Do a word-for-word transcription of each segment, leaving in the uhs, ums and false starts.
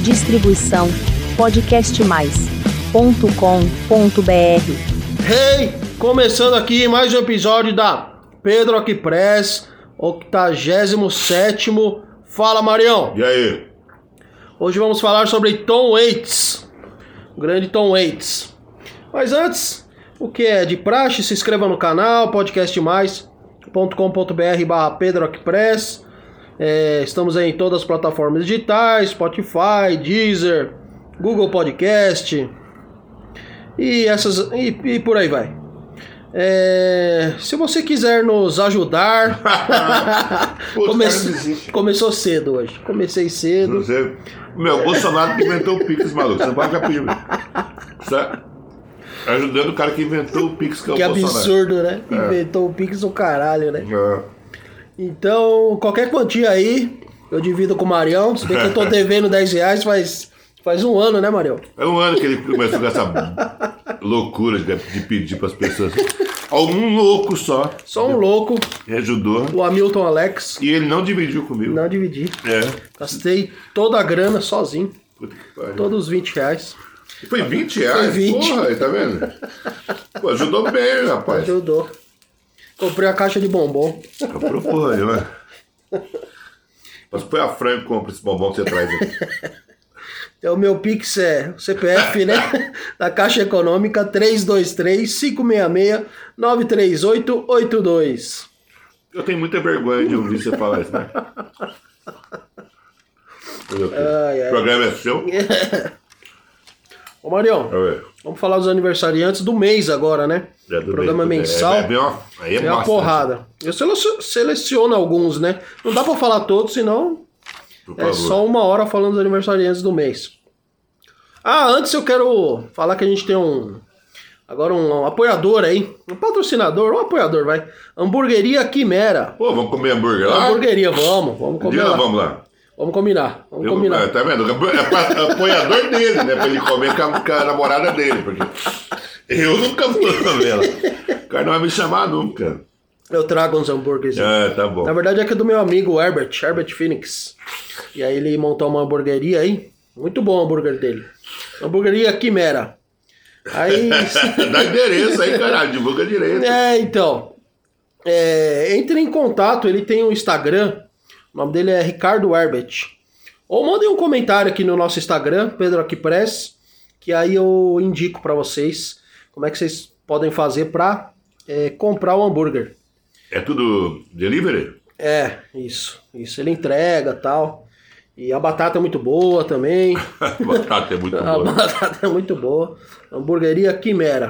Distribuição podcast mais ponto com ponto b r. Hey! Começando aqui mais um episódio da Pedro Aqui Press, octagésimo sétimo. Fala, Marião! E aí? Hoje vamos falar sobre Tom Waits, o grande Tom Waits. Mas antes, o que é de praxe, se inscreva no canal, podcast mais ponto com ponto b r barra Pedro Aqui Press. É, estamos aí em todas as plataformas digitais, Spotify, Deezer, Google Podcast e, essas, e, e por aí vai. É, se você quiser nos ajudar, Come... começou cedo hoje, comecei cedo. Você... Meu, o Bolsonaro que inventou o Pix, maluco, você não pode ficar pedindo. Certo? Ajudando o cara que inventou o Pix, que é o que Bolsonaro. Que absurdo, né? É. Inventou o Pix o caralho, né? É. Então, qualquer quantia aí, eu divido com o Marião. Se bem que eu tô devendo dez reais faz, faz um ano, né, Marião? É um ano que ele começou com essa loucura de, de pedir pras pessoas. Um louco só. Só um louco. Me ajudou. O Hamilton Alex. E ele não dividiu comigo. Não dividi. É. Gastei toda a grana sozinho. Puta que pariu. Todos os vinte reais. Foi vinte reais? Foi vinte. Porra, aí, tá vendo? Pô, ajudou bem, rapaz. Ajudou. Comprei a caixa de bombom. Comprou porra aí, né? Mas põe a Franco e compra esse bombom que você traz aqui. Então o meu Pix é o C P F, né? Da Caixa Econômica três dois três, cinco seis seis, nove três oito oito dois. Eu tenho muita vergonha de ouvir você falar isso, né? Ai, ai. O programa é seu? Ô Marião, É. vamos falar dos aniversariantes do mês agora, né? É do Programa mês, mensal. É, é, uma, aí é É uma massa, porrada. Eu selecio- seleciono alguns, né? Não dá pra falar todos, senão Por é favor. só uma hora falando dos aniversariantes do mês. Ah, antes eu quero falar que a gente tem um... Agora um, um apoiador aí. Um patrocinador, um apoiador, vai. Hamburgueria Quimera. Pô, vamos comer hambúrguer lá? Hamburgueria, vamos. Vamos Um comer dia lá. nós vamos lá. Vamos combinar. Vamos Eu- combinar. é, tá vendo? É pra- apoiador dele, né? Pra ele comer com a, com a namorada dele. Porque eu nunca vou comer ela. O cara não vai me chamar nunca. Eu trago uns hambúrgueres. É, tá bom. Na verdade é que é do meu amigo Herbert, Herbert Phoenix. E aí ele montou uma hamburgueria aí. Muito bom o hambúrguer dele. Hamburgueria Quimera. Aí... Dá endereço aí, caralho. Divulga direito. é, então. É, entre em contato, ele tem um Instagram. O nome dele é Ricardo Herbert. Ou mandem um comentário aqui no nosso Instagram, Pedro Aqui Press, que aí eu indico pra vocês como é que vocês podem fazer pra é, comprar o hambúrguer. É tudo delivery? É, isso. Isso, ele entrega e tal. E a batata é muito boa também. Batata é muito A boa. batata é muito boa. Hamburgueria Quimera.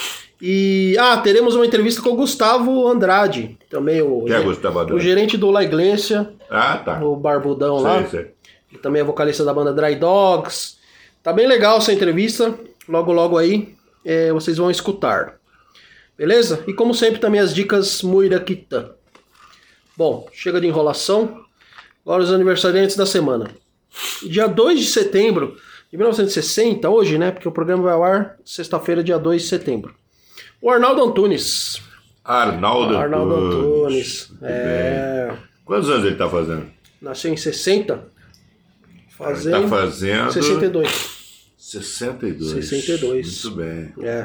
E, ah, teremos uma entrevista com o Gustavo Andrade. Também o, Quem é Gustavo Andrade? o gerente do La Iglesia, Ah, tá. o barbudão lá. Sei, sei. Ele também é vocalista da banda Dry Dogs. Tá bem legal essa entrevista. Logo, logo aí é, vocês vão escutar. Beleza? E como sempre também as dicas Muiraquita. Bom, chega de enrolação. Agora os aniversariantes da semana. Dia dois de setembro de mil novecentos e sessenta, hoje, né? Porque o programa vai ao ar sexta-feira, dia dois de setembro. O Arnaldo Antunes. Arnaldo, Arnaldo Antunes. Antunes. É... Quantos anos ele tá fazendo? Nasceu em sessenta. Fazendo... Ele tá fazendo... sessenta e dois. sessenta e dois. sessenta e dois. Muito bem. É.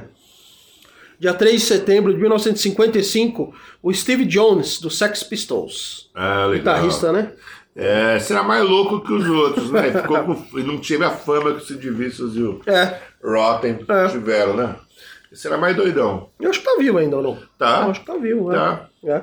Dia três de setembro de mil novecentos e cinquenta e cinco, o Steve Jones, do Sex Pistols. Ah, legal. Guitarrista, né? É, será mais louco que os outros, né? Ficou com, não teve a fama que o Sid Vicious e o É. Rotten É. tiveram, né? Esse era mais doidão. Eu acho que tá vivo ainda, ou não? Tá. Eu acho que tá vivo, né? Tá. É.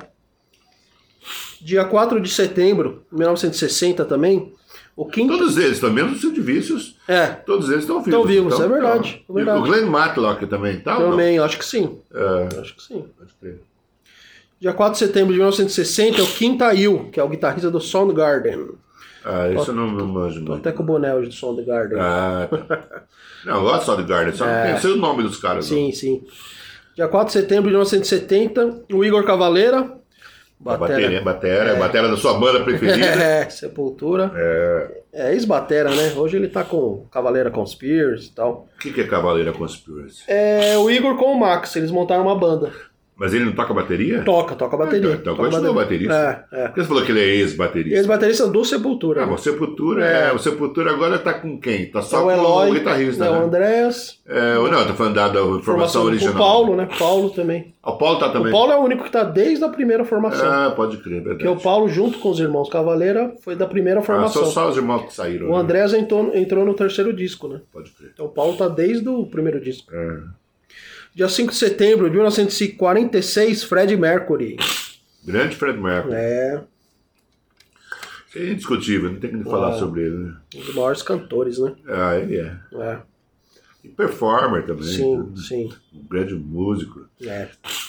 Dia quatro de setembro de mil novecentos e sessenta também, o quinto... Todos eles, pelo menos o Sid Vicious, É, todos eles estão vivos. Estão vivos, então, é verdade, então. é verdade. E o Glenn Matlock também, tá? ou não? também, eu acho que sim. É, Eu acho que sim. pode crer. Dia quatro de setembro de mil novecentos e sessenta é o Kim Tail, que é o guitarrista do Soundgarden. Ah, isso eu não, não manjo Tô muito. até com o boné hoje do Soundgarden. Ah, tá. Não, eu gosto só de Garden, só É. não sei o nome dos caras. Sim, sim. Dia quatro de setembro de mil novecentos e setenta, o Igor Cavaleira. A bateria, batera, É. batera da sua banda preferida. É, Sepultura. É. É, ex-batera, né? Hoje ele tá com Cavaleira Conspiracy e tal. O que, que é Cavaleira Conspiracy? É o Igor com o Max, eles montaram uma banda. Mas ele não toca bateria? Toca, toca bateria. Então, toca continua baterista. É, é. Por que você falou que ele é ex-baterista? Ex-baterista do Sepultura. Ah, o Sepultura, é. é. O Sepultura agora tá com quem? Tá só é o com Eloy, o guitarrista, é né? o Andréas. É, não, eu tô falando da, da formação, formação original. O Paulo, né? Paulo também. O Paulo tá também. O Paulo é o único que tá desde a primeira formação. Ah, pode crer, verdade. Porque o Paulo, junto com os irmãos Cavaleira, foi da primeira formação. Ah, são só os irmãos que saíram. O Andréas né? entrou, entrou no terceiro disco, né? Pode crer. Então o Paulo tá desde o primeiro disco. É. Dia cinco de setembro de mil novecentos e quarenta e seis, Freddie Mercury. Grande Fred Mercury. É. Isso é indiscutível, não tem que falar é. sobre ele, né? Um dos maiores cantores, né? Ah, ele é. É. E performer também. Sim, né? sim. Um grande músico. É.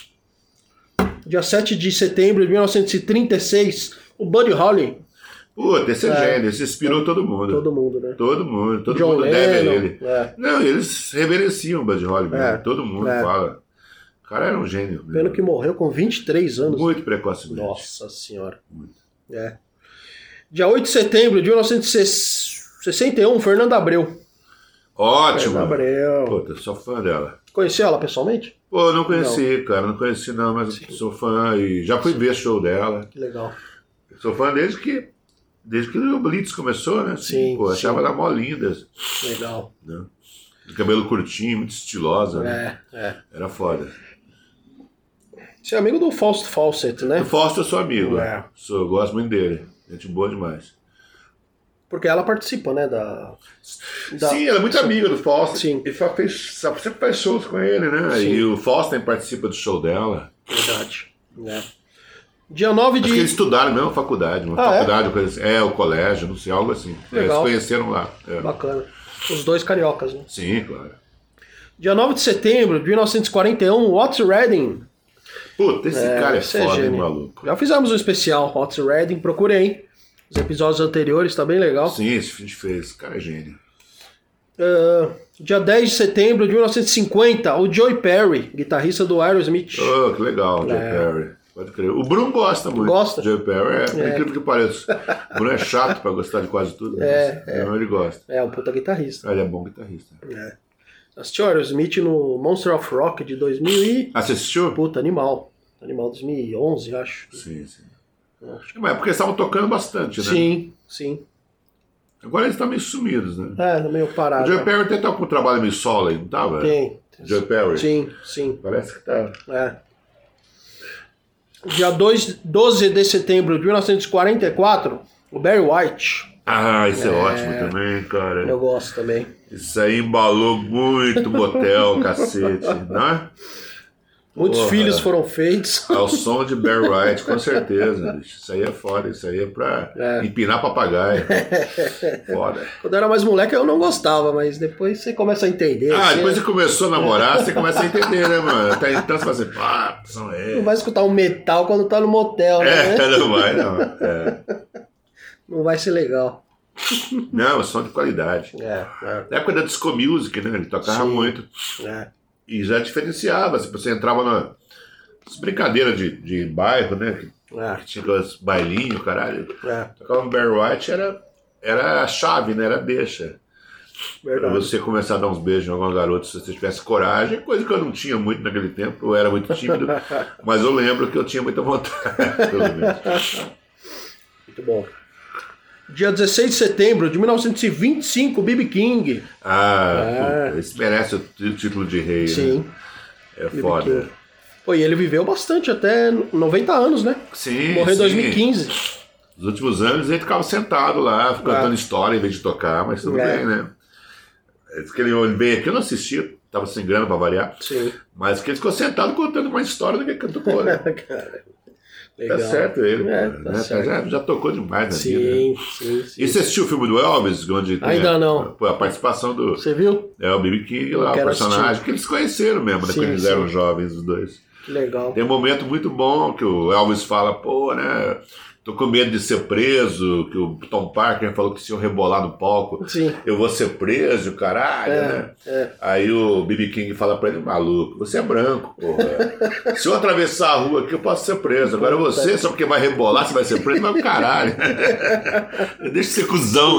Dia sete de setembro de mil novecentos e trinta e seis, o Buddy Holly. Puta, esse é, é gênio, esse inspirou todo mundo. Todo mundo, né? Todo mundo, todo John mundo Lennon, deve a ele. É. Não, eles reverenciam o Buddy Holly mesmo, É. todo mundo É. fala. O cara era um gênio. Pelo que morreu com vinte e três anos. Muito precocemente. Nossa senhora. Muito. É. Dia oito de setembro de mil novecentos e sessenta e um, Fernanda Abreu. Ótimo. Fernanda Abreu. Puta, sou fã dela. Conheceu ela pessoalmente? Pô, não conheci, não. cara, não conheci não, mas Sim. sou fã e já fui Sim. ver show dela. Que legal. Sou fã desde que desde que o Blitz começou, né? Sim. Pô, achava sim. ela mó linda. Legal. Né? De cabelo curtinho, muito estilosa. É, né? é. Era foda. Você é amigo do Fausto Fawcett, né? Do Fausto eu sou amigo. É. Sou, eu gosto muito dele. Gente boa demais. Porque ela participa, né? Da, da... Sim, ela é muito Sim. amiga do Fausto. Sim. E só fez, só, sempre faz shows com ele, né? Sim. E o Fausto também participa do show dela. Verdade. É. Dia nove de... Acho que eles estudaram na mesma faculdade. Uma ah, faculdade, é? coisa assim. É, o colégio, não sei, algo assim. Legal. Eles conheceram lá. É. Bacana. Os dois cariocas, né? Sim, claro. Dia nove de setembro de mil novecentos e quarenta e um, Otis Redding. Puta, esse É, cara é esse é foda, hein, gênio. maluco. Já fizemos um especial, Otis Redding, procure aí. Os episódios anteriores, tá bem legal. Sim, esse a gente fez. Esse cara é gênio. Uh, dia dez de setembro de mil novecentos e cinquenta, o Joey Perry, guitarrista do Aerosmith. Oh, que legal, Joey É. Perry. Pode crer. O Bruno gosta muito. Gosta? Joey Perry, é, É. incrível que pareça. O Bruno é chato pra gostar de quase tudo. É, mas é. Não, ele gosta. É, um puta guitarrista. Ele é bom guitarrista. É. Assistiu Aerosmith no Monster of Rock de dois mil e... Assistiu? Puta, animal. Animal dois mil e onze, acho. Sim, sim. Acho que- Mas é porque eles estavam tocando bastante, né? Sim, sim. Agora eles estão meio sumidos, né? É, tá meio O parado. Joey Perry até tá com um trabalho meio solo aí, não tava? Tem. Joey Perry? Sim, sim. Parece que tá. É. Dia dois, doze de setembro de mil novecentos e quarenta e quatro, o Barry White. Ah, isso é, É. ótimo também, cara. Eu gosto também. Isso aí embalou muito motel, cacete, né? Muitos Porra. filhos foram feitos. Ao som de Barry White, com certeza, bicho. Isso aí é foda, isso aí é pra É. empinar papagaio. Foda. Quando eu era mais moleque eu não gostava, mas depois você começa a entender. Ah, assim, depois né? você começou a namorar, você começa a entender, né, mano? Até então você fala assim, pá, que som é Não esse? vai escutar um metal quando tá no motel, né? É, não vai, não. É. Não vai ser legal. Não, é som de qualidade. É, é, Na época da disco music, né? Ele tocava Sim. muito. é. E já diferenciava. Se você entrava nas brincadeiras de, de bairro, né? Que É, tinha aqueles bailinhos, caralho. é, Tocava um Barry White, era, era a chave, né? Era a deixa. Pra verdade. você começar a dar uns beijos em alguma garota, se você tivesse coragem, coisa que eu não tinha muito naquele tempo, eu era muito tímido, mas eu lembro que eu tinha muita vontade, pelo menos. Muito bom. Dia dezesseis de setembro de mil novecentos e vinte e cinco, B B King. Ah, É. puta, esse merece o t- título de rei, Sim. né? É B B foda. King. Pô, e ele viveu bastante, até noventa anos, né? Sim, Morreu em sim. dois mil e quinze. Nos últimos anos ele ficava sentado lá, contando É. história em vez de tocar, mas tudo É. bem, né? Diz que ele ele veio aqui, eu não assisti, tava sem grana pra variar, Sim. mas que ele ficou sentado contando mais história do que cantou, né? Cara, Tá certo ele, É, pô, tá né? certo. Já, já tocou demais na vida. Né? Sim, sim, sim. E você assistiu o filme do Elvis? Onde tem Ainda a, não. A, a participação do Você viu? é, o B B King Eu lá, o quero personagem, assistir. que eles conheceram mesmo, né, Sim, quando eles sim. eram jovens, os dois. Que legal. Tem um momento muito bom que o Elvis fala, pô, né, tô com medo de ser preso, que o Tom Parker falou que se eu rebolar no palco, Sim. eu vou ser preso, caralho, É, né? é. Aí o B B King fala pra ele, maluco, você é branco, porra. Se eu atravessar a rua aqui, eu posso ser preso. Agora você, só porque vai rebolar, você vai ser preso, mas caralho. Deixa de ser cuzão.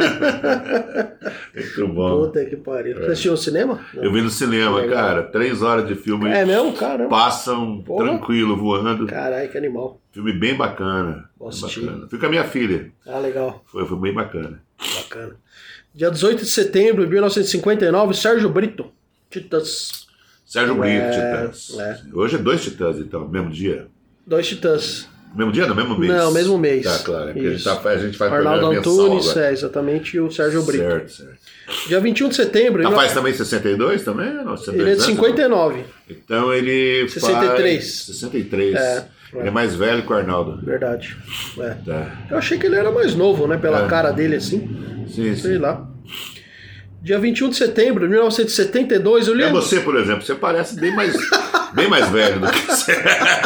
Muito bom. Puta que pariu. Você assistiu no cinema? Não. Eu vi no cinema, Legal. cara, três horas de filme. É mesmo? Caramba. Passam Porra. tranquilo, voando. Caralho, que animal. Filme bem bacana. Vou Bem assistir. bacana. Fui com a minha filha. Ah, legal. Foi, foi bem bacana. Bacana. Dia dezoito de setembro de mil novecentos e cinquenta e nove, Sérgio Brito. Titãs. Sérgio Brito, É, Titãs. é. Hoje é dois Titãs, então, mesmo dia. Dois Titãs. Mesmo dia, não, mesmo mês? Não, mesmo mês. Tá, claro. É porque a gente, Isso. tá, a gente faz Arnaldo programa mensal Antunes, agora. é, exatamente, e o Sérgio Brito. Certo, certo. Dia vinte e um de setembro... Tá, ele- faz também sessenta e dois também? Não, sessenta e dois Ele é de anos, cinquenta e nove. não? Então ele sessenta e três. faz... sessenta e três. É, Ele é mais velho que o Arnaldo. Verdade. É. Tá. Eu achei que ele era mais novo, né? Pela É. cara dele assim. Sim, Sei sim. lá. Dia vinte e um de setembro de mil novecentos e setenta e dois, eu li. É você, por exemplo, você parece bem mais, bem mais velho do que você.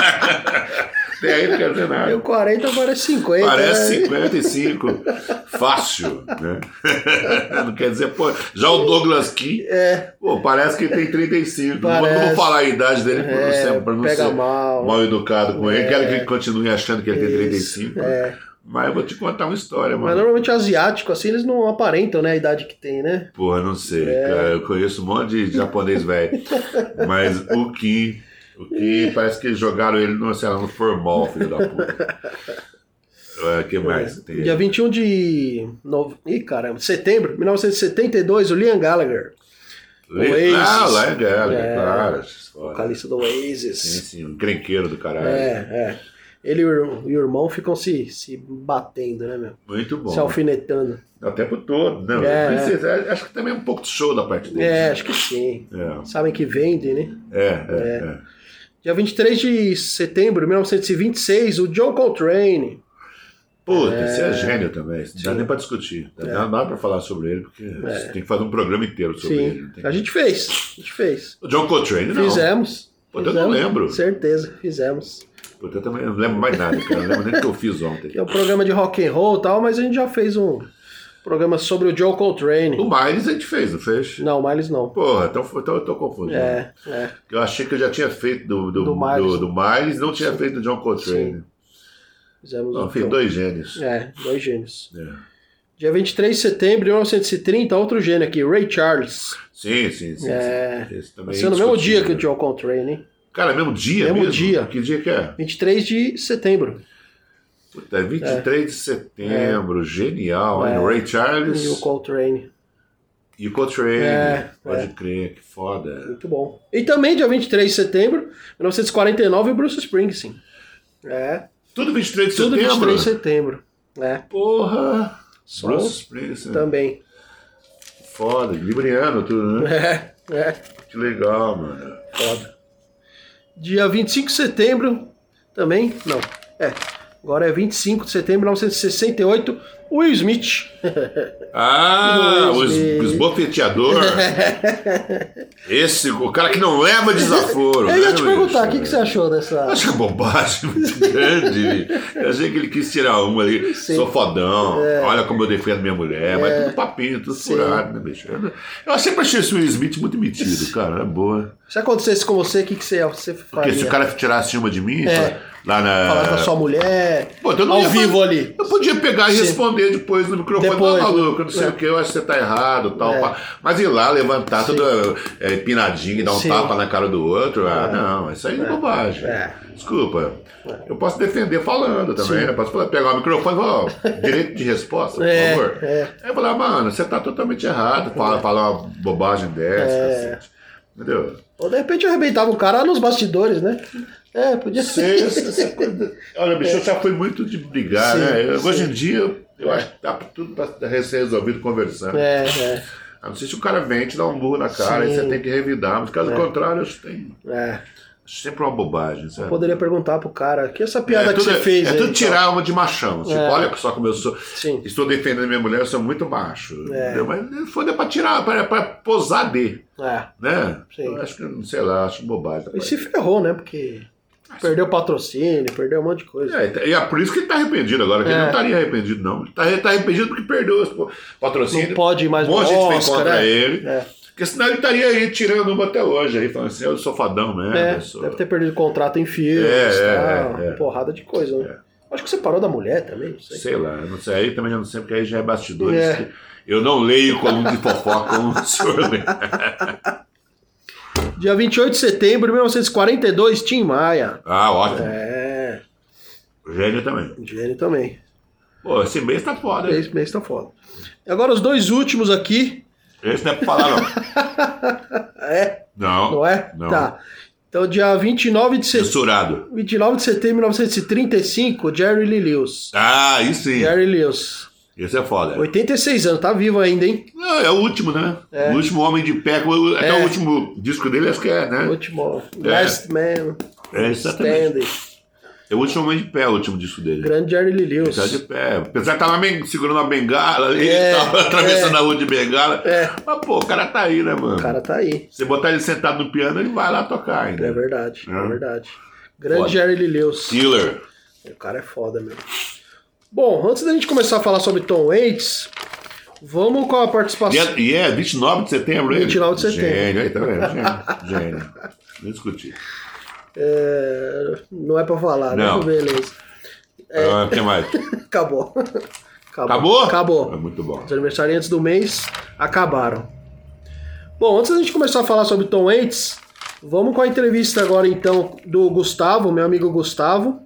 Tem aí, não quer dizer nada. Eu quarenta parece cinquenta. Parece né? cinquenta e cinco. Fácil, né? Não quer dizer, pô. Já o Douglas Key, É. pô, parece que tem trinta e cinco. Não vou- Não Parece. vou falar a idade dele pra não É, ser, pra não pega ser mal. mal educado com ele. É. Quero que ele continue achando que ele tem trinta e Isso, cinco. é. Mas eu vou te contar uma história, Mas mano. normalmente asiático, assim, eles não aparentam, né? A idade que tem, né? Porra, não sei, É. cara. Eu conheço um monte de japonês velho. Mas o Kim, o Kim, parece que jogaram ele no, sei lá, no formal, filho da puta. O que mais? Tem... Dia vinte e um de nove... Ih, caramba, setembro de mil novecentos e setenta e dois, o Liam Gallagher. Le... Oasis. Ah, lá é Gallagher, É. claro. Vocalista do Sim, Oasis. sim, um crenqueiro do caralho. É, é. Ele e o ir- e o irmão ficam se, se batendo, né, meu? Muito bom. Se alfinetando. O tempo todo, né? É, Precisa- Acho que também é um pouco de show da parte dele. É, acho que sim. É, Sabem que vende, né? é, é. é. Dia vinte e três de setembro de mil novecentos e vinte e seis, o John Coltrane. Puta, esse é gênio também. Não dá Sim. nem pra discutir. Não É. dá nada pra falar sobre ele, porque você tem que fazer um programa inteiro sobre ele. Sim, não tem a gente fez. A gente fez. O John Coltrane, não. Fizemos. Pô, eu não Fizemos, lembro. Certeza, fizemos. Puta, eu também não lembro mais nada, cara. Não lembro nem do que eu fiz ontem. Que é um programa de rock and roll e tal, mas a gente já fez um programa sobre o John Coltrane. O Miles a gente fez, não fez? Não, Miles não. Porra, então, foi- então eu tô confundindo. É, é. Eu achei que eu já tinha feito do, do, Do do, Miles. do Miles, não tinha feito do John Coltrane. Fizemos Não, um fiz dois gênios. É, dois gênios. É. Dia vinte e três de setembro de mil novecentos e trinta, outro gênio aqui, Ray Charles. Sim, sim, sim. É. sim. Esse também Nasceu no mesmo dia que o indiscutível. John Coltrane, hein? Cara, mesmo dia Mesmo mesmo? dia. Que dia que é? vinte e três de setembro. Puta, é vinte e três de setembro, genial, hein? É. Ray Charles E o Coltrane. e o Coltrane. É, Pode é. crer, que foda. Muito bom. E também, dia vinte e três de setembro de mil novecentos e quarenta e nove, o Bruce Springsteen. É, Tudo vinte e três de tudo setembro? vinte e três de setembro. É, Porra! Só Bruce Springsteen. também. Foda, libriano tudo, né? É, é, Que legal, mano. foda. Dia vinte e cinco de setembro, também, não, é, agora é vinte e cinco de setembro de mil novecentos e sessenta e oito, Will Smith. Ah, o, Will es- Smith. o esbofeteador. Esse, o cara que não leva desaforo. Eu ia né, te bicho? perguntar, o que, que você achou dessa... Acho que é bobagem muito grande. Eu achei que ele quis tirar uma ali. Sim. Sou fodão, olha como eu defendo minha mulher. Mas tudo papinho, tudo Sim. furado, né, bicho? Eu, eu sempre achei esse Will Smith muito metido, cara. É boa. Se acontecesse com você, o que, que você, você faria? Porque se o cara tirasse uma de mim, É. lá na. Falar da sua mulher, Pô, então eu não ao ia vivo fazer- ali. Eu podia pegar e Sim. responder depois no microfone. Depois, Não, maluco, não sei é. o que, eu acho que você tá errado tal. É. pá. Mas ir lá, levantar Sim. tudo é, empinadinho e dar um Sim. tapa na cara do outro, ah, não, isso aí é bobagem. É. Desculpa. Eu posso defender falando também, né? Posso falar, pegar o microfone e falar, ó, direito de resposta, por É, favor. é. Aí eu falar, mano, você tá totalmente errado, fala, falar uma bobagem dessa, É. cacete. Entendeu? Ou de repente eu arrebentava o cara nos bastidores, né? É, podia Sei, ser. essa, essa coisa. Olha, bicho, eu já fui muito de brigar, Sim, né? Eu- sim. Hoje em dia, eu acho que tá tudo pra ser resolvido conversando. É, é, A não ser se o cara vem te dá um burro na cara, Sim. aí você tem que revidar. Mas caso contrário, eu acho, que tem, é. acho sempre uma bobagem, sabe? Poderia perguntar pro cara, que essa piada é que tudo, você fez é aí, tudo então? tirar uma de machão. Tipo, É. olha só como eu sou. Sim. Estou defendendo minha mulher, eu sou muito macho. É. Entendeu? Mas foi pra tirar, pra, pra posar de. É. Né? Sim. Eu acho que, sei lá, acho bobagem. E se ferrou, né? Porque Perdeu patrocínio, perdeu um monte de coisa. É, e é por isso que ele tá arrependido agora, que É. ele não estaria arrependido, não. Ele tá, ele tá arrependido porque perdeu os patrocínios. Não pode ir mais Um monte de gente fez Oscar, contra né? ele. É. Porque senão ele estaria aí tirando uma até hoje, aí falando assim, eu sou fadão mesmo. É, eu sou... deve ter perdido contrato em filmes, É, é, tá? é, é. Porrada de coisa, né? Acho que você parou da mulher também, não sei. Sei lá, eu não sei. Aí também já não sei, porque aí já é bastidores. É. que Eu não leio coluna de fofoca como o senhor lê. Dia vinte e oito de setembro de mil novecentos e quarenta e dois, Tim Maia. Ah, ótimo. É, Gênio também. gênio também. Pô, esse mês tá foda, hein? Esse mês tá foda. Agora os dois últimos aqui. Esse não é pra falar, não. É? Não. Não é? Não. Tá. Então, dia vinte e nove de setembro. Censurado. vinte e nove de setembro de mil novecentos e trinta e cinco, Jerry Lee Lewis. Ah, isso sim. Jerry Lewis. Esse é foda. oitenta e seis anos, tá vivo ainda, hein? Não, é o último, né? É. O último Homem de Pé. Até É. o último disco dele, acho que é, né? Último. É. Last Man É, exatamente. Standing. É o último Homem de Pé, o último disco dele. Grande Jerry Lee Lewis. Tá de pé. Apesar que tava men- segurando a bengala ali, É, tava atravessando é. a rua de bengala. É. Mas, pô, o cara tá aí, né, mano? O cara tá aí. Você botar ele sentado no piano, ele vai lá tocar ainda. É verdade, é, É. verdade. Grande Foda. Jerry Lee Lewis. Killer. O cara é foda mesmo. Bom, antes da gente começar a falar sobre Tom Waits, vamos com a E participação. é, e é vinte e nove de setembro, ele? vinte e nove de setembro. Gênio, aí tá vendo? Gênio. Gênio. Não discutir. É, não é pra falar, Não. né? Beleza. Ah, o que mais? Acabou. Acabou? Acabou. É muito bom. Os aniversariantes do mês acabaram. Bom, antes da gente começar a falar sobre Tom Waits, vamos com a entrevista agora então do Gustavo, meu amigo Gustavo.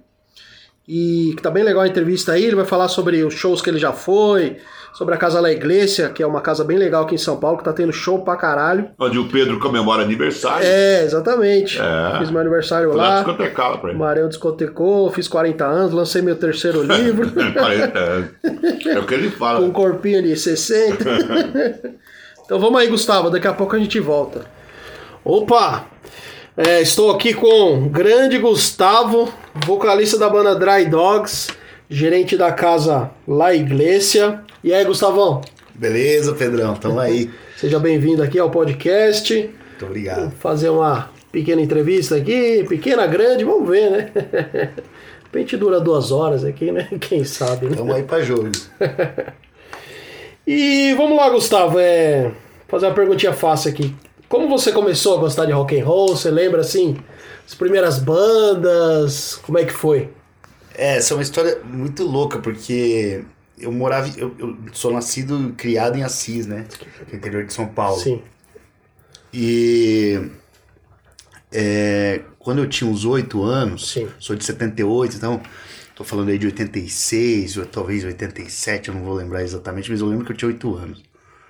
E que tá bem legal a entrevista aí, ele vai falar sobre os shows que ele já foi, sobre a Casa La Iglesia, que é uma casa bem legal aqui em São Paulo, que tá tendo show pra caralho. Onde o Pedro comemora aniversário. É, exatamente. É. Fiz meu aniversário Fui lá lá, discotecá-la pra o ele. Mareu discotecou, fiz quarenta anos, lancei meu terceiro livro, quarenta anos. É o que ele com um fala. corpinho de sessenta. Então vamos aí, Gustavo, daqui a pouco a gente volta. Opa! É, estou aqui com o grande Gustavo, vocalista da banda Dry Dogs, gerente da casa La Iglesia. E aí, Gustavão? Beleza, Pedrão, tamo aí. Seja bem-vindo aqui ao podcast. Muito obrigado. Vou fazer uma pequena entrevista aqui, pequena, grande, vamos ver, né? De repente dura duas horas aqui, né? Quem sabe, né? Tamo aí pra jogo. E vamos lá, Gustavo, é... fazer uma perguntinha fácil aqui. Como você começou a gostar de rock and roll? Você lembra, assim, as primeiras bandas? Como é que foi? É, essa é uma história muito louca, porque eu morava... Eu, eu sou nascido e criado em Assis, né? No interior de São Paulo. Sim. E... É, quando eu tinha uns oito anos, Sim. sou de setenta e oito, então... Tô falando aí de oitenta e seis, ou talvez oitenta e sete, eu não vou lembrar exatamente, mas eu lembro que eu tinha oito anos.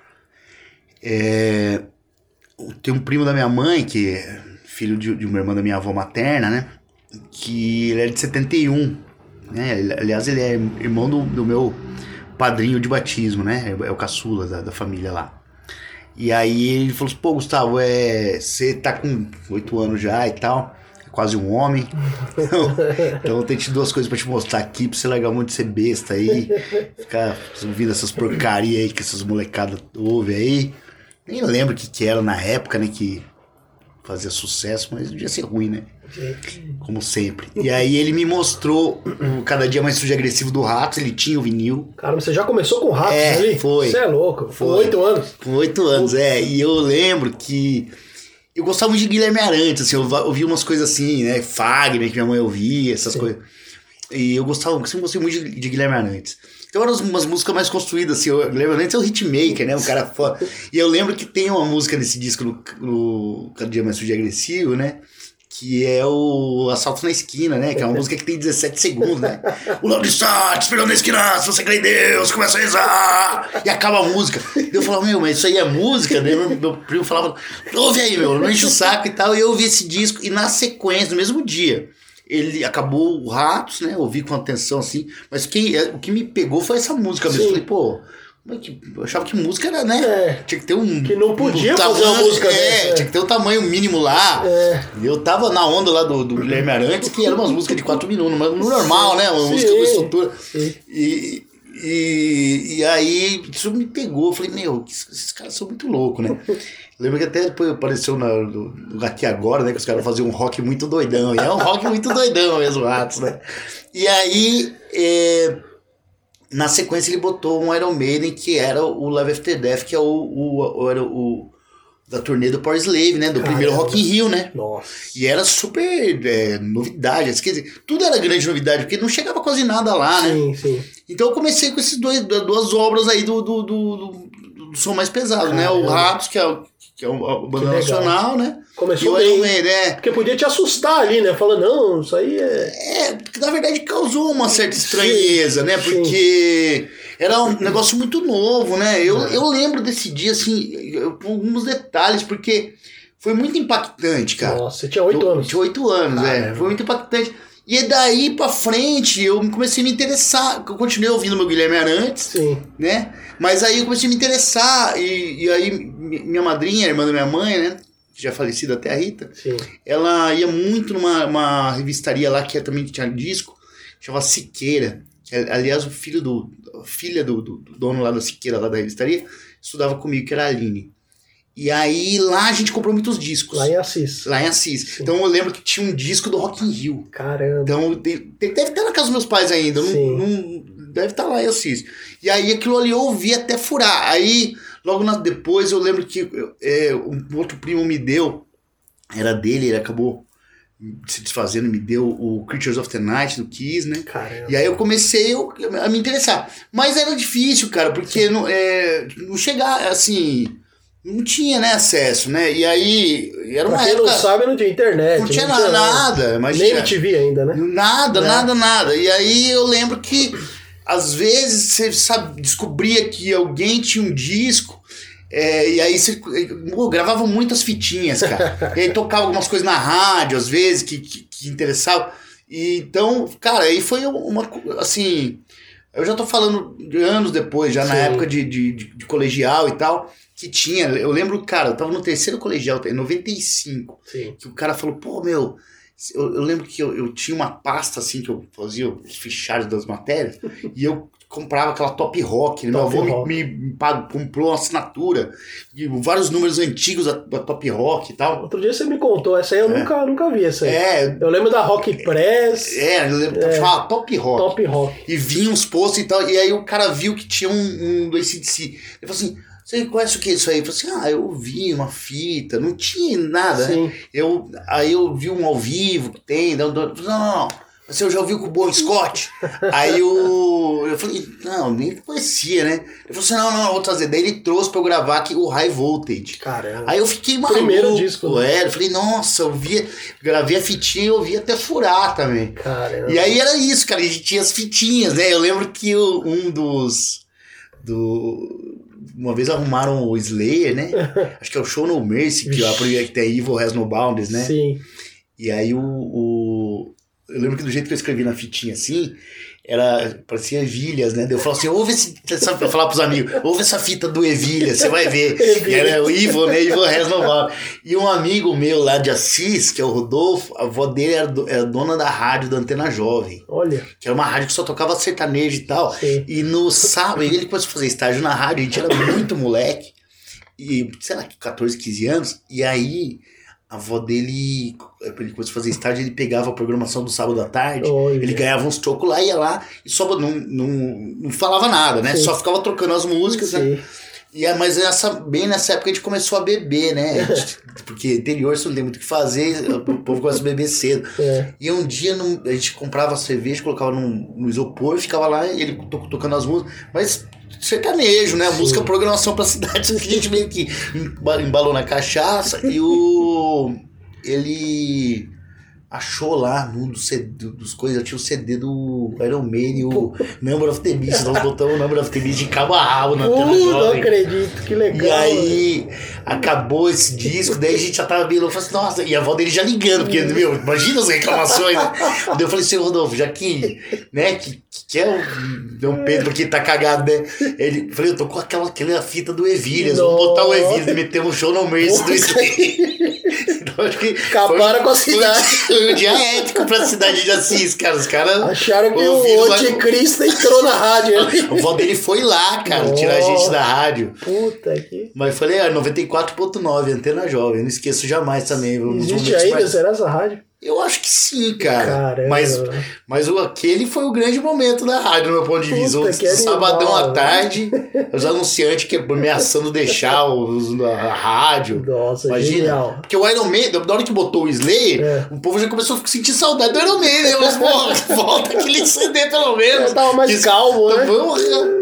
É... Tem um primo da minha mãe, que é filho de, de uma irmã da minha avó materna, né? Que ele é de setenta e um, né? Ele, aliás, ele é irmão do, do meu padrinho de batismo, né? É o caçula da, da família lá. E aí ele falou assim, pô, Gustavo, é, você tá com oito anos já e tal, é quase um homem. Então, então eu tenho duas coisas pra te mostrar aqui, pra você largar um monte de ser besta aí, ficar ouvindo essas porcarias aí que essas molecadas ouvem aí. Nem lembro o que, que era na época, né, que fazia sucesso, mas devia ser ruim, né? Como sempre. E aí ele me mostrou o Cada Dia Mais Sujo e Agressivo do Ratos, ele tinha o vinil. Cara, você já começou com Ratos É, ali? foi. Você é louco, com Foi. oito anos. Com oito anos, é. E eu lembro que eu gostava muito de Guilherme Arantes, assim, eu ouvia umas coisas assim, né? Fagner, que minha mãe ouvia, essas Sim. coisas. E eu gostava, eu sempre gostei muito de, de Guilherme Arantes. Então eram umas músicas mais construídas, assim, o Guilherme Arantes é um hitmaker, né? Um cara foda. E eu lembro que tem uma música nesse disco, no, no Cada Dia Mais Sujo e Agressivo, né? Que é o Assalto na Esquina, né? Que é uma música que tem dezessete segundos, né? O Loud está te esperando na esquina, se você crê em Deus, começa a rezar. E acaba a música. E eu falava, meu, mas isso aí é música? Daí meu, meu primo falava, ouve aí, meu, não enche o saco e tal. E eu ouvi esse disco, e na sequência, no mesmo dia, ele acabou o Ratos, né? Ouvi com atenção, assim. Mas quem, o que me pegou foi essa música mesmo. Sim. Eu falei, pô... Mas que- Eu achava que música era, né? É. Tinha que ter um. Que não podia um fazer uma tamanho- música é, dessa, é. tinha que ter um tamanho mínimo lá. É. E eu tava na onda lá do, do Guilherme Arantes, que eram umas músicas de quatro minutos, mas no normal, né? Uma Sim. música com estrutura. Sim. E, E, e aí isso me pegou, eu falei, meu, esses caras são muito loucos, né? Lembro que até depois apareceu na, no, no Aqui Agora, né? Que os caras faziam um rock muito doidão. E é um rock muito doidão mesmo, o Ratos, né? E aí, é, na sequência, ele botou um Iron Maiden, que era o Live After Death, que é o, o, o, era o da turnê do Power Slave, né? Do Caramba. Primeiro Rock in Rio, né? Nossa. E era super é, novidade. Quer dizer, tudo era grande novidade, porque não chegava quase nada lá, né? Sim, sim. Então eu comecei com essas duas obras aí do, do, do, do, do som mais pesado, Caramba. Né? O Ratos, que é o que é o banda nacional, né? Começou e bem, Maiden, né? Porque podia te assustar ali, né? Falando, não, isso aí é... É, porque na verdade causou uma certa estranheza, sim, né? Porque sim. Era um negócio muito novo, né? Eu, é. eu lembro desse dia, assim, com alguns detalhes, porque foi muito impactante, cara. Nossa, você tinha oito anos. Tinha oito anos, ah, é. é. Foi muito impactante. E daí pra frente eu comecei a me interessar. Eu continuei ouvindo meu Guilherme Arantes, sim, né? Mas aí eu comecei a me interessar. E, e aí minha madrinha, a irmã da minha mãe, né? Já falecida até a Rita, sim, ela ia muito numa uma revistaria lá que também tinha disco, chamava Siqueira. Que, aliás, o filho do. A filha do, do, do dono lá da Siqueira, lá da revistaria, estudava comigo, que era a Aline. E aí lá a gente comprou muitos discos. Lá em Assis. Lá em Assis. Sim. Então eu lembro que tinha um disco do Rock in Rio. Caramba. Então deve estar na casa dos meus pais ainda. Não, não, deve estar lá em Assis. E aí aquilo ali eu ouvi até furar. Aí logo na, depois eu lembro que é, um outro primo me deu. Era dele, ele acabou se desfazendo, me deu o Creatures of the Night do Kiss, né? Caramba. E aí eu comecei a me interessar. Mas era difícil, cara, porque não, é, não chegar assim... Não tinha, né, acesso, né? E aí, era uma pra quem época... não sabe, não tinha internet. Não tinha, não tinha nada. Imagina. Nem M T V ainda, né? Nada, é. nada, nada. E aí eu lembro que, às vezes, você sabe, descobria que alguém tinha um disco, é, e aí você pô, gravava muitas fitinhas, cara. E aí tocava algumas coisas na rádio, às vezes, que, que, que interessavam. E, então, cara, aí foi uma, assim... Eu já tô falando de anos depois, já Sim. na época de, de, de, de colegial e tal... Que tinha, eu lembro, cara, eu tava no terceiro colegial, em noventa e cinco, Sim. que o cara falou, pô, meu, eu, eu lembro que eu, eu tinha uma pasta assim, que eu fazia os fichários das matérias, e eu comprava aquela Top Rock, né? Meu avô rock. me, me pagou, comprou uma assinatura, de vários números antigos da, da Top Rock e tal. Outro dia você me contou, essa aí eu é. nunca, nunca vi, essa aí. É, eu lembro da Rock Press. É, eu lembro, é. chamava Top Rock. Top Rock. E vinha uns posts e tal, e aí o cara viu que tinha um, um do A C D C. Ele falou assim... Você conhece o que é isso aí? Eu falei assim, ah, eu vi uma fita, não tinha nada, Sim. né? Eu, aí eu vi um ao vivo que tem, não, não, não, não. Você já ouviu com o Bon Scott? Aí eu, eu falei, não, nem conhecia, né? Ele falou assim, não, não, eu vou trazer. Daí ele trouxe pra eu gravar aqui o High Voltage. Caramba. Aí eu fiquei maluco. Primeiro disco. É, eu falei, nossa, eu via, gravei a fitinha e eu via até furar também. Caramba. E aí era isso, cara, a gente tinha as fitinhas, né? Eu lembro que eu, um dos... do... Uma vez arrumaram o Slayer, né? Acho que é o Show No Mercy, que, a, que tem Evil Has No Boundaries, né? Sim. E aí o, o... Eu lembro que do jeito que eu escrevi na fitinha assim, era, parecia Evilhas, né? Eu falava assim, ouve esse... Eu falava pros amigos, ouve essa fita do Evilhas, você vai ver. E era o Evil, né? Evil Has No Boundaries. E um amigo meu lá de Assis, que é o Rodolfo, a avó dele era, do, era dona da rádio da Antena Jovem. Olha. Que era uma rádio que só tocava sertanejo e tal. Sim. E no sábado, ele começou a fazer estágio na rádio, a gente era muito moleque. E, sei lá, catorze, quinze anos. E aí... A avó dele, ele começou a fazer estágio, ele pegava a programação do sábado à tarde, Olha. ele ganhava uns trocos lá, ia lá e só não, não, não falava nada, né? Sim. Só ficava trocando as músicas, Sim. né? E, mas essa, bem nessa época a gente começou a beber, né? Porque interior você não tem muito o que fazer, o povo gosta de beber cedo. É. E um dia a gente comprava cerveja, colocava no, no isopor, ficava lá, ele to, tocando as músicas, mas... sertanejo, né? A Sim. música programação pra cidade, que a gente meio que embalou na cachaça e o... ele achou lá num dos, C D, dos coisas, tinha o C D do Iron Maiden, o Number of the Beast, nós botamos o Number of the Beast de cabo a rabo na tela. Uh, não acredito, que legal. E aí acabou esse disco, daí a gente já tava bem louco, falei assim, nossa, e a avó dele já ligando, porque, meu, imagina as reclamações, né? Daí eu falei assim, Rodolfo, já que, né, que, que é o Dom Pedro, porque tá cagado, né? Ele, falei, eu tô com aquela, aquela fita do Evilhas, vamos botar o Evilhas e meter um show no Mercy do Slayer. Então, acho que Acabaram foi, com a cidade. Foi, foi um dia épico pra cidade de Assis, cara. Os caras Acharam que ouviram o lá- anticristo entrou na rádio ali. O vó dele foi lá, cara, Nossa. tirar a gente da rádio. Puta que... Mas falei, ah, noventa e quatro ponto nove, Antena Jovem. Eu não esqueço jamais também. Um dos Existe momentos ainda, mais- será essa rádio? Eu acho que sim, cara. Caramba. Mas, mas o, aquele foi o grande momento da rádio, no meu ponto de vista. Puta, O que animal, sabadão à né? tarde, os anunciantes que, ameaçando deixar os, a rádio. Nossa, Imagina. genial. Porque o Iron Man, na hora que botou o Slayer, É. o povo já começou a sentir saudade do Iron Man, né? Mas, porra, volta aquele C D pelo menos. Eu tava mais Que- calmo, né? Porra.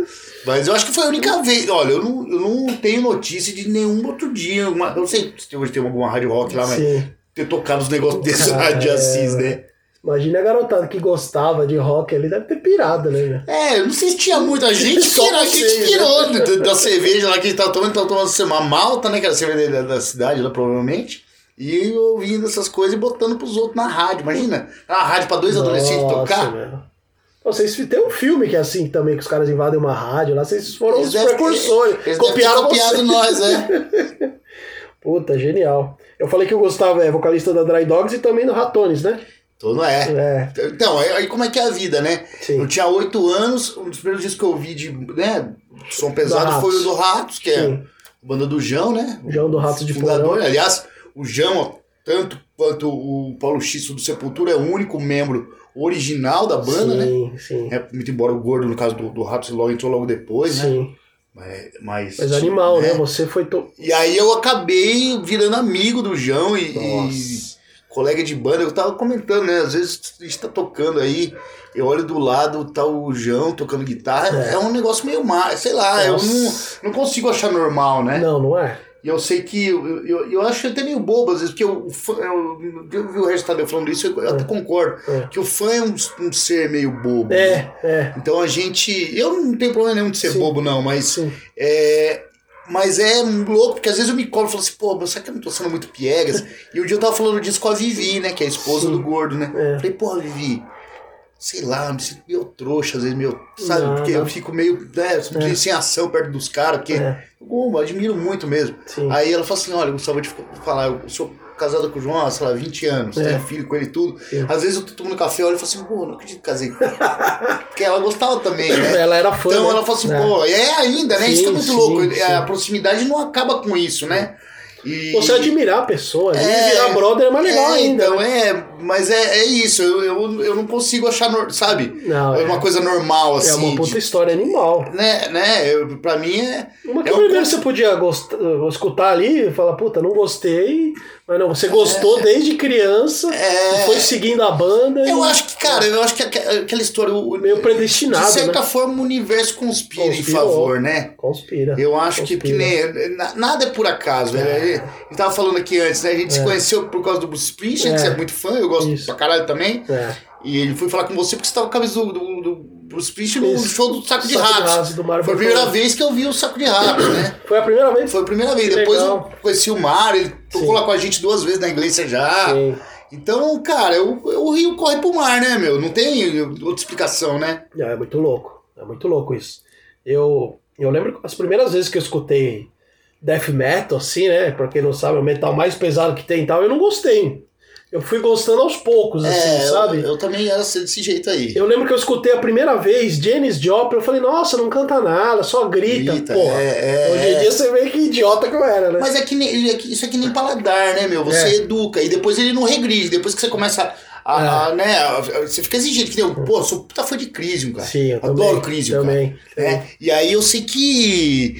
Mas eu acho que foi a única vez. Olha, eu não, eu não tenho notícia de nenhum outro dia. Uma, eu não sei se hoje tem alguma rádio rock lá, mas Sim. ter tocado os negócios desse Cara, rádio de Assis, é, né? Imagina a garotada que gostava de rock ali, deve ter pirado, né? meu? É, eu não sei se tinha muita gente, Só pirou, a você, gente né? pirou da, da cerveja lá que a gente tava tomando, tava tomando uma malta, né? Que era a cerveja da, da cidade lá, provavelmente. E ouvindo essas coisas e botando pros outros na rádio. Imagina, a rádio pra dois adolescentes Nossa, tocar. meu. Vocês tem um filme que é assim também, que os caras invadem uma rádio lá, vocês foram Eles os devem- precursores. Eles Copiaram devem ter copiado vocês. nós, é. Puta, genial. Eu falei que o Gustavo é vocalista da Dry Dogs e também do Ratones, né? Então não é. É, Então, aí aí como é que é a vida, né? Sim. Eu tinha oito anos, um dos primeiros discos que eu ouvi de né, som pesado Ratos. foi o do Ratos, que é Sim. a banda do Jão, né? João do Ratos de fundador. Porão. Aliás, o Jão, ó, tanto quanto o Paulo Xisto do Sepultura, é o único membro original da banda, né? Sim, sim. É, muito embora o Gordo, no caso do, do Ratos, logo entrou logo depois, né? Sim. Mas, mas, Mas animal, né? Você foi... To... E aí eu acabei virando amigo do Jão e, e Nossa. colega de banda. Eu tava comentando, né? Às vezes a gente tá tocando aí, eu olho do lado, tá o Jão tocando guitarra. É, É. um negócio meio má, sei lá, eu não, Nossa. não consigo achar normal, né? Não, não é? E eu sei que, eu, eu, eu acho até meio bobo às vezes, porque o fã, eu, eu vi o resto eu falando isso, eu até concordo, É. que o fã é um, um ser meio bobo. É, né? é. Então a gente, eu não tenho problema nenhum de ser Sim. bobo não, mas Sim. é, mas é louco, porque às vezes eu me cobro e falo assim, pô, mas será que eu não tô sendo muito piegas? E um dia eu tava falando disso com a Vivi, né, que é a esposa Sim. do Gordo, né? É. Falei, pô, Vivi, sei lá, eu me sinto meio trouxa, às vezes meio, sabe? Não, porque não. eu fico meio, né, É. sem ação perto dos caras, porque É. eu admiro muito mesmo. Sim. Aí ela falou assim, olha, Gustavo, vou te falar, eu sou casada com o João há, sei lá, vinte anos, É. tenho filho com ele e tudo. Sim. Às vezes eu tô tomando café, eu olho e falo assim, pô, não acredito que casei com ele. Porque ela gostava também, né? Ela era fã. Então né? ela falou assim, É. pô, é ainda, né? Sim, Isso que é muito sim, louco. sim. A proximidade não acaba com isso, né? E... Você admirar a pessoa, né? É, Virar brother é mais legal é, ainda. Então, né? é, mas é, é isso, eu, eu, eu não consigo achar, nor- sabe? Não, é é. uma coisa normal, assim. É uma puta de- história animal. né, né? Eu, pra mim é. Uma que é um primeiro ponto- você podia gostar, escutar ali e falar, puta, não gostei. Mas não, você gostou desde criança É. e foi seguindo a banda. Eu e... acho que, cara, eu acho que aque- aquela história. O, Meio predestinado, De certa né? forma, o universo conspira, em Conspirou. favor, né? Conspira. Eu acho que, que Conspira. nem. na- Nada é por acaso, velho. Ele, ele tava falando aqui antes, né? A gente se É. conheceu por causa do Bruce Springsteen, que É. você é muito fã, eu gosto Isso. pra caralho também. É. E ele foi falar com você porque você tava com a camisa do, do, do Bruce Springsteen no Isso. show do Saco de Saco de Ratos. Ratos, do Mário Foi a primeira Bartolomeu. vez que eu vi o Saco de Ratos, né? Foi a primeira vez? Foi a primeira vez. Que Depois legal. eu conheci o Mário, ele tocou Sim. lá com a gente duas vezes na igreja já. Sim. Então, cara, eu, eu, o rio corre pro mar, né, meu? Não tem outra explicação, né? É, é muito louco. É muito louco isso. Eu, eu lembro as primeiras vezes que eu escutei death metal, assim, né? Pra quem não sabe, é o metal mais pesado que tem e tal, eu não gostei. Eu fui gostando aos poucos, assim, É, sabe? eu, eu também era desse jeito aí. Eu lembro que eu escutei a primeira vez Janis Joplin, eu falei, nossa, não canta nada, só grita, Grita, porra. é, é, Hoje em é. dia você vê que idiota que eu era, né? Mas é que nem, é que- isso é que nem paladar, né, meu? Você É. educa e depois ele não regride. Depois que você começa a, É. a, né, a- você fica exigente. Que nem, eu, pô, eu sou puta fã de Crisium, cara. Sim, eu Adoro também, Crisium, também, cara. Né? E aí eu sei que,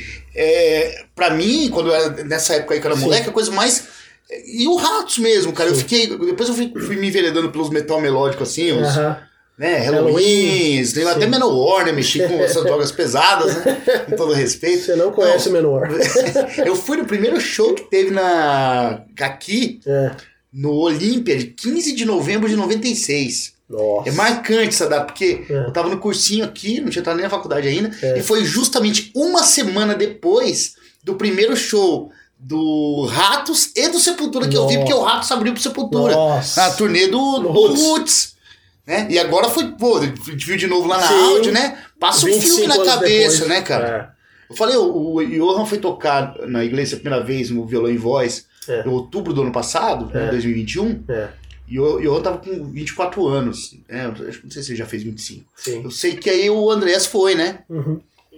é, pra mim, quando eu era nessa época aí que eu era Sim. moleque, a coisa mais... E o Ratos mesmo, cara. Eu Sim. fiquei... Depois eu fui, fui me enveredando pelos metal melódicos, assim, os... Aham. Né, Halloween. Halloween, tem até Sim. Manowar, né? Mexi com essas drogas pesadas, né? Com todo respeito. Você não conhece o Menor. Eu fui no primeiro show que teve na aqui, É. no Olímpia, de quinze de novembro de noventa e seis. Nossa. É marcante essa data, porque É. eu tava no cursinho aqui, não tinha entrado nem na faculdade ainda, É. e foi justamente uma semana depois do primeiro show do Ratos e do Sepultura que eu vi, Nossa. porque o Ratos abriu pro Sepultura. Nossa. A turnê do, do Roots. Roots. Né? E agora foi, pô, a gente viu de novo lá na Sim. áudio, né? Passa um vinte e filme cinco na anos cabeça, depois. né, cara? Eu falei, o, o Johan foi tocar na igreja a primeira vez no violão em voz É. em outubro do ano passado, É. em dois mil e vinte e um. É, E o Johan tava com vinte e quatro anos. Né? Eu acho que não sei se ele já fez vinte e cinco. sim. Eu sei que aí o Andrés foi, né? Uhum.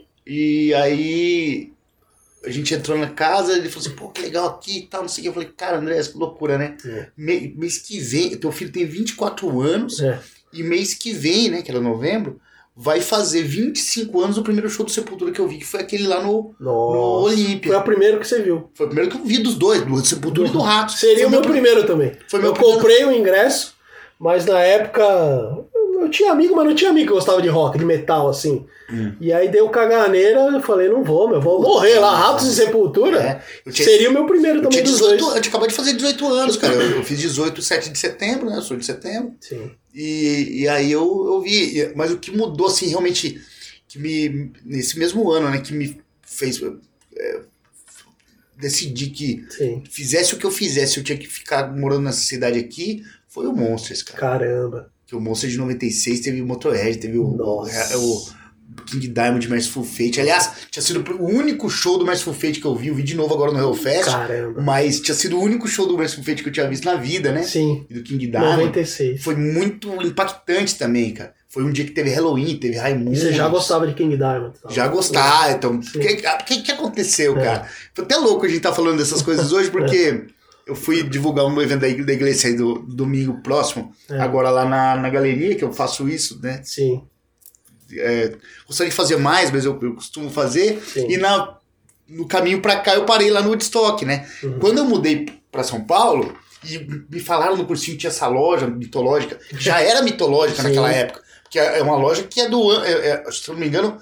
E aí a gente entrou na casa, ele falou assim, pô, que legal aqui e tal, não sei o que. Eu falei, cara, Andrés, que loucura, né? É. Me- mês que vem, teu filho tem vinte e quatro anos, É. e mês que vem, né, que era novembro, vai fazer vinte e cinco anos do primeiro show do Sepultura que eu vi, que foi aquele lá no, no Nossa. Olímpia. Foi o primeiro que você viu. Foi o primeiro que eu vi dos dois, do Sepultura e do Rato. Seria Foi o meu primeiro também. Foi meu eu primeiro. comprei o ingresso, mas na época eu- eu tinha amigo, mas não tinha amigo que gostava de rock, de metal, assim. Hum. E aí deu caganeira, eu falei, não vou, meu, vou morrer lá, Ratos e Sepultura. É, eu tinha- Seria o meu primeiro Eu também tinha dos dezoito, dois. eu tinha acabado de fazer dezoito anos, cara. Eu, eu fiz dezoito, sete de setembro, né? Eu sou de setembro. Sim. E, e aí eu, eu vi. E- Mas o que mudou, assim, realmente, que me. Nesse mesmo ano, né? Que me fez. É, decidir que Sim. fizesse o que eu fizesse, eu tinha que ficar morando nessa cidade aqui, foi o Monsters, cara. Caramba. Que o Monsters de noventa e seis teve o Motorhead, teve o, o, Nossa. o King Diamond de Merciful Fate. Aliás, tinha sido o único show do Merciful Fate que eu vi. Eu vi de novo agora no Hellfest. Caramba. Mas tinha sido o único show do Merciful Fate que eu tinha visto na vida, né? Sim. E do King Diamond. noventa e seis. Foi muito impactante também, cara. Foi um dia que teve Halloween, teve Raimundo. E você já gostava de King Diamond? Tá? Já gostava. Então, o Sim. que, que, que aconteceu, É. cara? Foi até louco a gente tá falando dessas coisas hoje, porque eu fui divulgar um evento da igreja, da igreja aí do domingo próximo, É. agora lá na, na galeria, que eu faço isso, né? Sim. É, gostaria de fazer mais, mas eu, eu costumo fazer. Sim. E na, no caminho pra cá eu parei lá no Woodstock, né? Uhum. Quando eu mudei pra São Paulo, e me falaram no cursinho que tinha essa loja mitológica, já era mitológica Sim. naquela época, porque é uma loja que é do ano, é, é, se eu não me engano,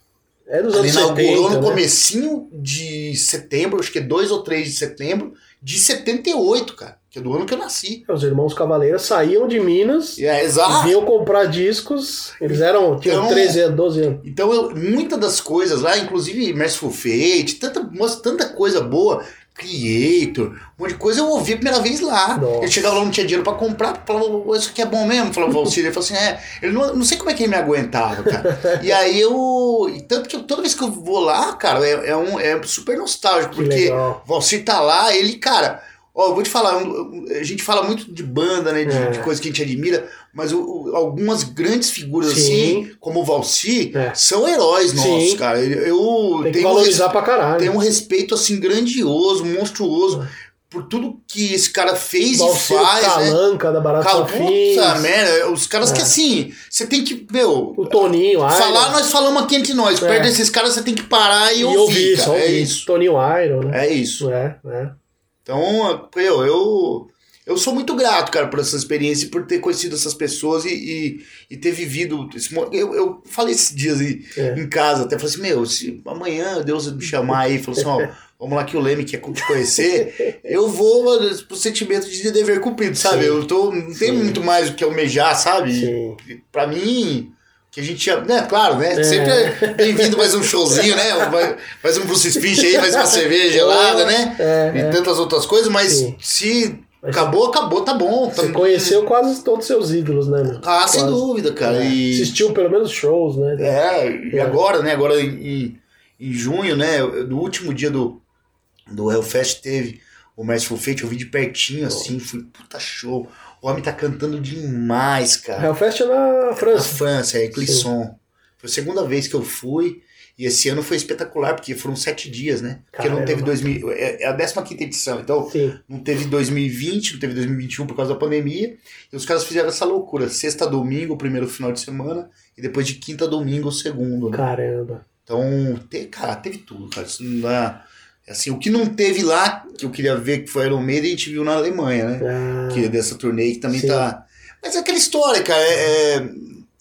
É dos ela anos inaugurou setenta, no né? comecinho de setembro, acho que é dois ou três de setembro, de setenta e oito, cara, que é do ano que eu nasci. Os irmãos Cavaleiros saíam de Minas E é, e exato. vinham comprar discos. Eles eram, tinham Então- treze anos, doze anos. Então, eu, muitas das coisas lá, inclusive Merciful Fate, tanta, mostra tanta coisa boa, Creator, um monte de coisa, eu ouvi a primeira vez lá. Nossa. Eu chegava lá, não tinha dinheiro pra comprar, falava, isso aqui é bom mesmo, falava o Valcir, ele falou assim, é, eu não, não sei como é que ele me aguentava, cara. E aí eu, e tanto que eu, toda vez que eu vou lá, cara, é, é, um, é super nostálgico, Que porque legal. o Valcir tá lá, ele, cara, ó, eu vou te falar, um, a gente fala muito de banda, né, de, É. de coisa que a gente admira, mas o, o- algumas grandes figuras Sim. assim, como o Valcir, É. são heróis nossos, Sim. cara. Eu, eu Tem que tenho, um valorizar res- pra caralho. tenho um respeito, assim, grandioso, monstruoso, É. por tudo que esse cara fez Valcir e faz, né? Calanca, da Barata Cara, Fins. puta merda, os caras É. que, assim, você tem que, meu... O Toninho, Iron. Falar, nós falamos aqui entre nós. É. Perto desses caras, você tem que parar e, E ouvir, ouvir, cara. só É ouvir. isso. Toninho Iron, né? É isso. É, é. Então, eu, eu, eu sou muito grato, cara, por essa experiência e por ter conhecido essas pessoas e, e, e ter vivido esse mo- eu, eu falei esses dias aí, É. em casa, até falei assim, meu, se amanhã Deus me chamar aí, falou assim, ó, vamos lá que o Leme quer te conhecer, eu vou mano, pro sentimento de dever cumprido, sabe? Sim. Eu tô, não tem Sim. muito mais o que almejar, sabe? Sim. Pra mim... Que a gente ia, né, claro, né? É. Sempre é bem-vindo mais um showzinho, né? Mais, mais um Bruce Fish aí, mais uma cerveja gelada, né? É, E é. tantas outras coisas, mas Sim. se Mas acabou, acabou, tá bom. Tá... Você conheceu quase todos os seus ídolos, né, meu? Ah, sem Quase. dúvida, cara. É. E, Assistiu pelo menos shows, né? é, e É. agora, né? Agora em, em junho, né? No último dia do, do Hellfest teve o Merciful Fate, eu vi de pertinho, assim, fui, puta show. O homem tá cantando demais, cara. Hellfest é na Na França. França, é Clisson. Foi a segunda vez que eu fui. E esse ano foi espetacular, porque foram sete dias, né? Porque não Caramba. teve dois mil. É é a décima quinta edição. Então, Sim. não teve dois mil e vinte, não teve dois mil e vinte e um por causa da pandemia. E os caras fizeram essa loucura. Sexta a domingo, o primeiro final de semana. E depois de quinta a domingo, o segundo, né? Caramba. Então, te, cara, teve tudo, cara. Isso não dá... Assim, o que não teve lá, que eu queria ver, que foi Iron Maiden, a gente viu na Alemanha, né? Ah, Que é dessa turnê que também Sim. tá... Mas é aquela história, cara, é... é...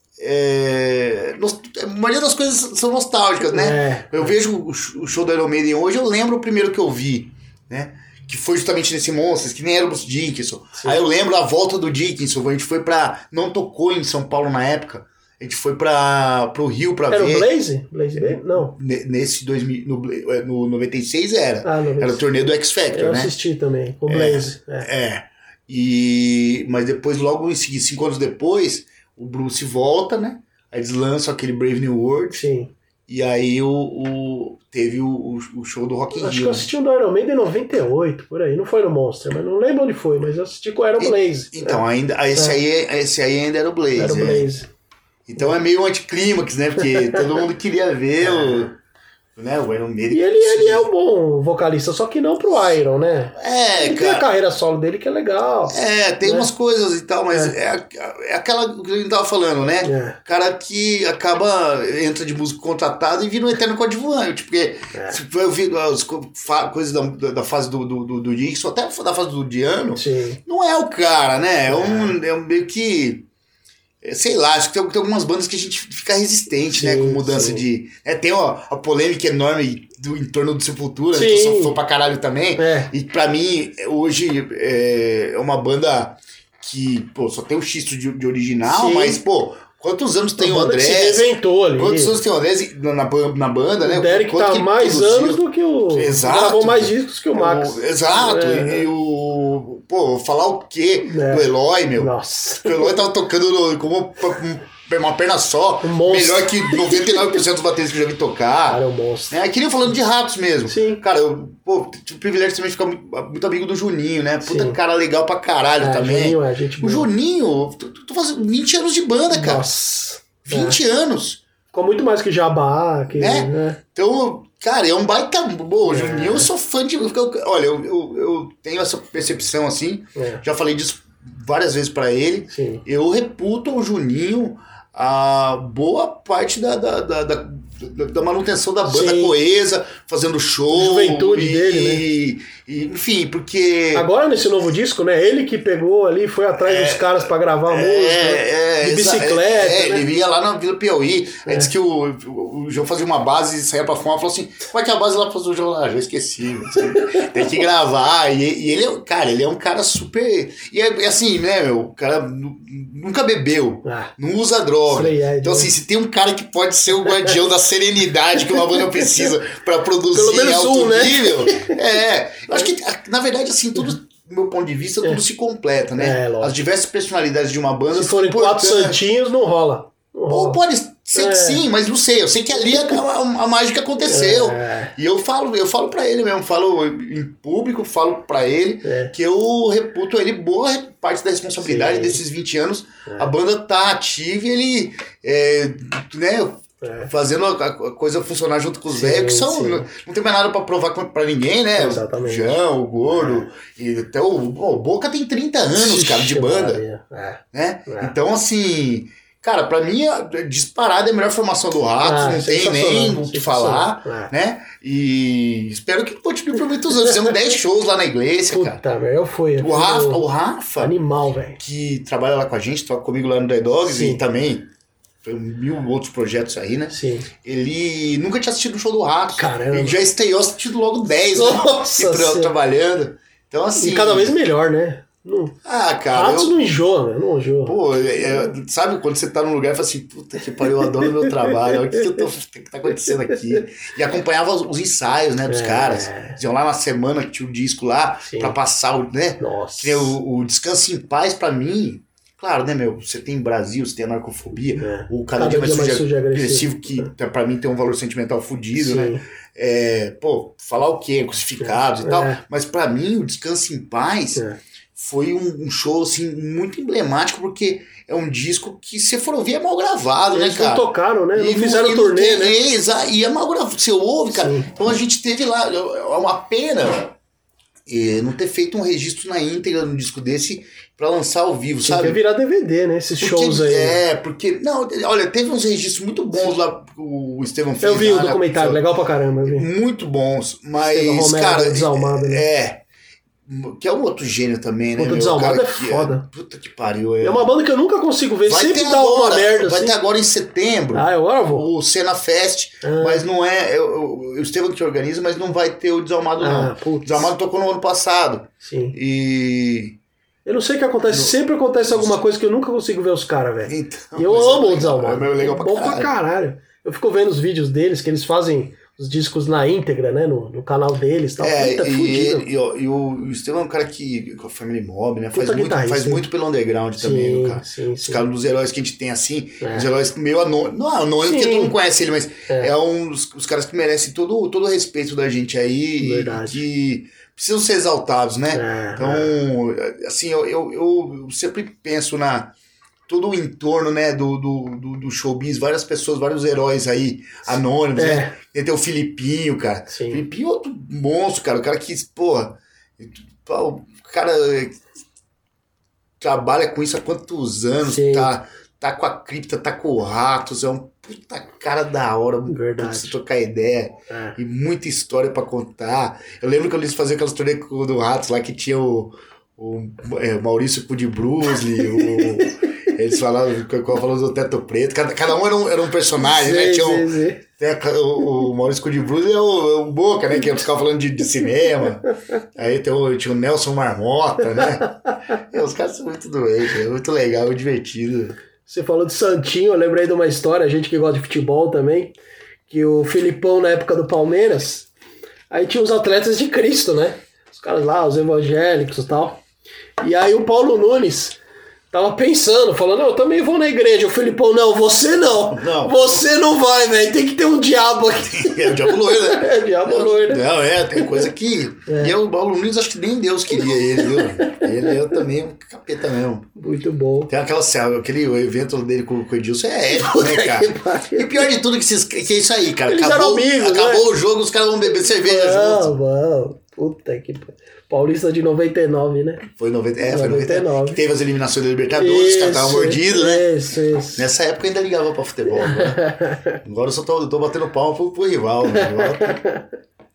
é, nos- a maioria das coisas são nostálgicas, né? É. Eu vejo o sh- o show do Iron Maiden hoje, eu lembro o primeiro que eu vi, né? Que foi justamente nesse Monsters, que nem era o Bruce Dickinson. Sim. Aí eu lembro a volta do Dickinson, a gente foi pra... Não tocou em São Paulo na época, a gente foi pra, pro Rio pra Era ver. o Blaze? Blaze Bay? Não. Ne- Nesse dois mil, no, Bla- no noventa e seis era. Ah, não. Era o torneio do X Factor, Eu né? assisti também, com o Blaze. É. É. E, mas depois, logo em seguida, cinco anos depois, o Bruce volta, né? Aí eles lançam aquele Brave New World, Sim. E aí o, o, teve o, o show do Rock in Rio. Acho que eu assisti o do Iron Maiden em noventa e oito, por aí. Não foi no Monster, mas não lembro onde foi, mas eu assisti com o Iron Blaze. Então, é. ainda, esse, é. aí, esse aí ainda era o Blaze. Era o Blaze. É. Então é meio um anticlímax, né? Porque todo mundo queria ver o... Né, o Iron Maiden. E ele, ele é um bom vocalista, só que não pro Iron, né? É, ele cara. tem a carreira solo dele que é legal. É, tem né? umas coisas e tal, mas é, é, é aquela que a gente tava falando, né? É. Cara que acaba, entra de músico contratado e vira um eterno coadjuvante. Porque É. se eu vi as coisas da, da fase do, do, do, do Dixon, até da fase do Diano, Sim. não é o cara, né? É um, é um meio que. Sei lá, acho que tem, tem algumas bandas que a gente fica resistente, sim, né? Com mudança sim. de. É, tem ó, a polêmica enorme do, em torno do Sepultura, sim. que eu sou fã pra caralho também. É. E pra mim, hoje é, é uma banda que, pô, só tem o xisto de, de original, sim. mas, pô. Quantos anos tem o André? Se inventou ali. Quantos anos tem o André na, na banda, né? O Derek Quanto tá que mais produziu? Anos do que o... Exato. Gravou mais discos que o Max. O, exato. É. E o... Pô, falar o quê é. do Eloy, meu? Nossa. O Eloy tava tocando no, como uma perna só. Um melhor que noventa e nove por cento dos bateristas que eu já vi tocar. Cara, é um monstro. É, que nem falando de Ratos mesmo. Sim. Cara, eu pô, tive o privilégio também de ficar muito, muito amigo do Juninho, né? Puta, sim. cara legal pra caralho é, também. Juninho, é, gente boa. O Juninho, tô, tô fazendo vinte anos de banda, cara. Nossa. vinte é. anos. Ficou muito mais que Jabá. Que, é? né? Então, cara, é um baita... Bom, o Juninho, é. eu sou fã de... Olha, eu, eu, eu tenho essa percepção assim, é. já falei disso várias vezes pra ele. Sim. Eu reputo ao Juninho a boa parte da, da, da, da, da manutenção da banda sim. coesa, fazendo show. Juventude e, dele, né? E, enfim, porque... Agora nesse novo disco, né? Ele que pegou ali, foi atrás é, dos caras pra gravar a música. É, de é, bicicleta. É, né? Ele ia lá na Vila Piauí. É. Aí disse que o, o, o João fazia uma base e saía pra fumar e falou assim: como é que é a base lá faz o João? Ah, já esqueci. Tem que gravar. E, e ele, cara, ele é um cara super. E é assim, né, meu? O cara nunca bebeu, ah, não usa droga. Ed, então, assim, se tem um cara que pode ser o guardião da serenidade que uma banda precisa pra produzir pelo menos alto um, nível. Né? É. Eu acho que, na verdade, assim, tudo. Do meu ponto de vista, tudo é. se completa, né? É, as diversas personalidades de uma banda. Se forem quatro santinhos, não rola. Não rola. Ou pode ser é. que sim, mas não sei. Eu sei que ali a, a, a mágica aconteceu. É. E eu falo, eu falo pra ele mesmo, falo em público, falo pra ele é. que eu reputo ele boa parte da responsabilidade sim. desses vinte anos. É. A banda tá ativa e ele, é, né? É. Fazendo a, a coisa funcionar junto com os velhos, que são. Não, não tem mais nada pra provar pra ninguém, né? Exatamente. O João, o Gordo. É. E até o, o Boca tem trinta anos, cara, de banda. É. Né? É. Então, assim. Cara, pra mim, a disparada é a melhor formação do Ratos, ah, não tem nem o que falar, é. né? E espero que continue por muitos anos. Fizemos dez shows lá na igreja, Puta, cara. Puta, eu fui. O Rafa, o Rafa. Animal, velho. Que trabalha lá com a gente, toca comigo lá no The Dogs sim. e também. Mil outros projetos aí, né? Sim. Ele nunca tinha assistido um show do Rato. Caramba. Ele já estreou assistindo logo dez, nossa, né? Tra- trabalhando. Então, assim. E cada vez melhor, né? Não... Ah, cara. Ratos eu... não enjoa, né? Não enjoa. Pô, é, é, sabe quando você tá num lugar e fala assim, puta que pariu, eu adoro meu trabalho, olha o que, que, eu tô, que, que tá acontecendo aqui. E acompanhava os, os ensaios, né, dos é. caras. Eles iam lá na semana que tinha o disco lá, sim. pra passar o, né? Nossa. Que o, o Descanso em Paz, pra mim. Claro, né, meu? Você tem Brasil, você tem a narcofobia, é. o Cada, Cada Dia Mais Sujo mais sujo agressivo, que é. pra mim tem um valor sentimental fodido, sim. né? É, pô, falar o quê? Crucificados é. e tal. É. Mas pra mim, o Descanso em Paz é. foi um, um show, assim, muito emblemático, porque é um disco que, se for ouvir, é mal gravado, eles né, cara? Eles não tocaram, né? Não e fizeram não, turnê, tem, né? É, e é mal gravado. Você ouve, cara. Sim. Então a gente teve lá, é uma pena é, não ter feito um registro na íntegra no disco desse pra lançar ao vivo, tem sabe? Tem que virar D V D, né? Esses porque, shows aí. É, porque... Não, olha, teve uns registros muito bons lá, o Estevão fez. Eu vi lá, o documentário, né? legal pra caramba. Eu vi. Muito bons, mas, Romero, cara... Desalmado, né? É, que é um outro gênio também, né? Puta, Desalmado é foda. É, puta que pariu. É, é uma banda que eu nunca consigo ver, vai sempre dá agora, uma merda. Vai assim. ter agora em setembro. Ah, agora eu vou. O Cena Fest, ah. mas não é... O Estevão que organiza, mas não vai ter o Desalmado, ah, não. Putz. O Desalmado tocou no ano passado. Sim. E... Eu não sei o que acontece, no... sempre acontece alguma coisa que eu nunca consigo ver os caras, velho. Então, e eu amo é o Desalmado. É legal pra bom caralho. pra caralho. Eu fico vendo os vídeos deles, que eles fazem os discos na íntegra, né? No, no canal deles. Tal. É, Puta, e, fudido. e, e, o- e o, o Estevam é um cara que, com a Family Mob, né? Faz Puta muito, guitarrista, faz hein? muito pelo underground também, Sim, cara. sim, Os sim. caras dos heróis que a gente tem assim, É. os heróis meio anônimos. Não anônimos, porque Sim. todo mundo conhece ele, mas É. é, um dos os caras que merecem todo, todo o respeito da gente aí. Verdade. E que precisam ser exaltados, né? É, Então, assim, eu, eu, eu sempre penso na todo o entorno, né, do, do, do, do showbiz, várias pessoas, vários heróis aí, anônimos, É. né? Tem o Filipinho, cara. Sim. Filipinho é outro monstro, cara. O cara que, porra, o cara trabalha com isso há quantos anos, Sim. tá, tá com a cripta, tá com o Ratos, é um puta cara da hora, Verdade. pra você trocar ideia. É. E muita história pra contar. Eu lembro que eles faziam aquelas turnê com- do Ratos lá que tinha o, o é, Maurício Cu de Brusley, o, eles falavam, falavam do Teto Preto. Cada, cada um era um, era um personagem, né? Sim, Tinha um, sim, sim. tem a- o, o Maurício Cu de Brusley é o, é o Boca, né? Que ficava falando de, de cinema. Aí tem o, tinha o Nelson Marmota, né? E os caras são muito doentes, é muito legal, muito divertido. Você falou de Santinho, eu lembrei de uma história, a gente que gosta de futebol também, que o Filipão, na época do Palmeiras, aí tinha os atletas de Cristo, né? Os caras lá, os evangélicos e tal. E aí o Paulo Nunes tava pensando, falando, eu também vou na igreja. O Filipão, não, você não. Não. Você não vai, velho. Tem que ter um diabo aqui. É o Diabo Loiro, né? É, diabo Não, loiro. Não, é, tem coisa que. E é o Paulo Nunes, acho que nem Deus queria ele, viu? Ele é também um capeta mesmo. Muito bom. Tem aquela aquele evento dele com, com o Edilson, é épico, né, cara? Que pariu. E pior de tudo que, esses, que é isso aí, cara. Eles acabou eram amigos, acabou né? o jogo, os caras vão beber cerveja juntos. Não, não. Puta que... Paulista de noventa e nove, né? Foi em noventa, é, foi em noventa e nove. noventa e nove. Que teve as eliminações da Libertadores, os caras estavam mordidos, né? Isso, isso. Nessa época eu ainda ligava pra futebol. Agora, agora eu só tô, tô batendo palma pro, pro rival. Né? Agora,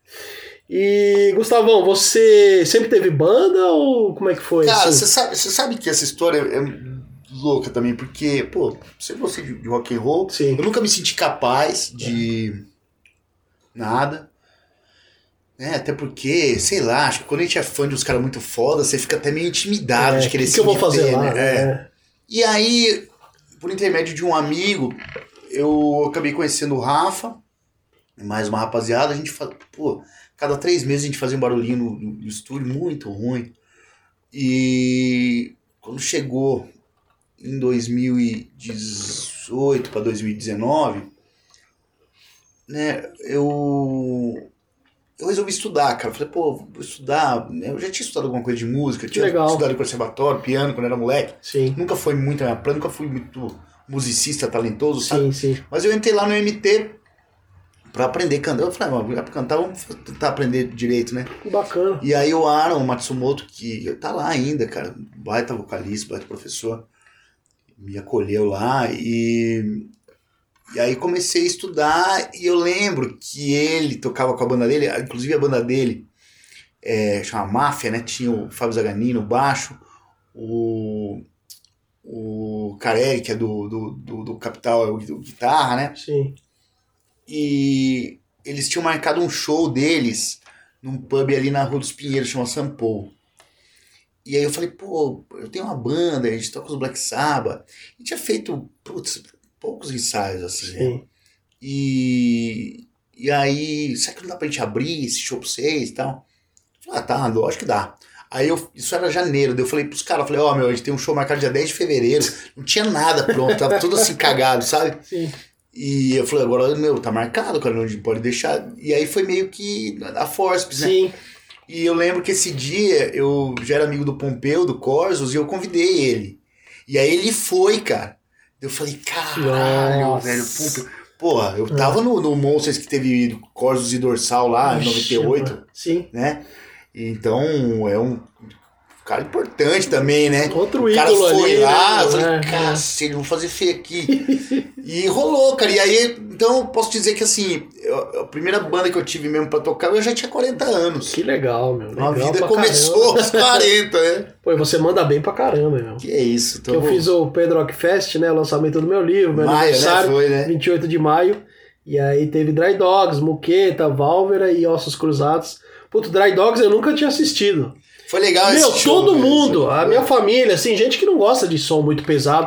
E, Gustavão, você sempre teve banda ou como é que foi? cara, assim? você sabe, você sabe que essa história é louca também, porque, pô, você gosta de, de rock and roll, Sim. eu nunca me senti capaz de nada. Né? Até porque, sei lá, acho que quando a gente é fã de uns caras muito foda, você fica até meio intimidado É, de querer que se que eu vou meter, fazer lá, né? né? É. E aí, por intermédio de um amigo, eu acabei conhecendo o Rafa, mais uma rapaziada, a gente faz, pô, cada três meses a gente fazia um barulhinho no, no estúdio muito ruim. E quando chegou em dois mil e dezoito para dois mil e dezenove, né, eu eu resolvi estudar, cara. Eu falei, pô, vou estudar. Eu já tinha estudado alguma coisa de música, eu tinha Legal. estudado em conservatório, piano quando era moleque. Sim, Nunca foi muito a minha plana, nunca fui muito musicista, talentoso, sabe? sim, sim. Mas eu entrei lá no M T pra aprender a cantar. Eu falei, mano, pra cantar, vamos tentar aprender direito, né? Que bacana. E aí o Aaron Matsumoto, que tá lá ainda, cara, baita vocalista, baita professor, me acolheu lá e... E aí comecei a estudar e eu lembro que ele tocava com a banda dele, inclusive a banda dele é, chama Máfia, né? Tinha o Fábio Zaganino, o baixo, o, o Carelli, que é do, do, do, do Capital, é o, o guitarra, né? Sim. E eles tinham marcado um show deles num pub ali na Rua dos Pinheiros, chama Sampo. E aí eu falei, pô, eu tenho uma banda, a gente toca os Black Sabbath. E tinha feito, putz, poucos ensaios, assim, né? Sim. E, e aí, será que não dá pra gente abrir esse show pra vocês e tal? Eu falei, ah, tá, lógico que dá. Aí eu, isso era janeiro, daí eu falei pros caras, falei, ó, oh, meu, a gente tem um show marcado dia dez de fevereiro, não tinha nada pronto, tava tudo assim cagado, sabe? Sim. E eu falei, agora, meu, tá marcado, cara, não pode deixar. E aí foi meio que a Forceps, né? Sim. E eu lembro que esse dia eu já era amigo do Pompeu, do Corsos, e eu convidei ele. E aí ele foi, cara. Eu falei, caralho, Nossa. velho, Pompeu. Porra, eu tava no, no Monsters que teve Corsos e Dorsal lá, em noventa e oito, Mano. Sim. né? Então é um cara importante também, né? Outro o cara ídolo foi ali, lá, né? eu falei, É, cacete, vou fazer feio aqui. E rolou, cara. E aí, então eu posso dizer que assim, eu- a primeira banda que eu tive mesmo pra tocar, eu já tinha quarenta anos. Que legal, meu. Legal A vida pra começou caramba. aos quarenta, né? Pô, e você manda bem pra caramba, meu. Que é isso, tô Que eu fiz o Pedro Rock Fest, né? O lançamento do meu livro, meu Maio, né? aniversário, Foi, né? vinte e oito de maio. E aí teve Dry Dogs, Muqueta, Válvera e Ossos Cruzados. Puto, Dry Dogs eu nunca tinha assistido. Foi legal Meu, esse show, todo né? mundo, Esse- a minha família, assim, gente que não gosta de som muito pesado,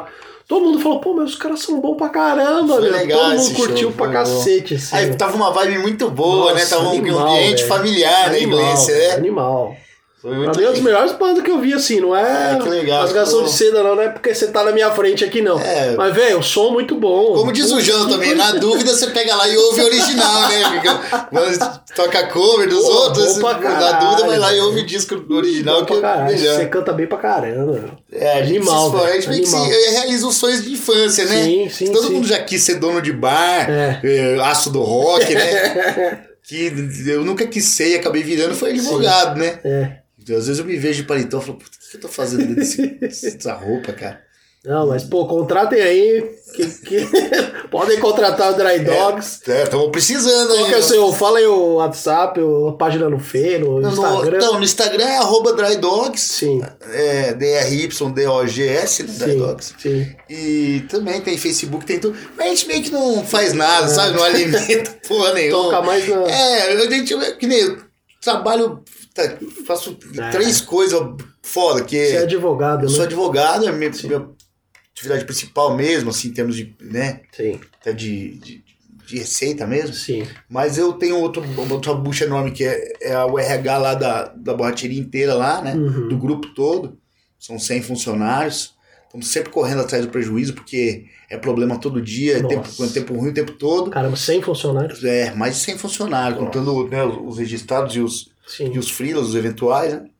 Todo mundo falou, pô, mas os caras são bons pra caramba, Foi meu. legal Todo mundo esse curtiu show, pra foi cacete, assim. Aí tava uma vibe muito boa, Nossa, né? Tava um animal, ambiente velho. familiar na Animal, igreja, né? Animal. Foi Pra muito mim é uma das legal. melhores bandas que eu vi, assim, não é Ah, que legal, rasgação ficou- de seda, não, não é porque você tá na minha frente aqui, não. É. Mas, velho, o som muito bom. Como diz o João também, na dúvida você pega lá e ouve o original, né? Fica, mas toca cover dos Pô, outros, bom pra na caralho, dúvida vai lá e velho. ouve o disco original Bom que pra é caralho, melhor. você canta bem pra caramba. É, a gente Animal, se esforça, a gente velho, meio que se animal. realiza os sonhos de infância, né? Sim, sim, Todo sim. mundo já quis ser dono de bar, É. eh, aço do rock, né? Que eu nunca quis ser e acabei virando foi advogado, né? É. Então, às vezes eu me vejo de paletó e falo, puta, o que eu tô fazendo desse, dessa roupa, cara? Não, mas, pô, contratem aí. Que, que... Podem contratar o Dry Dogs. É, estamos precisando Qual aí. que é o seu? Fala aí o WhatsApp, a página no Fê, no No- Instagram. Então, no Instagram é arroba drydogs, Sim. é D R Y D O G S, né, Sim, Drydogs. sim. E também tem Facebook, tem tudo. Mas a gente meio que não faz nada, sabe? Não alimenta porra nenhuma. Toca mais na... É, a gente, que nem eu trabalho, tá, faço É. três coisas foda, que Você é advogado, eu né? sou advogado, é minha, minha atividade principal mesmo, assim, em termos de, né, Sim, até de, de, de receita mesmo. sim. Mas eu tenho outro, outra bucha enorme que é, é o R H lá da, da borracheria inteira lá, né? Uhum. Do grupo todo. São cem funcionários. Estamos sempre correndo atrás do prejuízo, porque é problema todo dia, é tempo, Nossa. é tempo ruim o tempo todo. Caramba, sem funcionários. É, mais de cem funcionários, Nossa. contando, né, os registrados e os, Sim. e os freelas, os eventuais, né?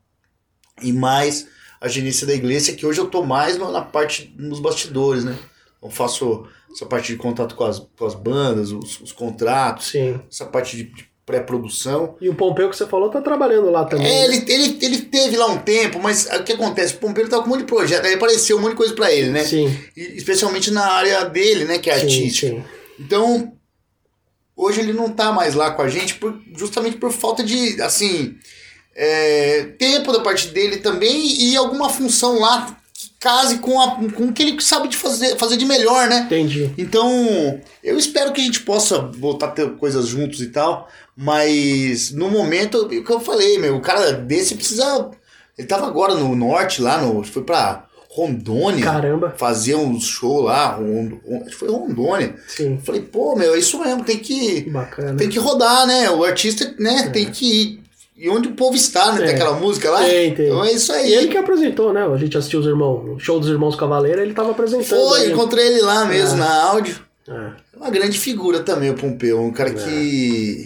E mais a gerência da igreja, que hoje eu tô mais no- na parte, nos bastidores, né? Eu faço essa parte de contato com as, com as bandas, os, os contratos, Sim. essa parte de, de pré-produção. E o Pompeu que você falou tá trabalhando lá também. É, né? ele, ele, ele teve lá um tempo, mas o que acontece? O Pompeiro tava com um monte de projeto, aí apareceu um monte de coisa pra ele, né? Sim. E, especialmente na área dele, né, que é Sim, artística. sim. Então, hoje ele não tá mais lá com a gente por, justamente por falta de, assim, é, tempo da parte dele também e alguma função lá que case com, a, com o que ele sabe de fazer, fazer de melhor, né? Entendi. Então, eu espero que a gente possa voltar a ter coisas juntos e tal, mas no momento, o que eu falei, meu, o cara desse precisa... Ele tava agora no norte, lá no... Foi pra Rondônia. Caramba. Fazer um show lá, Rond- Rond- acho que foi Rondônia. Sim. Eu falei, pô, meu, é isso mesmo, tem que, Que bacana. tem que rodar, né? O artista, né, tem que ir. E onde o povo está, né? É. Tem aquela música lá. Tem, tem. Então é isso aí. E ele que apresentou, né? A gente assistiu os irmãos, o show dos Irmãos Cavaleiro, ele tava apresentando. Foi, aí. encontrei ele lá mesmo, É. na áudio. É. É uma grande figura também, o Pompeu. Um cara que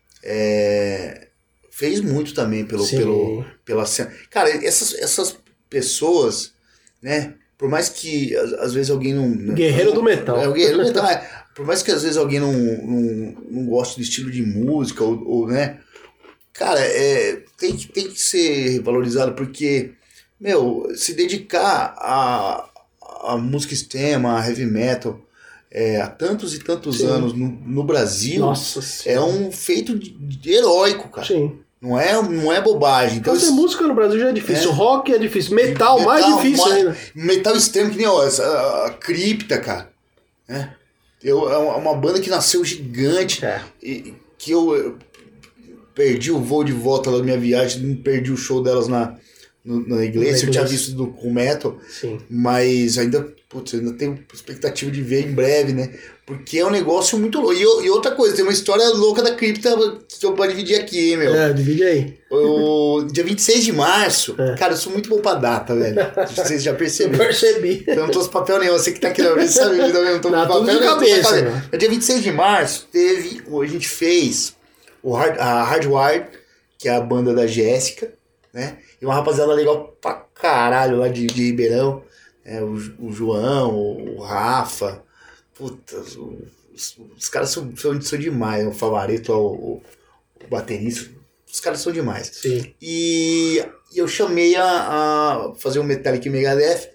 é, fez muito também pelo, Sim. pelo, pela cena. Cara, essas, essas pessoas, né? Por mais que às, às vezes alguém não. Guerreiro do metal. É, o guerreiro do metal. É, por mais que às vezes alguém não, não, não goste do estilo de música, ou, ou né? Cara, é, tem, que, tem que ser valorizado porque, meu, se dedicar a, a música extrema, a heavy metal, é, há tantos e tantos Sim. anos no, no Brasil, Nossa é senhora. um feito de, de heróico, cara. Sim. Não é, não é bobagem. Então, Fazer isso- música no Brasil já é difícil. É. Rock é difícil. Metal, mais difícil mais- ainda. Metal extremo, que nem ó, essa, a, a Cripta, cara. Né? Eu, é uma- uma banda que nasceu gigante. É. E, que eu, eu perdi o voo de volta da minha viagem, não perdi o show delas na, no- na igreja. Na Eu tinha igreja. visto do, com metal, Sim. mas ainda, putz, ainda tenho expectativa de ver em breve, né? Porque é um negócio muito louco. E, eu- e outra coisa, tem uma história louca da Cripta que eu posso dividir aqui, hein, meu. É, divide aí. O dia vinte e seis de março, É. cara, eu sou muito bom pra data, velho. Vocês já Eu perceberam. percebi. Eu não trouxe papel nenhum, você que tá aqui na vez sabe, eu não tô com Não, papel tudo de nenhum, eu tô cabeça, com a né? No dia vinte e seis de março, teve, a gente fez o Hard, a Hardwired, que é a banda da Jéssica, né? E uma rapaziada legal pra caralho lá de, de Ribeirão, né? o, o João, o, o Rafa, puta, os, os caras são, são, são demais, o Favareto, o, o, o baterista, os caras são demais. Sim. E e eu chamei a, a fazer um Metallica e Megadeth,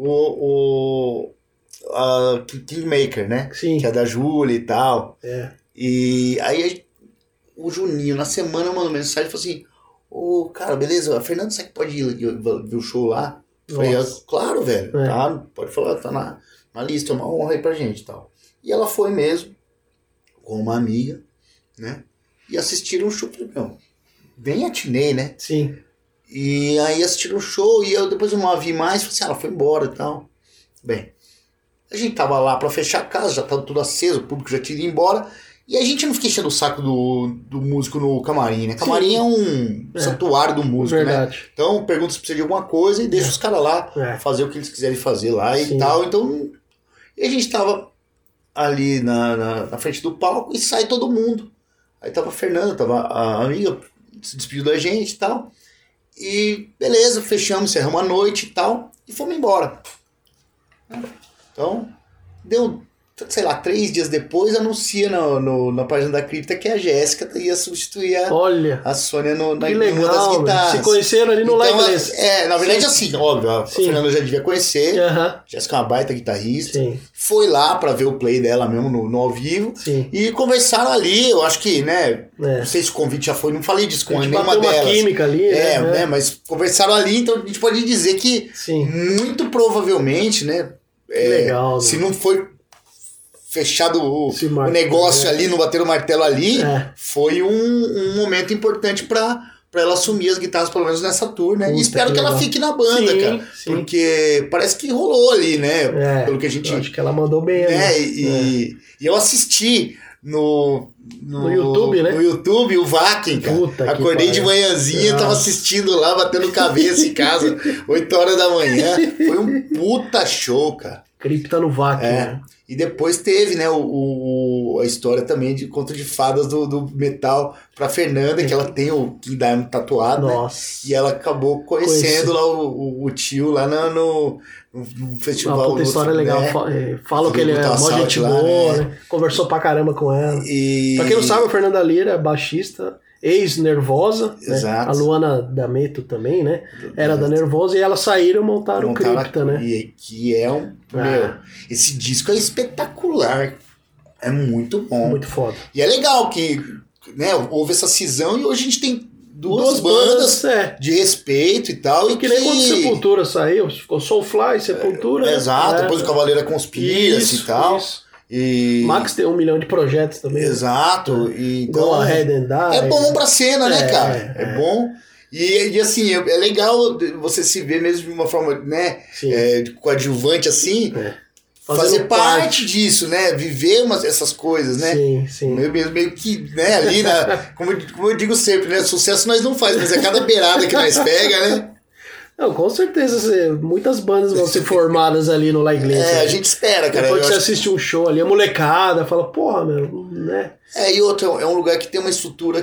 o, o a Kingmaker, né? Sim. Que é da Júlia e tal. É. E aí o Juninho, na semana, mandou mensagem e falou assim: ô, cara, beleza, a Fernanda, sabe que pode ir, ir ver o show lá? Eu falei, Nossa. "Ah, claro, velho, É. tá, pode falar, tá na, na lista, é uma honra aí pra gente e tal. E ela foi mesmo, com uma amiga, né? E assistiram o show, falei, meu, bem atinei, né? Sim. E aí assistiram o show e eu depois eu não a vi mais, falei assim, ah, ela foi embora e tal. Bem, A gente tava lá pra fechar a casa, já tava tudo aceso, o público já tinha ido embora. E a gente não fica enchendo o saco do, do músico no camarim, né? Camarim Sim. é um é. santuário do músico, Verdade. né? Então pergunta se precisa de alguma coisa e deixa é. os caras lá é. fazer o que eles quiserem fazer lá Sim. e tal. Então, e a gente tava ali na, na, na frente do palco e sai todo mundo. Aí tava a Fernanda, tava a amiga, se despediu da gente e tal. E beleza, fechamos, encerramos a noite e tal. E fomos embora. Então, deu... sei lá, três dias depois anuncia no, no, na página da Cripta que a Jéssica ia substituir a, Olha, a Sônia no, na, que legal, numa das guitarras. Se conheceram ali no então, Live É, na verdade Sim. assim, óbvio, a Sim. Fernanda já devia conhecer, uhum. Jéssica é uma baita guitarrista, Sim. foi lá pra ver o play dela mesmo no, no ao vivo, Sim. e conversaram ali, eu acho que, né, é. não sei se o convite já foi, não falei disso com nenhuma uma delas. química ali, é, né? né, mas conversaram ali, então a gente pode dizer que Sim. muito provavelmente, né, é, legal, se né? não foi fechado o, mar... o negócio é. ali, não bater o martelo ali, é. foi um, um momento importante pra, pra ela assumir as guitarras, pelo menos nessa tour, né? Puta, e espero que, que ela fique na banda, sim, cara. Sim. Porque parece que rolou ali, né? É, pelo que a gente... Eu acho que ela mandou bem né? ali. E, é. e eu assisti no... No, no YouTube, né? No YouTube, o Vakin, cara. Puta Acordei de manhãzinha, Nossa. tava assistindo lá, batendo cabeça em casa, oito horas da manhã. Foi um puta show, cara. Cripta no Vakin, é. né? E depois teve, né, o, o, a história também de conto de fadas do, do metal pra Fernanda, que ela tem o King Diamond tatuado, Nossa. né? E ela acabou conhecendo Conheci. lá o, o, o tio lá no, no, no festival. Uma puta história no, legal. Né? Falam que ele é mó gente boa, né? né? Conversou pra caramba com ela. E... Pra quem não sabe, a Fernanda Lira é baixista, ex-Nervosa, Exato. Né? A Luana D'Ameto também, né? Era da Nervosa e elas saíram e montaram o Cripta, né? E, que é um... Ah. Meu, esse disco é espetacular. É muito bom. Muito foda. E é legal que, né, houve essa cisão e hoje a gente tem duas, duas bandas, bandas é. de respeito e tal. E que, que nem quando Sepultura saiu, ficou Soulfly, Sepultura. É, né? Exato, é. depois o Cavaleira Conspira e tal. Isso. E... Max tem um milhão de projetos também. Exato. Né? E, então, Go Ahead and Die. É bom pra cena, né, é, cara? É, é bom. E, e assim, é, é legal você se ver mesmo de uma forma, né, é, coadjuvante assim, é. fazer parte. parte disso, né, viver umas, essas coisas, né. Sim, sim. Meio, meio, meio que, né, ali, na, como, como eu digo sempre, né, sucesso nós não faz, mas é cada beirada que nós pega, né. Não, com certeza, muitas bandas vão ser formadas ali no La Iglesia. É, a gente espera, cara. Depois que você assiste um show ali, a molecada fala, porra, meu, né? É, e outro, é um lugar que tem uma estrutura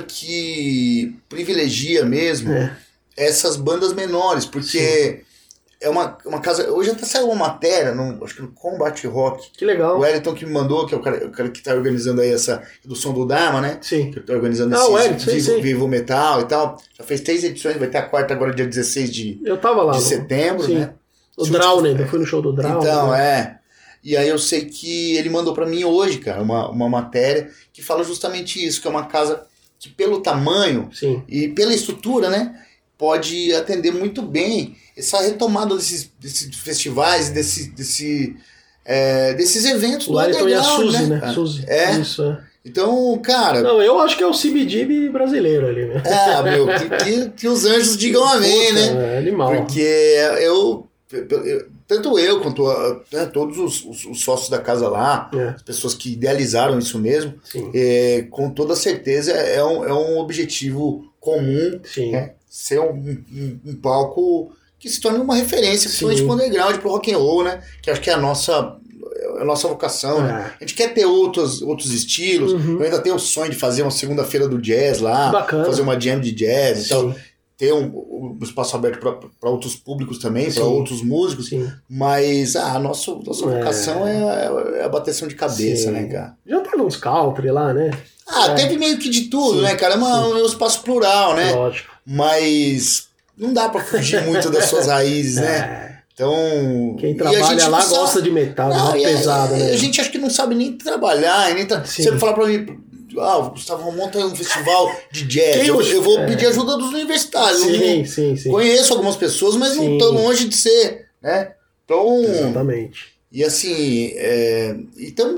que privilegia mesmo é. essas bandas menores, porque Sim. é uma, uma casa... Hoje até saiu uma matéria, no, acho que no Combat Rock. Que legal. O Wellington que me mandou, que é o cara, o cara que tá organizando aí essa... do Som do Dharma, né? Sim. Que tá organizando ah, esse Wellington, vivo, sim, sim. vivo Metal e tal. Já fez três edições, vai ter a quarta agora dia dezesseis de, eu tava lá, de no... setembro, sim. né? O Drowning, eu fui no show do Drowning. Então, né? é... E aí eu sei que ele mandou pra mim hoje, cara, uma, uma matéria que fala justamente isso, que é uma casa que pelo tamanho Sim. e pela estrutura, né, pode atender muito bem essa retomada desses, desses festivais, desse, desse, é, desses eventos do underground, e a Suzy, né? né? Suzy. É. Isso, é. Então, cara... Não, eu acho que é o C B D B brasileiro ali, né? É, meu, que, que, que os anjos digam amém, né? É animal. Porque eu... eu tanto eu quanto a, né, todos os, os, os sócios da casa lá, é. as pessoas que idealizaram isso mesmo, é, com toda certeza é um, é um objetivo comum, né, ser um, um, um palco que se torne uma referência, principalmente pro underground, pro rock and roll, né? Que acho que é a nossa, a nossa vocação. É. Né? A gente quer ter outros, outros estilos. Uhum. Eu ainda tenho o sonho de fazer uma segunda-feira do jazz lá, Bacana. fazer uma jam de jazz e Sim. tal. Ter um, um espaço aberto para outros públicos também, para outros músicos, Sim. mas ah, a nossa, nossa é. vocação é, é a bateção de cabeça, Sim. né, cara? Já teve uns country lá, né? Ah, é. teve meio que de tudo, Sim. né, cara? É, uma, é um espaço plural, né? Lógico. Mas não dá para fugir muito das suas raízes, né? É. Então... Quem trabalha lá sabe... gosta de metal, não, é pesado, né? A gente acha que não sabe nem trabalhar, nem tra... Você fala para mim... Ah, Gustavo, monta um festival de jazz. Eu, eu vou é. pedir ajuda dos universitários. Sim, eu sim, sim. Conheço algumas pessoas, mas sim. não tão longe de ser, né? Então, exatamente. E assim, é, então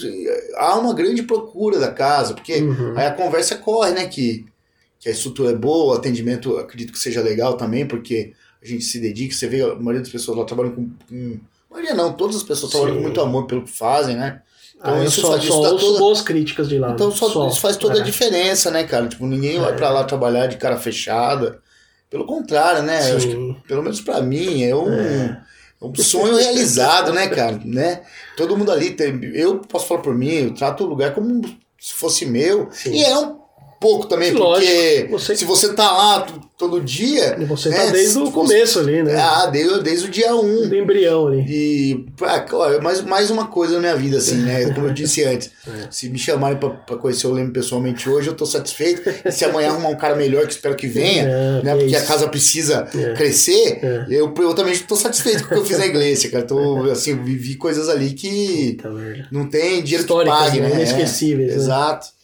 há uma grande procura da casa, porque uhum. aí a conversa corre, né? Que, que a estrutura é boa, o atendimento acredito que seja legal também, porque a gente se dedica, você vê a maioria das pessoas lá trabalham com, com maioria não, todas as pessoas trabalham com muito amor pelo que fazem, né? Então ah, isso eu só, faz, só isso ouço toda... boas críticas de lá. Então né? só, só. isso faz toda é. a diferença, né, cara? Tipo, ninguém vai É. pra lá trabalhar de cara fechada. Pelo contrário, né? Eu acho que, pelo menos pra mim, é um, é. um sonho realizado, né, cara? Né? Todo mundo ali tem... Eu posso falar por mim, eu trato o lugar como se fosse meu. Sim. E é um pouco também, lógico, porque você... se você tá lá t- todo dia... E você né, tá desde o começo ali, né? Ah, desde, desde o dia um. Do embrião ali. E, olha, mais, mais uma coisa na minha vida, assim, né? Como eu disse antes. É. Se me chamarem pra, pra conhecer o Leme pessoalmente hoje, eu tô satisfeito. E se amanhã arrumar um cara melhor, que espero que venha, é, né? Porque isso. A casa precisa é. crescer, é. Eu, eu também tô satisfeito com o que eu fiz na igreja, cara. Tô, assim, vivi coisas ali que não tem dinheiro que pague, né? Inesquecíveis, é, né? Exato.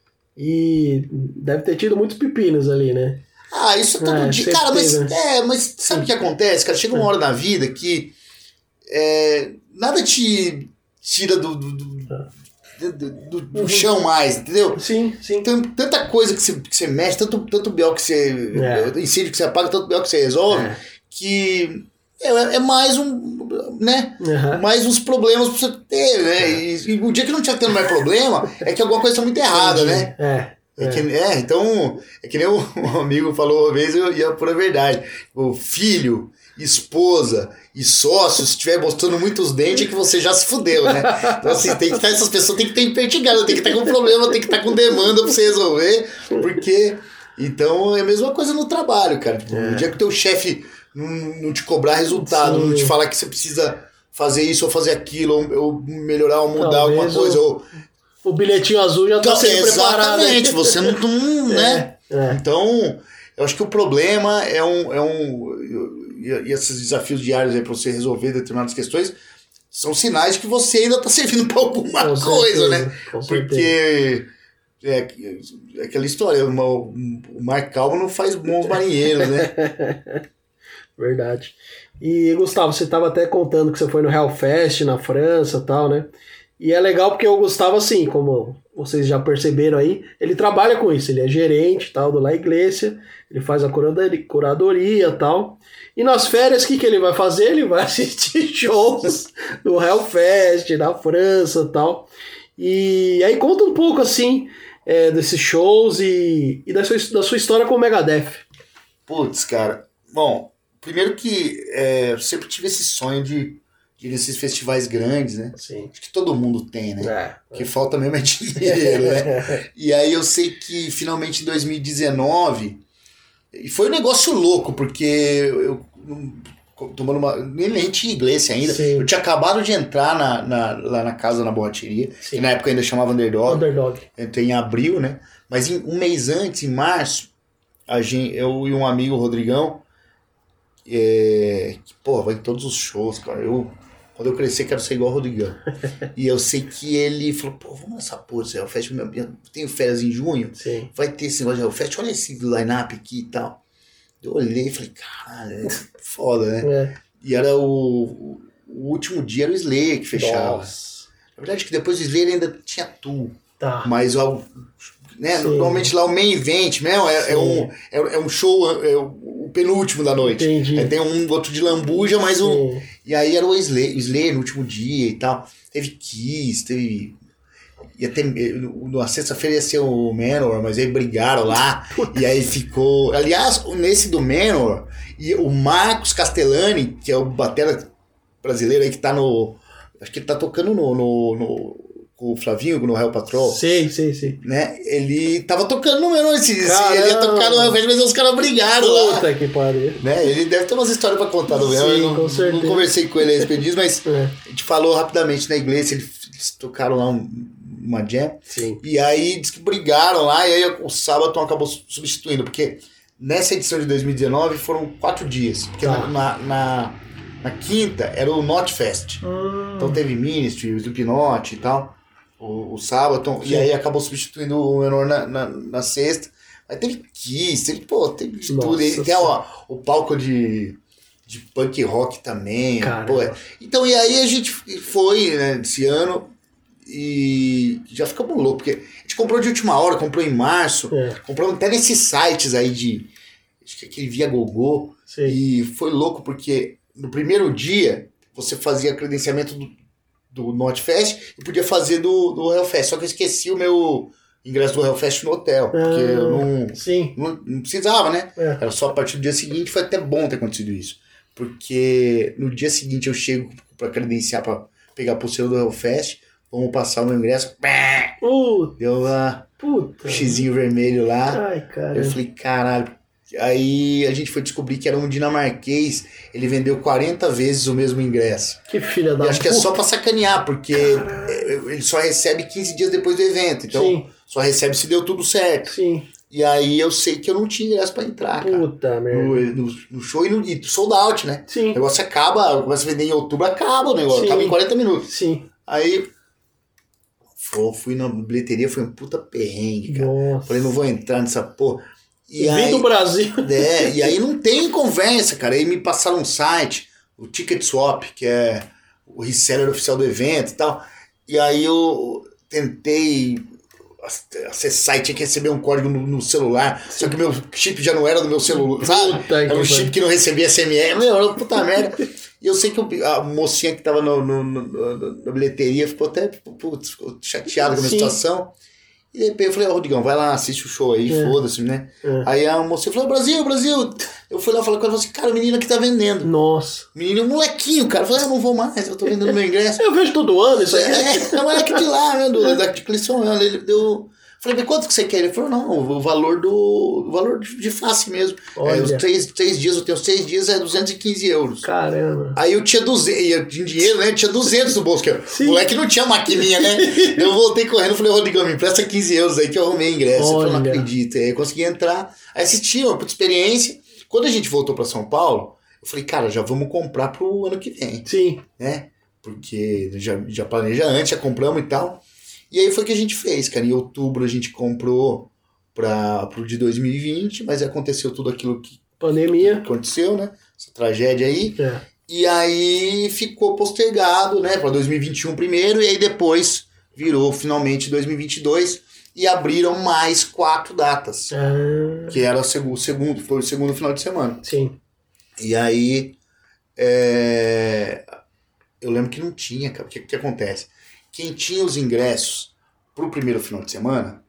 E deve ter tido muitos pepinos ali, né? Ah, isso é todo é, dia. Cara, mas, né? é, mas sabe o que acontece, cara? Chega uma hora na vida que é, nada te tira do, do, do, do, do, do uhum. chão mais, entendeu? Sim, sim. Tem tanta coisa que você, que você mexe, tanto, tanto biel que você... É. Incêndio que você apaga, tanto biel que você resolve, é. que... É, é mais um, né? Uhum. Mais uns problemas pra você ter, né? É. E, e o dia que não tiver tendo mais problema, é que alguma coisa tá muito errada, Entendi. né? É. É, que, é, então, é que nem o, um amigo falou uma vez, e é a pura verdade. O filho, esposa e sócio, se estiver mostrando muitos dentes, é que você já se fudeu, né? Então, assim, tem que estar, essas pessoas tem que estar impertigadas, tem que estar com problema, tem que estar com demanda pra você resolver, porque. Então, é a mesma coisa no trabalho, cara. Tipo, é. O dia que o teu chefe não, não te cobrar resultado, Sim. não te falar que você precisa fazer isso ou fazer aquilo, ou, ou melhorar ou mudar Talvez alguma coisa, ou. O bilhetinho azul já está sendo preparado. Exatamente, você não... não né? É, é. Então, eu acho que o problema é um... É um e, e esses desafios diários aí para você resolver determinadas questões são sinais de que você ainda está servindo para alguma com coisa, certeza, né? Porque é, é aquela história, uma, o mar calmo não faz bons marinheiros, né? Verdade. E, Gustavo, você estava até contando que você foi no Hellfest na França e tal, né? E é legal porque o Gustavo, assim, como vocês já perceberam aí, ele trabalha com isso, ele é gerente tal do La Iglesia, ele faz a curadoria e tal. E nas férias, o que, que ele vai fazer? Ele vai assistir shows do Hellfest, na França e tal. E aí conta um pouco, assim, é, desses shows e, e da, sua, da sua história com o Megadeth. Putz, cara. Bom, primeiro que é, eu sempre tive esse sonho de ir nesses festivais grandes, né? Sim. Acho que todo mundo tem, né? É, o que é. falta mesmo é dinheiro, né? E aí eu sei que finalmente em dois mil e dezenove, e foi um negócio louco, porque eu, eu tomando uma... Nem tinha igreja ainda. Sim. Eu tinha acabado de entrar na, na, lá na casa, na boateria, que na época ainda chamava Underdog. Underdog. Entrei em abril, né? Mas em, um mês antes, em março, a gente, eu e um amigo, o Rodrigão, é, que, pô, vai em todos os shows, cara. Eu... Quando eu crescer, quero ser igual o Rodrigão. E eu sei que ele falou, pô, vamos nessa porra, Zé, o Hellfest, eu tenho férias em junho, Sim. vai ter esse negócio de Hellfest, olha esse line-up aqui e tal. Eu olhei e falei, caralho, é foda, né? É. E era o, o último dia, era o Slayer que fechava. Nossa. Na verdade, que depois do Slayer ainda tinha Tool. Tá. Mas o, né, normalmente lá o main event mesmo é, é, um, é, é um show, é o penúltimo da noite. Entendi. Aí tem um outro de lambuja, mas um... E aí era o Slayer, o Slayer no último dia e tal. Teve Kiss, teve... Ia ter, na sexta-feira ia ser o Manowar, mas aí brigaram lá. E aí ficou... Aliás, nesse do Manowar, e o Marcos Castellani, que é o batera brasileiro aí que tá no... Acho que ele tá tocando no... no, no o Flavinho no Hell Patrol. Sei, sei, sei. Né? Ele tava tocando no menor esse, ele ia tocar no Hellfest, mas os caras brigaram lá. Puta que pariu. Né? Ele deve ter umas histórias pra contar do Hell. Eu não, não conversei com ele a respeito disso, mas é. a gente falou rapidamente na igreja, eles tocaram lá um, uma jam. Sim. E aí diz que brigaram lá, e aí o Sabaton acabou substituindo, porque nessa edição de dois mil e dezenove foram quatro dias. Porque tá. na, na, na quinta era o Notfest. Hum. Então teve Ministry, o Slipknot e tal. O, o Sabaton, Sim. e aí acabou substituindo o menor na, na, na sexta. Aí teve Kiss, teve, pô, teve de tudo. E tem ó, o palco de, de punk rock também. Pô, é. Então, e aí a gente foi, né, esse ano, e já ficamos loucos, porque a gente comprou de última hora, comprou em março, é. comprou até nesses sites aí de, acho que aquele Via Gogô, Sim. e foi louco, porque no primeiro dia você fazia credenciamento do, do Notfest e podia fazer do, do Hellfest. Só que eu esqueci o meu ingresso do Hellfest no hotel, porque Ah, eu não, sim. não, não precisava, né? É. Era só a partir do dia seguinte, foi até bom ter acontecido isso. Porque no dia seguinte eu chego pra credenciar, pra pegar a pulseira do Hellfest, vamos passar o meu ingresso, pá, Puta. deu lá Puta. o xizinho vermelho lá. Ai, cara. Eu falei, caralho. Aí a gente foi descobrir que era um dinamarquês, ele vendeu quarenta vezes o mesmo ingresso. Que filha da E acho que é puta. só pra sacanear, porque ele só recebe quinze dias depois do evento. Então, Sim. só recebe se deu tudo certo. Sim. E aí eu sei que eu não tinha ingresso pra entrar, cara. Puta merda. No, no, no show e no e sold out, né? Sim. O negócio acaba, começa a vender em outubro, acaba o negócio, Sim. acaba em quarenta minutos. Sim. Aí, fui, fui na bilheteria, foi um puta perrengue, cara. Nossa. Falei, não vou entrar nessa porra. E Vim aí, do Brasil. é, e aí não tem conversa, cara. Aí me passaram um site, o Ticket Swap, que é o reseller oficial do evento e tal. E aí eu tentei acessar e tinha que receber um código no, no celular. Só que meu chip já não era do meu celular, sabe? Puta Era um que chip pariu. que não recebia S M S. Meu, era uma puta merda. E eu sei que eu- a mocinha que tava no, no- no- no- na bilheteria ficou até putz, ficou chateada com a minha Sim. situação. E de repente eu falei, ó, Rodrigão, vai lá, assiste o show aí, É. foda-se, né? É. Aí a moça falou, Brasil, Brasil. Eu fui lá falar com ela e falei assim, cara, o menino aqui tá vendendo. Nossa. Menino, um molequinho, cara. Eu falei, eu não vou mais, eu tô vendendo meu ingresso. Eu vejo todo ano isso aí. É, é o moleque de lá, né? Do, da, de Clisson, ele deu. Falei, mas quanto que você quer? Ele falou, não, o valor do. O valor de, de face mesmo. Olha. É, os três, três dias, eu tenho seis dias, é duzentos e quinze euros. Caramba. Aí eu tinha duzentos, e eu tinha dinheiro, né? Eu tinha duzentos no bolso. Que eu- Sim. o moleque não tinha maquininha, né? Eu voltei correndo e falei, Rodrigão, me empresta quinze euros aí que eu arrumei ingresso. Eu falei, não Olha. acredito. Aí eu consegui entrar, aí assisti, uma puta experiência. Quando a gente voltou pra São Paulo, eu falei, cara, já vamos comprar pro ano que vem, Sim. né? Porque já, já planeja antes, já compramos e tal. E aí foi o que a gente fez, cara. Em outubro a gente comprou para pro de dois mil e vinte, mas aconteceu tudo aquilo que Pandemia. aconteceu, né? Essa tragédia aí. É. E aí ficou postergado, né, para dois mil e vinte e um primeiro, e aí depois virou finalmente dois mil e vinte e dois e abriram mais quatro datas, Ah, que era o segundo, segundo, foi o segundo final de semana. sim. E aí é, eu lembro que não tinha, cara. O que, que acontece? Quem tinha os ingressos pro primeiro final de semana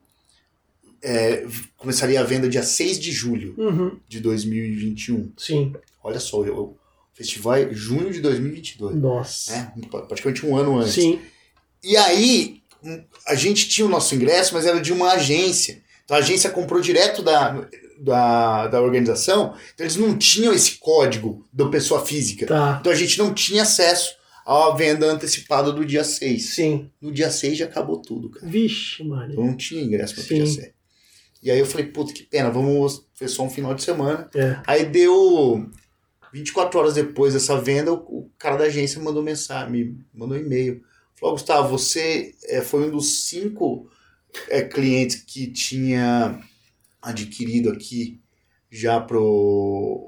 é, começaria a venda dia seis de julho Uhum. de dois mil e vinte e um. Sim. Olha só, o, o festival é junho de dois mil e vinte e dois. Nossa. Né? Praticamente um ano antes. Sim. E aí, a gente tinha o nosso ingresso, mas era de uma agência. Então a agência comprou direto da, da, da organização, então eles não tinham esse código da pessoa física. Tá. Então a gente não tinha acesso à venda antecipada do dia seis. Sim. No dia seis já acabou tudo, cara. Vixe, Maria. Eu não tinha ingresso para o Sim. dia seis. E aí eu falei, puta, que pena, vamos foi só um final de semana. É. Aí deu vinte e quatro horas depois dessa venda, o, o cara da agência mandou mensagem, me mandou um e-mail. Falou, Gustavo, você é, foi um dos cinco é, clientes que tinha adquirido aqui já pro,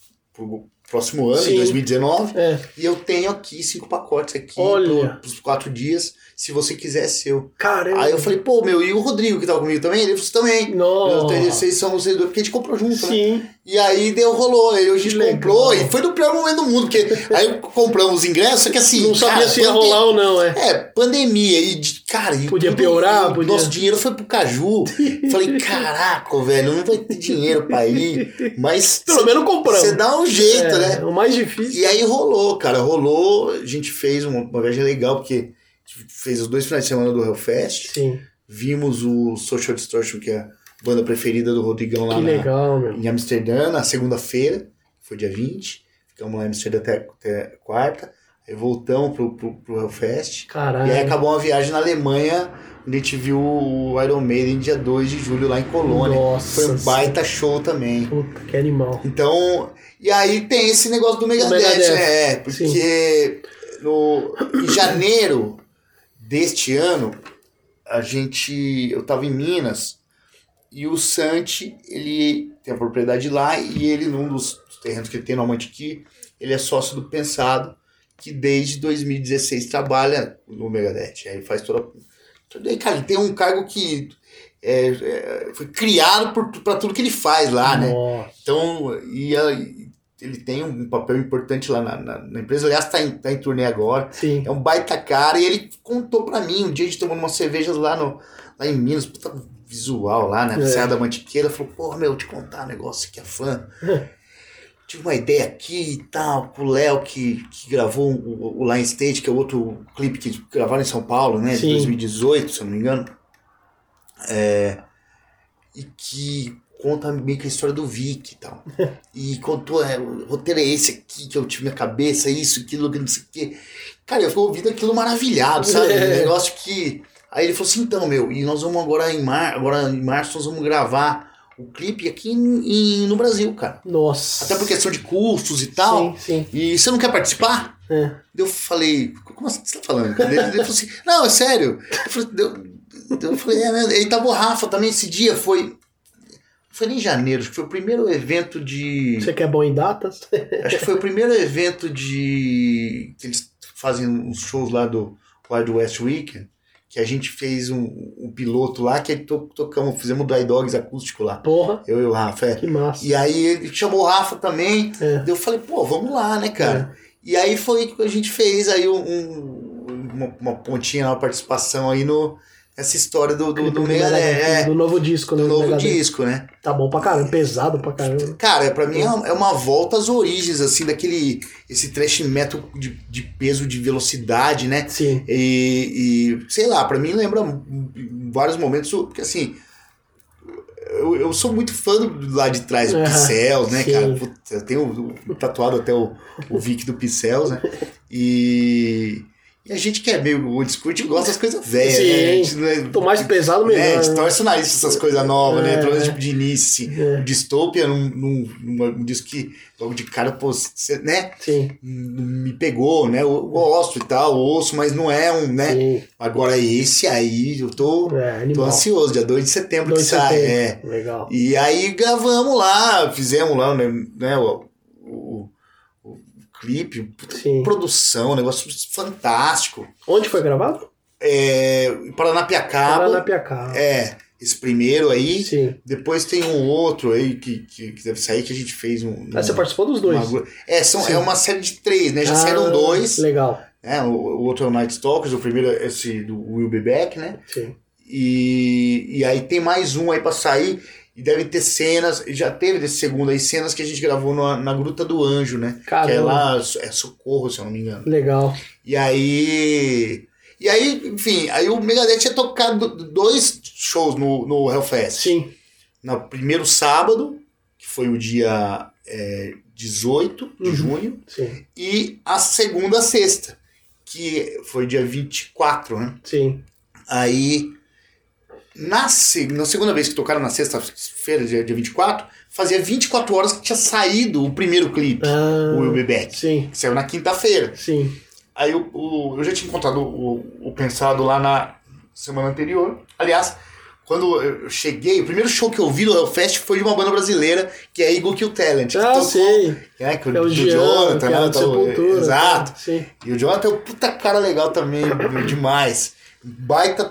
pro próximo ano, Sim. em dois mil e dezenove. É. E eu tenho aqui cinco pacotes aqui Olha. pro, pros quatro dias, se você quiser é seu. Caramba. Aí eu falei, pô, meu, e o Rodrigo que tava comigo também? Ele falou, também. Eu tenho- Nossa. Vocês são vocês dois, porque a gente comprou junto, né? Sim. E aí deu, rolou, aí a gente Que comprou, legal. e foi no pior momento do mundo, porque aí compramos os ingressos, só que assim... Não sabia cara, se ia pande- rolar ou não, é. É, pandemia, e de- cara... E Podia tudo- piorar, e podia- Nosso dinheiro foi pro Caju. Falei, caraca, velho, não vai ter dinheiro pra ir, mas... Pelo menos compramos. Você dá um jeito, É, né? o mais difícil. E aí rolou, cara, rolou, a gente fez uma, uma viagem legal, porque a gente fez os dois finais de semana do Hellfest, Sim. vimos o Social Distortion, que é a banda preferida do Rodrigão lá Que na- legal, meu. em Amsterdã, na segunda-feira, foi dia vinte, ficamos lá em Amsterdã até, até quarta, aí voltamos pro, pro, pro Hellfest, Caralho. e aí acabou uma viagem na Alemanha, onde a gente viu o Iron Maiden dia dois de julho lá em Colônia. Nossa Foi um baita show também. Puta, que animal. Então, e aí tem esse negócio do Megadeth, Megadeth. né? Porque no, em janeiro deste ano, a gente, eu tava em Minas, e o Santi, ele tem a propriedade lá, e ele, num dos terrenos que ele tem no Mantiqui, ele é sócio do Pensado, que desde dois mil e dezesseis trabalha no Megadeth. Aí ele faz toda... toda cara, ele tem um cargo que é, é, foi criado para tudo que ele faz lá, né? Nossa. Então, e, a- e ele tem um papel importante lá na, na, na empresa. Aliás, tá em, tá em turnê agora. Sim. É um baita cara. E ele contou pra mim, um dia a gente tomando umas cervejas lá, no, lá em Minas, puta visual lá, né? É. Serra da Mantiqueira. Falou, porra, meu, vou te contar um negócio que é fã. Tive uma ideia aqui e tal, com o Léo, que, que gravou o, o Line Stage, que é outro clipe que gravaram em São Paulo, né? De Sim. dois mil e dezoito, se eu não me engano. É, e que conta meio que a história do Vic e tal. E contou, é, o roteiro é esse aqui, que eu tive na cabeça, isso, aquilo, não sei o quê. Cara, eu fico ouvindo aquilo maravilhado, sabe? Um negócio que... Aí ele falou assim, então, meu, e nós vamos agora em, mar... agora em março, nós vamos gravar o clipe aqui em, em, no Brasil, cara. Nossa. Até por questão de custos e tal. Sim, sim. E você não quer participar? É. Eu falei, como assim você tá falando? Ele, ele falou assim, não, é sério. Eu falei, eu, eu falei é, né? Ele tava o Rafa também esse dia, foi... Foi nem em janeiro, acho que foi o primeiro evento de... Você que é bom em datas? Acho que foi o primeiro evento de... que eles fazem uns shows lá do Wild West Weekend, que a gente fez um, um piloto lá, que aí to, tocamos, fizemos Dry Dogs acústico lá. Porra. Eu e o Rafa, é. Que massa. E aí ele chamou o Rafa também, É. daí eu falei, pô, vamos lá, né, cara? É. E aí foi que a gente fez aí um, um, uma, uma pontinha, uma participação aí no... Essa história do, do, do, Megadeth, é, do novo disco, né? Do novo Megadeth. disco, né? Tá bom pra caramba, pesado pra caramba. Cara, pra mim é uma, é uma volta às origens, assim, daquele... Esse thrash metal de, de peso, de velocidade, né? Sim. E, e, sei lá, pra mim lembra em vários momentos... Porque, assim... Eu, eu sou muito fã do lá de trás, do Uhum, Pixels, né, sim. cara? Puta, eu tenho tatuado até o, o Vic do Pixels, né? E... E a gente que é meio old school, a gente gosta das coisas velhas, Sim. né? A gente não é, Quanto mais pesado, melhor. né? A gente né? torce o nariz pra essas coisas novas, É. né? Pelo menos tipo de início, assim. É. O Dystopia, num, num, num, um disco que logo de cara, pô, cê, né? Sim. Me pegou, né? Eu gosto e tal, ouço, mas não é um, né? Sim. Agora esse aí, eu tô, É, tô animal. ansioso, dia dois de setembro dois que de sai. setembro. É. Legal. E aí gravamos lá, fizemos lá, né? né o, o, o clipe, puta Sim. produção, um negócio fantástico. Onde foi gravado? É, Paranapiacaba. Paranapiacaba. É, esse primeiro aí. Sim. Depois tem um outro aí que, que, que deve sair, que a gente fez um... Ah, você participou dos dois? Uma, é, são, Sim. é uma série de três, né? Já Ah, saíram dois. Legal. Né? O, o outro é o Night Stalkers, o primeiro é esse do Will Be Back, né? Sim. E, e aí tem mais um aí pra sair. E devem ter cenas, já teve desse segundo aí, cenas que a gente gravou na, na Gruta do Anjo, né? Caramba. Que é lá, é Socorro, se eu não me engano. Legal. E aí... E aí, enfim, aí o Megadeth tinha tocado dois shows no, no Hellfest. Sim. No primeiro sábado, que foi o dia é, dezoito de Uhum. junho, Sim. e a segunda sexta, que foi dia vinte e quatro, né? Sim. Aí, na, se- na segunda vez que tocaram na sexta-feira, dia, dia vinte e quatro, fazia vinte e quatro horas que tinha saído o primeiro clipe, Ah, o Will Be Back, Sim. que saiu na quinta-feira. Sim. Aí o, o- eu já tinha encontrado o, o Pensado lá na semana anterior. Aliás, quando eu cheguei, o primeiro show que eu vi no Hellfest foi de uma banda brasileira, que é Eagle Kill Talent. que Ah, tocou, sim. né, que É o do Jean, Jonathan, que é né, do então, Sepultura. exato. tá? Sim. E o Jonathan é um puta cara legal também, demais. Baita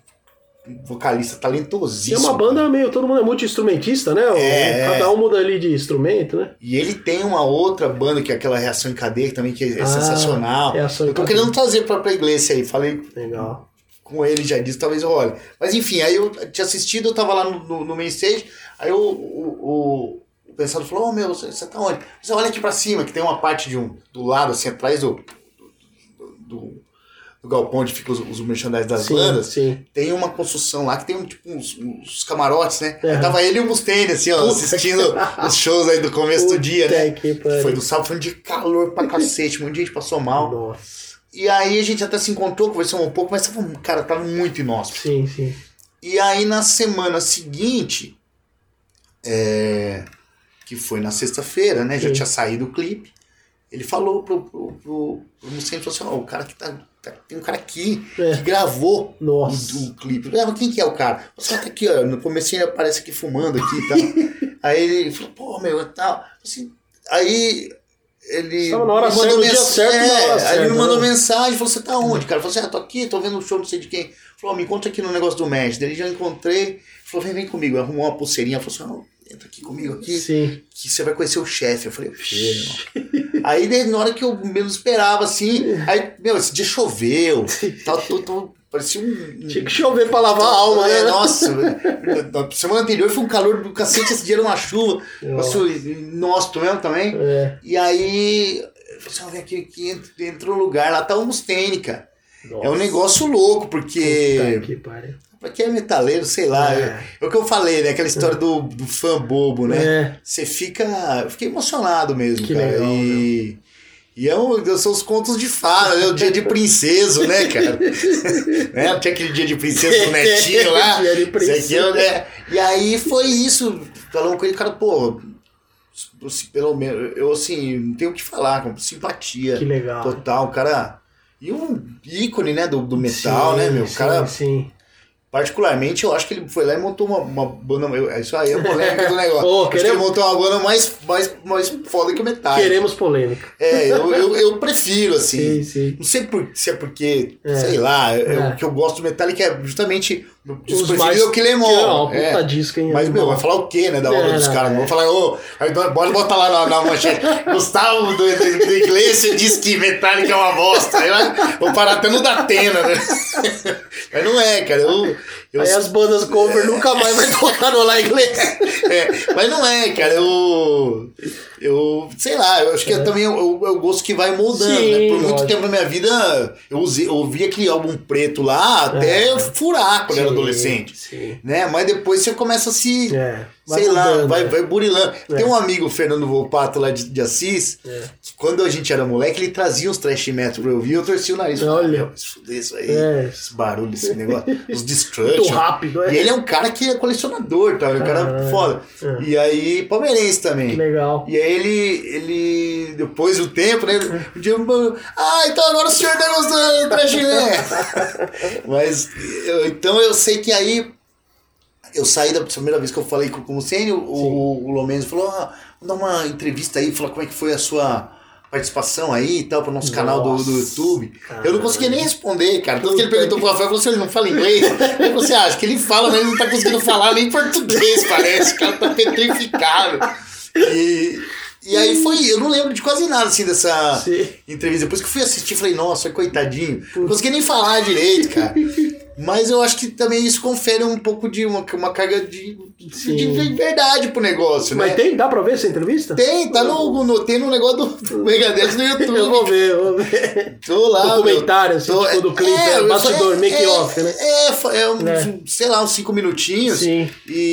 vocalista E é talentosíssimo. uma banda meio, todo mundo é multi-instrumentista, né? É, Cada é. um muda ali de instrumento, né? E ele tem uma outra banda, que é aquela Reação em Cadeia, que também que é Ah, sensacional. Reação em Eu tô Cadeia. querendo trazer pra, pra igreja aí, falei Legal. com ele, já disse, talvez eu olhe. Mas enfim, aí eu tinha assistido, eu tava lá no, no, no main stage, aí o, o, o, o Pensado falou, ô meu, você, você tá onde? Você olha aqui pra cima, que tem uma parte de um, do lado, assim, atrás do, do, do, do galpão onde ficam os, os merchandise das Sim, bandas, sim. tem uma construção lá que tem um, tipo, uns, uns camarotes, né? Uhum. Aí tava ele e o Mustaine, assim, ó, Puta assistindo os shows aí do começo do dia, Puta né? que pariu. Foi do sábado, foi um dia de calor pra cacete, um monte de gente passou mal. Nossa. E aí a gente até se encontrou, conversamos um pouco, mas tava, cara, tava muito inóspito. Sim, sim. E aí na semana seguinte, é, que foi na sexta-feira, né? Já Sim. tinha saído o clipe. Ele falou pro, pro, pro, pro Mustaine, falou assim, ó, o cara que tá, tá- tem um cara aqui É. que gravou Nossa. o, o clipe. Eu falei, ah, mas quem que é o cara? Você tá aqui, ó, no comecinho aparece aqui fumando aqui e tal. Aí ele falou, pô, meu, e tal. Assim, aí ele Estava na hora me certa, mandou no dia mens- certo e na hora é, aí certa, ele me mandou né? mensagem, falou, você tá onde, cara? Eu falei assim, ah, tô aqui, tô vendo um show, não sei de quem. Ele falou, ó, me encontra aqui no negócio do Mesh. Daí ele já encontrei, falou, vem, vem comigo. Arrumou uma pulseirinha, falou assim, ó, entra aqui comigo aqui, Sim. que você vai conhecer o chefe. Eu falei, o quê, Aí, daí, na hora que eu menos esperava, assim, aí, meu, esse dia choveu, tal, tal, tal, parecia um... Tinha que chover pra lavar a alma, é, né? Nossa, na semana anterior foi um calor do cacete, esse dia era uma chuva, nossa, nossa, tu mesmo também? É. E aí, eu falei assim, ó, vem aqui, aqui entra, entra um lugar, lá tá o Mustaine, cara. Nossa. É um negócio louco, porque... Puta que pariu. Pra quem é metaleiro, sei lá. É, é o que eu falei, né? Aquela história do, do fã bobo, né? É. Você fica... Eu fiquei emocionado mesmo, Que cara. legal, e... E é um, são os contos de fada, né? O dia de princeso, né, cara? né? Tinha aquele dia de princeso do netinho lá. Dia de princesa. Né? E aí foi isso. Falando com ele, cara, pô... Pelo menos, eu assim, não tenho o que falar, com simpatia. Que legal. Total, cara... E um ícone, né, do, do metal, Sim, né, meu? O sim, cara... Sim. Particularmente, eu acho que ele foi lá e montou uma, uma banda. Isso aí é polêmica do negócio. Oh, acho queremos... que ele montou uma banda mais, mais, mais foda que o Metallica. Queremos polêmica. É, eu, eu, eu prefiro, assim. Sim, sim. Não sei por, se é porque, É. sei lá, É. o que eu gosto do Metallica é justamente. O disco Os preferido mais- é o Kill Em Que é All. uma puta É. disco, hein? Mas, meu, vai falar o quê, né, da obra É, dos não, caras? é. Não vou falar, ô, aí bora botar lá na, na manchete. Gustavo do, do, do Iglesias diz que Metallica é uma bosta. Aí eu vou parar até no Datena, né? Mas não é, cara. Eu, eu, Aí as bandas cover nunca mais vai tocar no La Iglesia. é, mas não é, cara. Eu. Eu. Sei lá, eu acho que é. também é o, é o gosto que vai moldando, Sim, né? Por muito lógico. tempo na minha vida, eu, usei, eu ouvi aquele álbum preto lá até É. furar quando eu era Sim, adolescente. sim. Né? Mas depois você começa a se. É, vai sei lá, mudando, vai, né? vai burilando. É. Tem um amigo, Fernando Volpato, lá de, de Assis, É. que quando a gente era moleque, ele trazia uns trash metal pra eu ouvir, eu torcia o nariz. Olha. Meu, isso fuder isso aí, É. esse barulho, esse negócio, os Muito Destruction. rápido, é. E ele é um cara que é colecionador, tá? É um cara Caralho. foda. É. E aí, palmeirense também. Que legal. E aí ele, ele depois do tempo, né? Um dia, ah, então agora o senhor tá gostando do trash metal. Mas, eu, então eu sei que aí, eu saí da primeira vez que eu falei com, com o Mustaine, o, o, o Lomenzo falou, ah, vamos dar uma entrevista aí, falar como é que foi a sua participação aí e tal, pro nosso canal do, do YouTube. Caralho. Eu não conseguia nem responder, cara. Tanto que ele perguntou pro Rafael, falou assim, ele não fala inglês? Aí você acha que ele fala, mas ele não tá conseguindo falar nem português, parece. O cara tá petrificado. E... E aí foi, eu não lembro de quase nada assim dessa Sim. entrevista. Depois que eu fui assistir, falei, nossa, coitadinho. Não consegui nem falar direito, cara. Mas eu acho que também isso confere um pouco de uma, uma carga de, de, de verdade pro negócio, Mas né? tem, dá pra ver essa entrevista? Tem, tá no, no, tem no negócio do, do Megadeth no YouTube. Eu vou ver, eu vou ver. Tô lá. Documentário, meu, assim, tô- tipo do clipe, é, eu- bastidor, é, make é, off, né? É, é, um, É. sei lá, uns cinco minutinhos. Sim.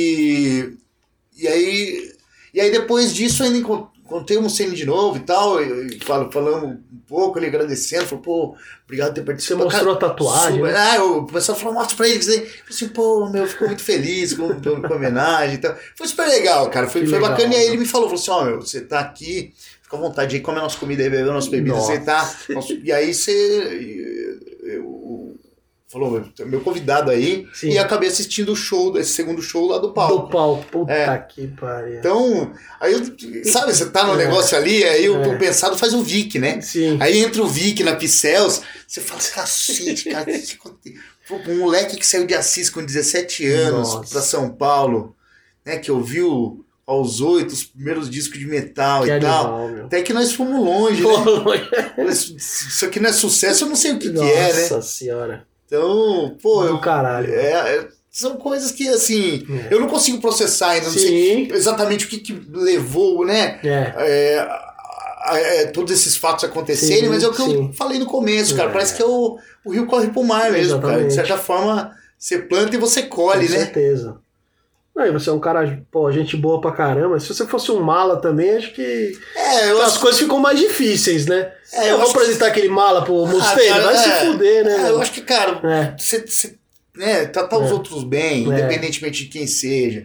E, e aí. E aí depois disso ainda encon- encontrei o Mustaine de novo e tal. E, e falo, falamos um pouco, ele agradecendo, falou, pô, obrigado por ter Você participado. mostrou a tatuagem, super- né? Ah, eu comecei a falar, mostra pra ele. Eu falei assim, pô, meu, ficou muito feliz com, com, com a homenagem e tal. Foi super legal, cara. Foi, Que foi legal, bacana. E aí né? ele me falou, falou assim, ó, meu, você tá aqui, fica à vontade aí, come a nossa comida aí, bebe a nossa bebida, Nossa. você tá. nosso- E aí você. Eu, falou, meu, meu convidado aí, Sim. e acabei assistindo o show, esse segundo show lá do palco. Do pau. Puta É. que pariu. Então, aí eu, sabe, você tá no É. negócio ali, aí o É. teu pensado faz o Vic, né? Sim. Aí entra o Vic na Picels, você fala assim, cacete, cara, que que- pô, um moleque que saiu de Assis com dezessete anos Nossa. pra São Paulo, né, que ouviu aos oito os primeiros discos de metal Que e tal. animal, meu. Até que nós fomos longe, né? Isso isso aqui não é sucesso, eu não sei o que, que é, né? Nossa senhora. Então, pô, Do eu, caralho. é, é, são coisas que, assim, É. eu não consigo processar ainda, não sei Sim. exatamente o que, que levou, né? É. É, a- a- é, todos esses fatos acontecerem, Sim, mas é o que sim. eu falei no começo, cara. É. Parece que é o, o rio corre pro mar mesmo, cara. De Exatamente. certa forma, você planta e você colhe, Com né? certeza. Não, e você é um cara, pô, gente boa pra caramba. Se você fosse um mala também, acho que É, eu as acho, coisas ficam mais difíceis, né? É, eu eu vou acho que- apresentar aquele mala pro Ah, Mustaine, cara, vai é. se fuder, né? é, meu? eu acho que, cara, É. você, você né, tratar os É. outros bem, É. independentemente de quem seja,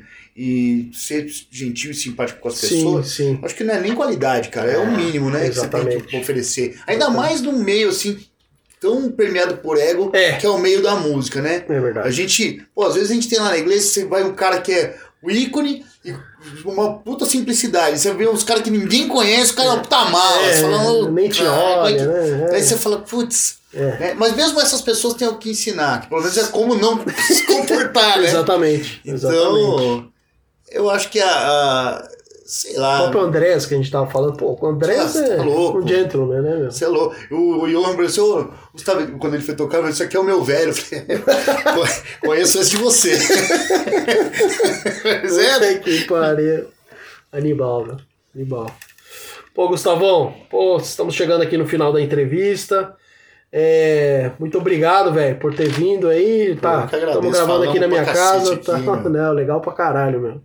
e ser gentil e simpático com as Sim, pessoas. sim. Acho que não é nem qualidade, cara. É, o mínimo, né? Que você tem Exatamente. que oferecer. Ainda Exatamente. mais num meio assim, tão permeado por ego, É. que é o meio da música, né? É verdade. A gente, pô, às vezes a gente tem lá na igreja, você vai um cara que é o ícone e uma puta simplicidade. Você vê uns caras que ninguém conhece, o cara é um puta mala. É, você fala, "Ô, nem te cara, olha, que-" né? É. Aí você fala, putz. É. né? Mas mesmo essas pessoas têm o que ensinar, que pelo menos é como não se comportar, né? Exatamente. Exatamente. Então, Eu acho que a... a sei lá... O próprio Andrés, que a gente tava falando, pô, o Andrés Ah, é tá louco. um gentleman, né, meu? Você é louco. O, o Johan apareceu, Gustavo, quando ele foi tocar, ele disse, isso aqui é o meu velho. Eu falei, conheço esse de você. Mas é, Que pariu. Animal, né? Animal. Pô, Gustavão, pô, estamos chegando aqui no final da entrevista. É, muito obrigado, velho, por ter vindo aí. Tá, estamos gravando aqui na minha casa. Tá, aqui, não, legal pra caralho, meu.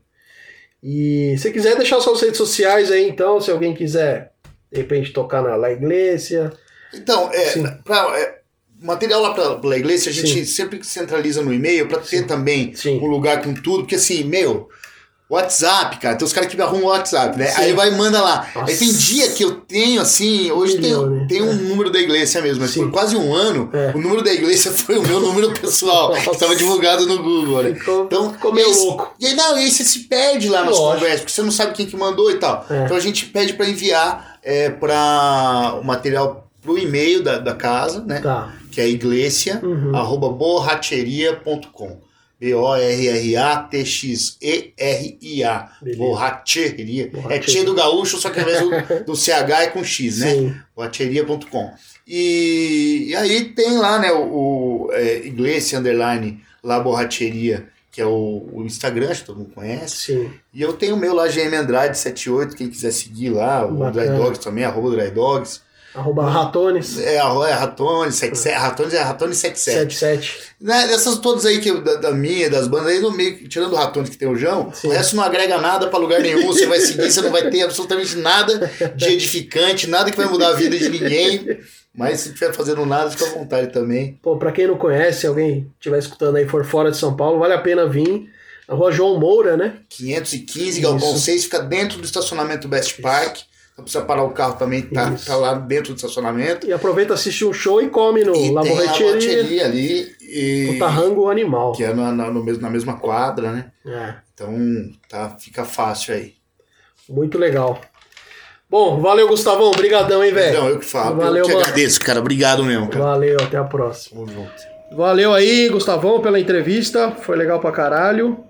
E se quiser deixar suas redes sociais aí, então, se alguém quiser, de repente, tocar na La Iglesia. Então, é, pra, é, material lá pra, pra igreja, a gente Sim. sempre centraliza no e-mail pra ter Sim. também Sim. um lugar com tudo, porque assim, e-mail, WhatsApp, cara, tem os caras que arrumam o WhatsApp, né? Sim. Aí vai e manda lá. Nossa. Aí tem dia que eu tenho, assim, hoje tem, tem um é. número da igreja mesmo, mas Sim. por quase um ano, é. o número da igreja foi o meu número pessoal, que estava divulgado no Google, né? Ficou, então, ficou meio aí, louco. E aí, não, e aí você se perde lá nas Lógico. conversas, porque você não sabe quem que mandou e tal. É. Então a gente pede para enviar é, para o material pro e-mail da, da casa, né? Tá. Que é iglesia, uhum. arroba borracheria ponto com. B O R R A T X E R I A. Borracheria. É tchê do gaúcho, só que ao invés do, do C H é com X, né? Sim. borracheria ponto com. E, e aí tem lá, né, o, o é, Iglesia Underline, lá Borracheria, que é o, o Instagram, acho que todo mundo conhece. Sim. E eu tenho o meu lá, G M Andrade setenta e oito, quem quiser seguir lá, o Dry Dogs também, arroba Dry Dogs. Arroba Ratones. É, é Ratones, setenta e sete, Ratones é Ratones setenta e sete. setenta e sete. Né, dessas todas aí, que, da, da minha, das bandas aí, no meio, tirando o Ratones que tem o João, Sim. o resto não agrega nada pra lugar nenhum, você vai seguir, você não vai ter absolutamente nada de edificante, nada que vai mudar a vida de ninguém, mas se estiver fazendo nada, fica à vontade também. Pô, pra quem não conhece, se alguém estiver escutando aí for fora de São Paulo, vale a pena vir. Na rua João Moura, né? quinhentos e quinze, Galpão seis, fica dentro do estacionamento Best Isso. Park. Não precisa parar o carro também, tá, tá lá dentro do estacionamento. E aproveita, assiste um show e come no e La Borracheria ali. E, o Tarrango Animal. Que é na, na, no mesmo, na mesma quadra, né? É. Então tá, fica fácil aí. Muito legal. Bom, valeu, Gustavão. Obrigadão, hein, velho? Não, eu que falo. Valeu, eu que mano. agradeço, cara. Obrigado mesmo, cara. Valeu, até a próxima. Valeu aí, Gustavão, pela entrevista. Foi legal pra caralho.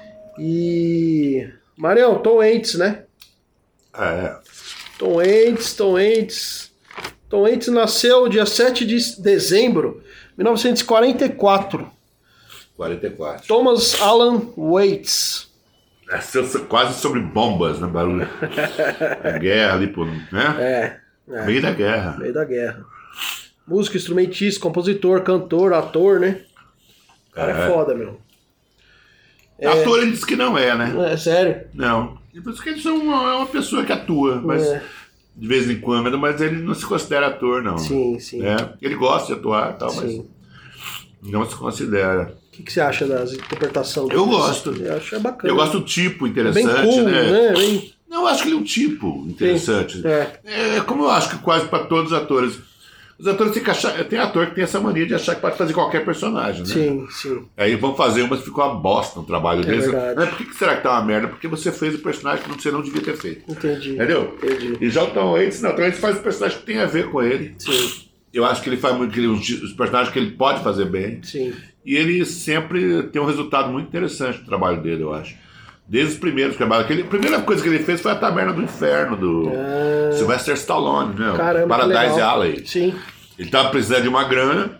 E... Marião, Tom Waits, né? É. Tom Waits, Tom Waits. Tom Waits nasceu dia sete de dezembro de mil novecentos e quarenta e quatro. quarenta e quatro. Thomas Alan Waits. Nasceu quase sobre bombas, né? Barulho. A guerra ali, por, né? É. é. Meio da guerra. Meio da guerra. Músico, instrumentista, compositor, cantor, ator, né? O cara é, é foda, meu. É... Ator ele disse que não é, né? É sério? Não. Por isso que eles são uma, é uma pessoa que atua, mas é. de vez em quando, mas ele não se considera ator, não. Sim, sim. É, ele gosta de atuar e tal, sim. mas não se considera. O que, que você acha das interpretações? Eu gosto. Eu acho é bacana. Eu gosto do tipo interessante, é bem cool, né? né? Bem... Não, eu acho que ele é um tipo interessante. É. é como eu acho que quase para todos os atores. Os atores têm que achar. Tem ator que tem essa mania de achar que pode fazer qualquer personagem, né? Sim, sim. Aí vão fazer uma que ficou uma bosta no trabalho é deles. Verdade. Mas por que será que tá uma merda? Porque você fez o personagem que você não devia ter feito. Entendi. Entendeu? Entendi. E já o Tom Waits, não, o Tom Waits faz o personagem que tem a ver com ele. Sim. Eu acho que ele faz muito os personagens que ele pode fazer bem. Sim. E ele sempre tem um resultado muito interessante no trabalho dele, eu acho. Desde os primeiros trabalhos. A primeira coisa que ele fez foi a Taberna do Inferno, do ah. Sylvester Stallone, né? Caramba, Paradise Alley. Sim. Ele tava precisando de uma grana.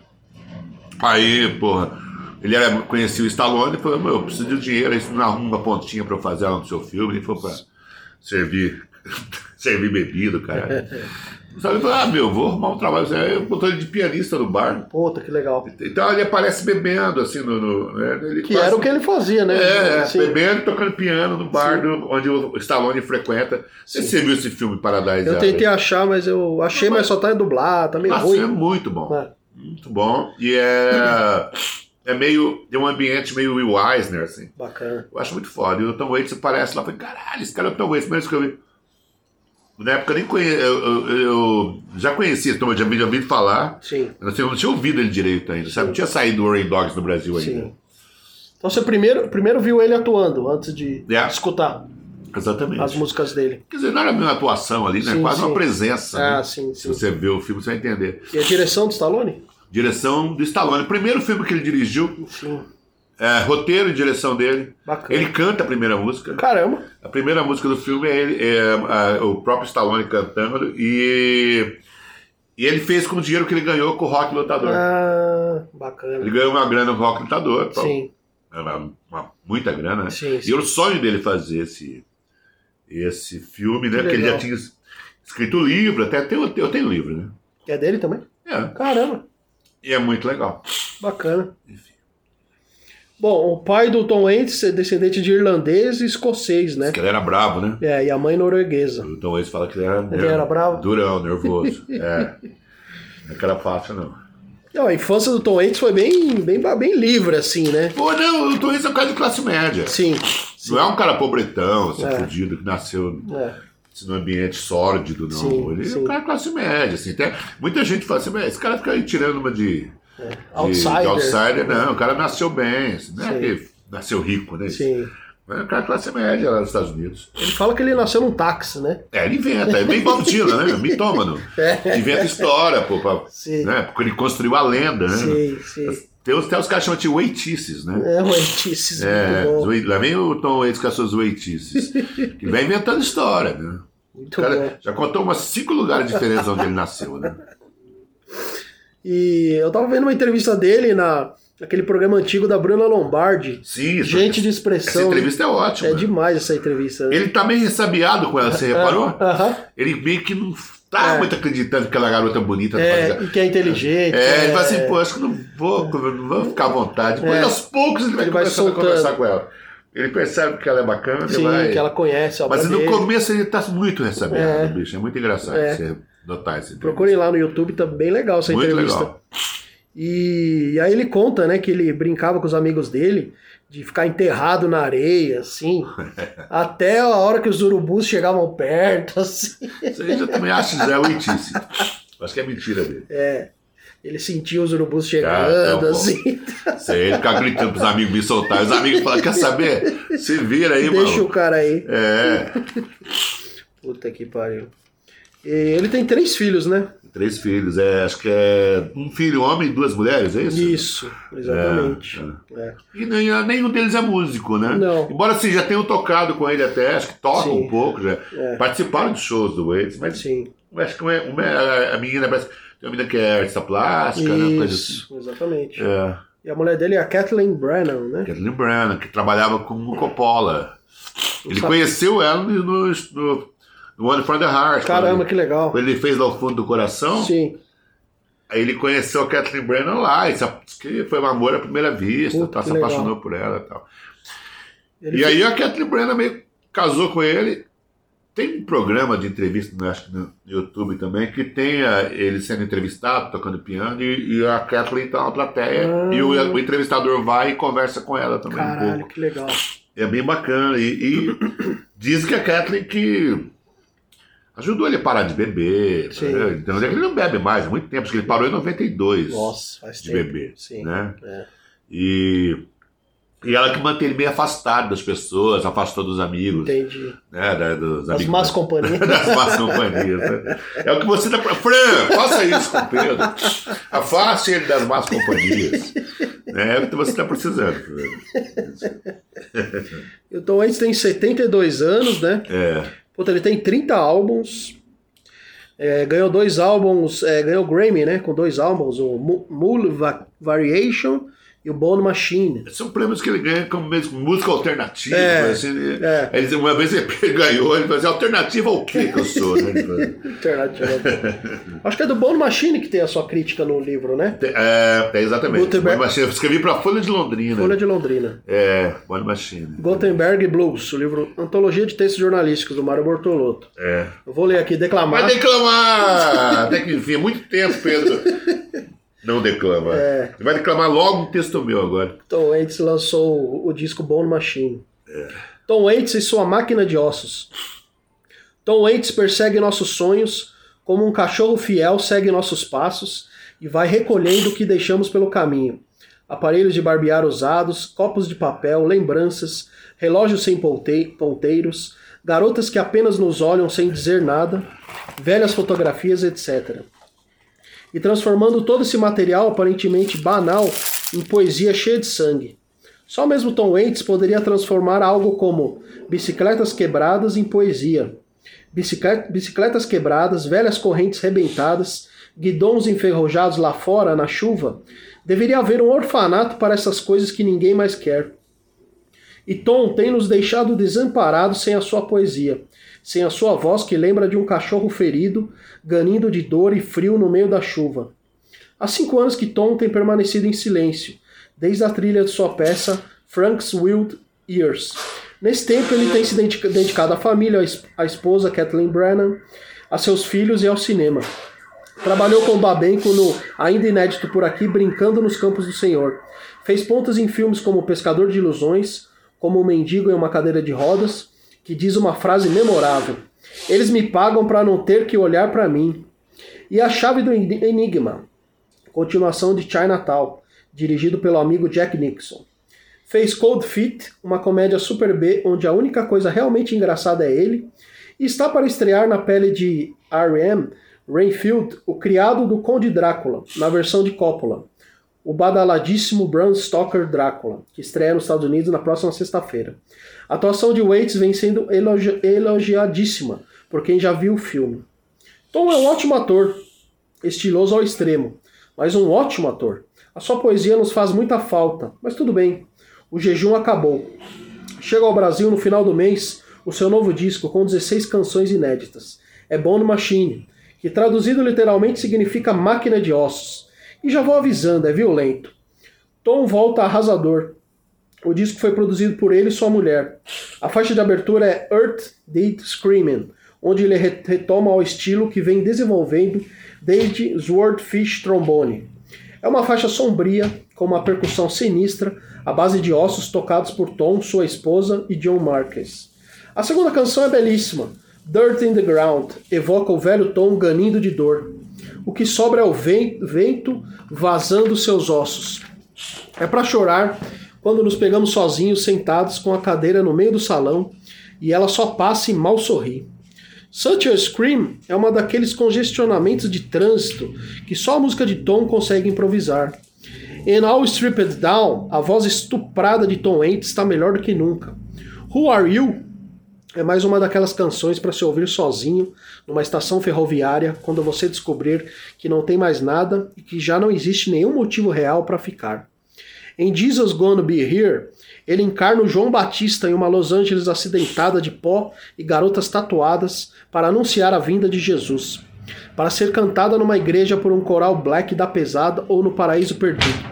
Aí, porra, ele era, conhecia o Stallone e falou: meu, eu preciso de dinheiro, aí você não arruma uma pontinha pra eu fazer ela no seu filme. Ele falou pra servir, servir bebida, cara. Sabe, ele falou: ah, meu, vou arrumar um trabalho. Aí eu botou ele de pianista no bar. Puta, que legal. Então ele aparece bebendo, assim, no. no né? ele que quase... era o que ele fazia, né? É, Sim. bebendo e tocando piano no bar do, onde o Stallone frequenta. Você, você viu esse filme Paradise? Eu tentei achar, mas eu achei, mas, mas só tá em dublado, tá meio ruim. É muito bom. É. Muito bom. E é. É meio. Tem um ambiente meio Will Eisner, assim. Bacana. Eu acho muito foda. E o Tom Waits aparece lá e falei: caralho, esse cara é o Tom Waits, mesmo que eu vi. Na época eu nem conhecia, eu, eu, eu já conhecia, então eu já tinha ouvido falar. Sim. Mas eu não tinha ouvido ele direito ainda, sabe? Não tinha saído do Rain Dogs no Brasil ainda. Sim. Então você primeiro, primeiro viu ele atuando, antes de é. escutar Exatamente. as músicas dele. Quer dizer, não era a mesma atuação ali, né? Sim, Quase sim. uma presença. Ah, né? sim, sim. Se você ver o filme, você vai entender. E a direção do Stallone? Direção do Stallone. O primeiro filme que ele dirigiu. Sim. É, roteiro e direção dele. Bacana. Ele canta a primeira música. Caramba. A primeira música do filme é, ele, é, é o próprio Stallone cantando e, e ele fez com o dinheiro que ele ganhou com o Rock Lutador. Ah, bacana. Ele ganhou uma grana com o Rock Lutador. Então, Sim. Uma, uma, muita grana, né? Sim, sim. E era o sonho dele fazer esse, esse filme, né? Que Porque ele legal. já tinha escrito o livro, até tem, eu tenho o livro, né? É dele também? É. Caramba. E é muito legal. Bacana. Enfim. Bom, o pai do Tom Waits é descendente de irlandês e escocês, né? Porque ele era bravo, né? É, e a mãe norueguesa. Então eles falam que ele era, Ele era bravo? durão, nervoso. É. Não é que era fácil, não. Não, a infância do Tom Waits foi bem, bem, bem livre, assim, né? Pô, não, o Tom Waits é um cara de classe média. Sim. Não é um cara pobretão, assim, É. fudido, que nasceu É. assim, num ambiente sórdido, não. Sim, ele sim. é um cara de classe média, assim. Tem, muita gente fala assim, mas esse cara fica aí tirando uma de... de- Outsider. de outsider, não. O cara nasceu bem, assim, não é Sim. que nasceu rico, né? Sim. Mas é um cara de classe média lá nos Estados Unidos. Ele fala que ele nasceu num táxi, né? É, ele inventa, é bem Bob Dylan, né? Mitômano. É. Inventa história, pô, pra, Sim. né? Porque ele construiu a lenda, né? Sim, sim. Tem os, tem os caras que chamam de waitices, né? É, Waitices, É, muito os bom. wait- lá vem o Tom Waits com as suas waitices. Ele vai inventando história, né? Muito O cara bom. já contou umas cinco lugares diferentes onde ele nasceu, né? E eu tava vendo uma entrevista dele na, naquele programa antigo da Bruna Lombardi. Sim, isso- Gente de expressão. Essa entrevista é ótima. É demais essa entrevista. né? Ele tá meio ressabiado com ela, você reparou? Aham. Ele meio que não tá É. muito acreditando que aquela garota bonita tá É, fazendo. e que é inteligente. É, ele fala assim, pô, acho que não vou, não vou ficar à vontade. Depois, É. aos poucos, ele vai Ele vai começar a soltando. conversar com ela. Ele percebe que ela é bacana, ele Sim, vai... que ela conhece a obra Mas no dele. começo ele tá muito ressabiado, É. bicho. É muito engraçado É. você notar esse Procurem lá no YouTube, tá bem legal essa Muito entrevista. legal. E, e aí ele conta, né, que ele brincava com os amigos dele de ficar enterrado na areia, assim, até a hora que os urubus chegavam perto, assim. Isso aí eu também acho que já é uitice. Acho que é mentira dele. É, ele sentia os urubus Ah, chegando, tá bom. assim. Isso aí, ele fica gritando pros amigos me soltar. Os amigos falam, quer saber? Se vira aí, Deixa mano. o cara aí. É, Puta que pariu. E ele tem três filhos, né? três filhos. É, acho que é um filho homem e duas mulheres, é isso? Isso, exatamente. É, É. E nem, nenhum deles é músico, né? Não. Embora assim, já tenham tocado com ele até, acho que tocam Sim. um pouco, já É. participaram de shows do Waits, mas Sim. acho que uma, uma, a menina parece, tem uma menina que é artista plástica, né? Coisa assim. Isso, exatamente. É. E a mulher dele é a Kathleen Brennan, né? Kathleen Brennan, que trabalhava com o Coppola. Ele sabia. conheceu ela no, no, no One for the Heart. Caramba, quando que legal. ele, quando ele fez lá o fundo do coração. Sim. Aí ele conheceu a Kathleen Brennan lá, e disse que foi um amor à primeira vista, Puta, tá, que se legal. apaixonou por ela e tal. Ele E aí a Kathleen Brennan meio casou com ele. Tem um programa de entrevista, né, acho que no YouTube também, que tem a- ele sendo entrevistado, tocando piano, e, e a Kathleen tá na plateia, Ah. e o, o entrevistador vai e conversa com ela também um Caralho, pouco. que legal. É bem bacana. E, e diz que a Kathleen que ajudou ele a parar de beber. Sim. Né? Então ele não bebe mais há muito tempo, acho que ele parou em noventa e dois Nossa, faz de tempo. beber. Sim. Né? É. E, e ela que mantém ele meio afastado das pessoas, afastou dos amigos. Entendi. Né? Da, dos As amigos más companhias. das más companhias. Né? É o que você dá pra. Fran, faça isso com o Pedro. Afaste ele das más companhias. É o que você está precisando. Pedro. E o Tom Waits tem setenta e dois anos, né? É. Puta, ele tem trinta álbuns. É, ganhou dois álbuns, é, ganhou Grammy, né? Com dois álbuns, o Mu- Mule Va- Variation e o Bone Machine. São prêmios que ele ganha como mesmo música alternativa. É, assim, ele- é. Aí ele- uma vez ele ganhou, ele falou assim, alternativa ao que que eu sou? Né? Ele falou, Alternativa. Acho que é do Bone Machine que tem a sua crítica no livro, né? é, é, exatamente. Gutenberg- Bone Machine. Eu escrevi para Folha de Londrina. Folha de Londrina. É, Bone Machine. Gutenberg Blues, o livro Antologia de Textos Jornalísticos, do Mário Bortolotto. É. Eu vou ler aqui, declamar. Vai declamar! Até que enfim, é muito tempo, Pedro. Não declama. É. Vai declamar logo um texto meu agora. Tom Waits lançou o, o disco Bone Machine. Tom Waits e sua máquina de ossos. Tom Waits persegue nossos sonhos como um cachorro fiel segue nossos passos e vai recolhendo o que deixamos pelo caminho. Aparelhos de barbear usados, copos de papel, lembranças, relógios sem ponte- ponteiros, garotas que apenas nos olham sem dizer nada, velhas fotografias, etcétera. E transformando todo esse material aparentemente banal em poesia cheia de sangue. Só mesmo Tom Waits poderia transformar algo como bicicletas quebradas em poesia. Bicicletas quebradas, velhas correntes rebentadas, guidões enferrujados lá fora, na chuva. Deveria haver um orfanato para essas coisas que ninguém mais quer. E Tom tem nos deixado desamparados sem a sua poesia, sem a sua voz que lembra de um cachorro ferido, ganindo de dor e frio no meio da chuva. Há cinco anos que Tom tem permanecido em silêncio, desde a trilha de sua peça Frank's Wild Years. Nesse tempo ele tem se dedicado à família, à esposa Kathleen Brennan, a seus filhos e ao cinema. Trabalhou com Babenco no ainda inédito por aqui, Brincando nos Campos do Senhor. Fez pontas em filmes como Pescador de Ilusões, como O Mendigo em uma Cadeira de Rodas, que diz uma frase memorável: eles me pagam para não ter que olhar para mim. E A Chave do Enigma, continuação de Chinatown, dirigido pelo amigo Jack Nixon. Fez Cold Feet, uma comédia super B, onde a única coisa realmente engraçada é ele, e está para estrear na pele de R E M, Renfield, o criado do Conde Drácula, na versão de Coppola, o badaladíssimo Bram Stoker Drácula, que estreia nos Estados Unidos na próxima sexta-feira. A atuação de Waits vem sendo elogi- elogiadíssima por quem já viu o filme. Tom é um ótimo ator, estiloso ao extremo, mas um ótimo ator. A sua poesia nos faz muita falta, mas tudo bem. O jejum acabou. Chega ao Brasil no final do mês o seu novo disco com dezesseis canções inéditas. É Bone Machine, que traduzido literalmente significa máquina de ossos. E já vou avisando, é violento. Tom volta arrasador. O disco foi produzido por ele e sua mulher. A faixa de abertura é Earth Dead Screaming, onde ele retoma ao estilo que vem desenvolvendo desde Swordfish Trombone. É uma faixa sombria, com uma percussão sinistra, à base de ossos tocados por Tom, sua esposa e John Marquez. A segunda canção é belíssima. Dirt in the Ground evoca o velho Tom ganindo de dor. O que sobra é o vento vazando seus ossos. É para chorar quando nos pegamos sozinhos, sentados com a cadeira no meio do salão, e ela só passa e mal sorri. Such a Scream é uma daqueles congestionamentos de trânsito que só a música de Tom consegue improvisar. In All Stripped Down, a voz estuprada de Tom Waits está melhor do que nunca. Who Are You? É mais uma daquelas canções para se ouvir sozinho, numa estação ferroviária, quando você descobrir que não tem mais nada e que já não existe nenhum motivo real para ficar. Em Jesus Gonna Be Here, ele encarna o João Batista em uma Los Angeles acidentada de pó e garotas tatuadas para anunciar a vinda de Jesus, para ser cantada numa igreja por um coral black da pesada ou no Paraíso Perdido.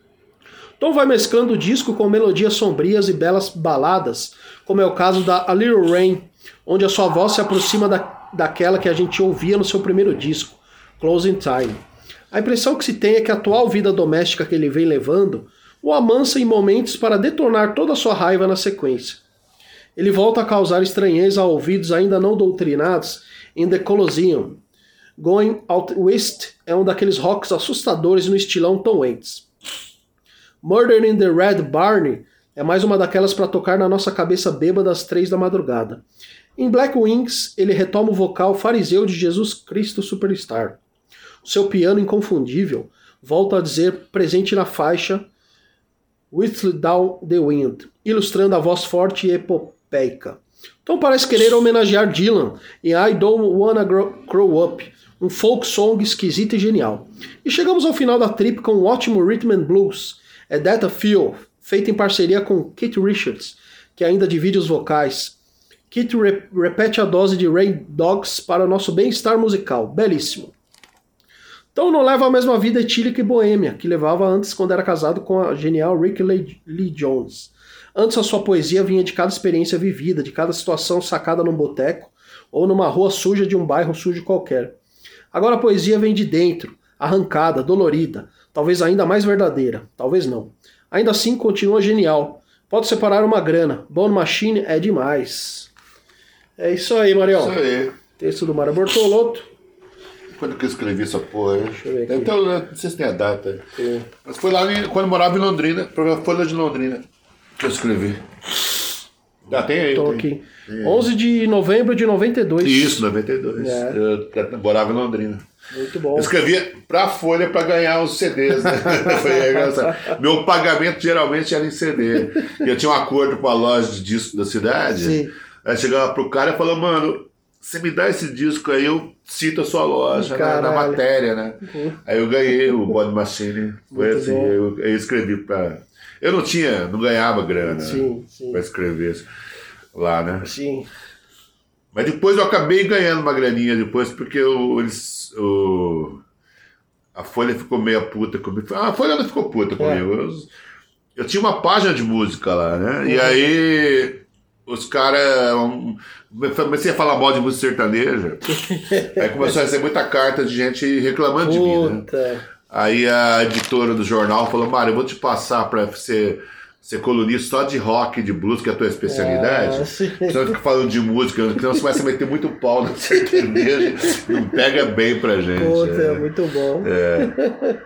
Tom vai mesclando o disco com melodias sombrias e belas baladas, como é o caso da A Little Rain, onde a sua voz se aproxima da, daquela que a gente ouvia no seu primeiro disco, Closing Time. A impressão que se tem é que a atual vida doméstica que ele vem levando o amansa em momentos para detonar toda a sua raiva na sequência. Ele volta a causar estranheza a ouvidos ainda não doutrinados em The Colosseum. Going Out West é um daqueles rocks assustadores no estilão Tom Waits. Murder in the Red Barn é mais uma daquelas para tocar na nossa cabeça bêbada às três da madrugada. Em Black Wings, ele retoma o vocal fariseu de Jesus Cristo Superstar. O seu piano inconfundível volta a dizer presente na faixa Whistle Down the Wind, ilustrando a voz forte e epopeica. Tom parece querer homenagear Dylan em I Don't Wanna Grow Up, um folk song esquisito e genial. E chegamos ao final da trip com um ótimo Rhythm and Blues, É That a Feel, feito em parceria com Keith Richards, que ainda divide os vocais. Keith re- repete a dose de Rain Dogs para o nosso bem-estar musical, belíssimo. Tom não leva a mesma vida etílica e boêmia que levava antes quando era casado com a genial Ricky Lee Jones. Antes a sua poesia vinha de cada experiência vivida, de cada situação sacada num boteco ou numa rua suja de um bairro sujo qualquer. Agora a poesia vem de dentro, arrancada, dolorida, talvez ainda mais verdadeira, talvez não. Ainda assim continua genial. Pode separar uma grana. Bone Machine é demais. É isso aí, Marião. Isso aí. Texto do Mário Bortolotto. Quando que eu escrevi essa porra, hein? Deixa eu ver aqui. Então, não sei se tem a data. É. Mas foi lá em- quando eu morava em Londrina, pra Folha de Londrina, que eu escrevi. Ah, tem aí. Tô tem. aqui. Tem. onze de novembro de noventa e dois. Isso, noventa e dois. É. Eu, eu morava em Londrina. Muito bom. Eu escrevia pra Folha pra ganhar os C Ds, né? Foi engraçado. Meu pagamento geralmente era em C D. Eu tinha um acordo com a loja de disco da cidade. Sim. Aí chegava pro cara e falava, mano, você me dá esse disco aí, eu cito a sua loja na, na matéria, né? Uhum. Aí eu ganhei o Body Machine. Foi Muito assim, eu, eu escrevi pra... Eu não tinha, não ganhava grana sim, sim. pra escrever lá, né? Sim. Mas depois eu acabei ganhando uma graninha depois, porque eu, eles, o, a Folha ficou meio puta comigo. A Folha não ficou puta comigo. É. Eu, eu tinha uma página de música lá, né? Uhum. E aí os caras... Um, comecei a falar mal de música sertaneja. Aí começou a receber muita carta de gente reclamando de mim, né? Aí a editora do jornal falou, Mário, eu vou te passar pra você... Você colunista só de rock e de blues, que é a tua especialidade. Ah, você não fica falando de música, senão você vai se meter muito pau no sertanejo. Não pega bem pra gente. Puta, é, é muito bom. É.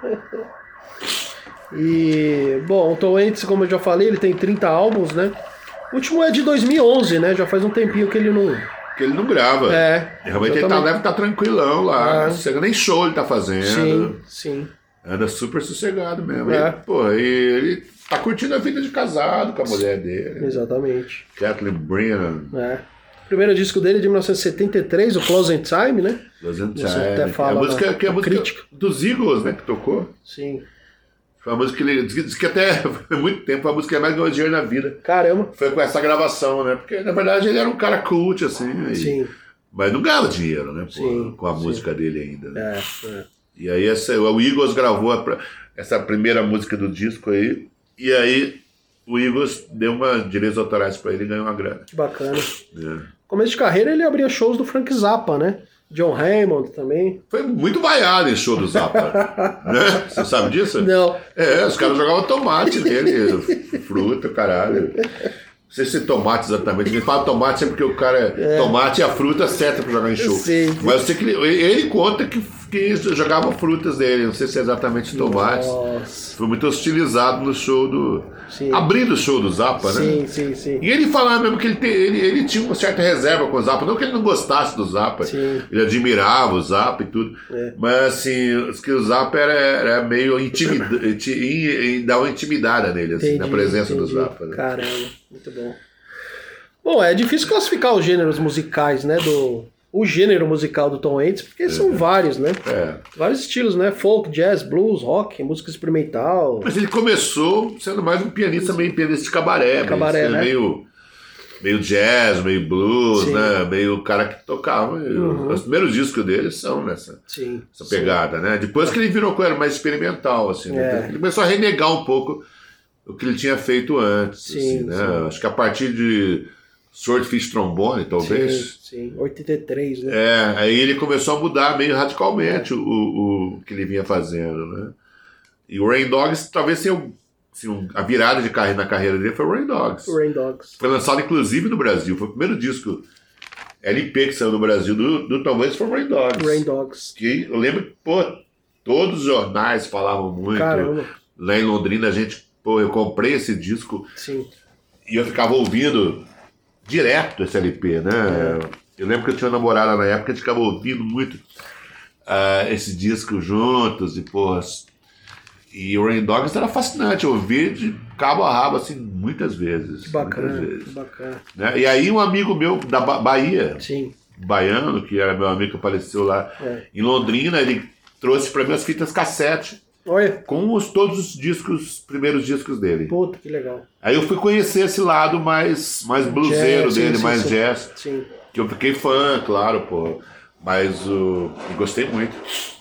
E, bom, o Tom Waits, como eu já falei, ele tem trinta álbuns, né? O último é de dois mil e onze, né? Já faz um tempinho que ele não... Que ele não grava. É. Realmente ele tá, deve estar tá tranquilão lá. Ah. Nem show ele tá fazendo. Sim, sim. Anda super sossegado mesmo. É. E, pô, e ele... Tá curtindo a vida de casado com a mulher dele. Exatamente. Kathleen Brennan. É. O primeiro disco dele é de mil novecentos e setenta e três, o Close in Time, né? Close in Time. Até fala é a música, que é a música crítica dos Eagles, né? Que tocou. Sim. Foi a música que ele diz que até foi muito tempo, foi a música que mais ganhou dinheiro na vida. Caramba. Foi com essa gravação, né? Porque na verdade ele era um cara cult, assim. Sim. E, mas não ganhava dinheiro, né? Pô, sim, com a sim. música dele ainda. Né? É, é. E aí essa, o Eagles gravou a, essa primeira música do disco aí. E aí. O Eagles deu uma direitos autorais pra ele e ganhou uma grana. Que bacana. É. Começo de carreira ele abria shows do Frank Zappa, né? John Hammond também. Foi muito vaiado esse show do Zappa. Né? Você sabe disso? Não. É, os caras jogavam tomate nele, fruta, caralho. Não sei se é tomate exatamente. Ele fala tomate sempre porque o cara... É. Tomate é a fruta certa pra jogar em show. Sim. Mas eu sei que ele, ele conta que, que jogava frutas dele. Não sei se é exatamente tomates. Nossa. Foi muito hostilizado no show do... Sim. Abrindo o show do Zappa, né? Sim, sim, sim. E ele falava mesmo que ele, te, ele, ele tinha uma certa reserva com o Zappa. Não que ele não gostasse do Zappa. Sim. Ele admirava o Zappa e tudo. É. Mas assim, que o Zappa era, era meio intimidado. Dava uma intimidada nele, assim, entendi, na presença entendi. do Zappa. Né? Caramba, muito bom. Bom, é difícil classificar os gêneros musicais, né? Do... O gênero musical do Tom Waits, porque é. são vários, né? É. Vários estilos, né? Folk, jazz, blues, rock, música experimental. Mas ele começou sendo mais um pianista, meio pianista de cabaré. Cabaré, meio, né? meio, meio jazz, meio blues, sim. né? Meio cara que tocava. Uhum. Os primeiros discos dele são nessa sim, essa pegada, sim. né? Depois que ele virou coisa mais experimental, assim. É. Né? Ele começou a renegar um pouco o que ele tinha feito antes, sim, assim, né? sim. Acho que a partir de Swordfish Trombone, talvez. Sim, sim. oitenta e três, né? É, aí ele começou a mudar meio radicalmente é. o, o que ele vinha fazendo, né? E o Rain Dogs talvez tenha assim, a virada de carreira na carreira dele foi o Rain Dogs. O Rain Dogs. Foi lançado inclusive no Brasil, foi o primeiro disco L P que saiu no Brasil do, do talvez foi o Rain Dogs. Rain Dogs. Que eu lembro que, pô, todos os jornais falavam muito. Caramba. Lá em Londrina a gente, pô, eu comprei esse disco. Sim. E eu ficava ouvindo direto esse L P, né? É. Eu lembro que eu tinha uma namorada na época, a gente ficava ouvindo muito uh, esse disco juntos e, porra. E o Rain Dogs era fascinante, eu ouvi de cabo a rabo, assim, muitas vezes. Que bacana, muitas vezes, que bacana. Né? E aí um amigo meu da ba- Bahia, sim. baiano, que era meu amigo que apareceu lá é. em Londrina, ele trouxe para mim as fitas cassete. Olha. Com os, todos os discos, primeiros discos dele. Puta, que legal. Aí eu fui conhecer esse lado mais, mais bluseiro jazz, dele, sim, mais sim, jazz. Sim. Que eu fiquei fã, claro, pô. Mas uh, eu gostei muito.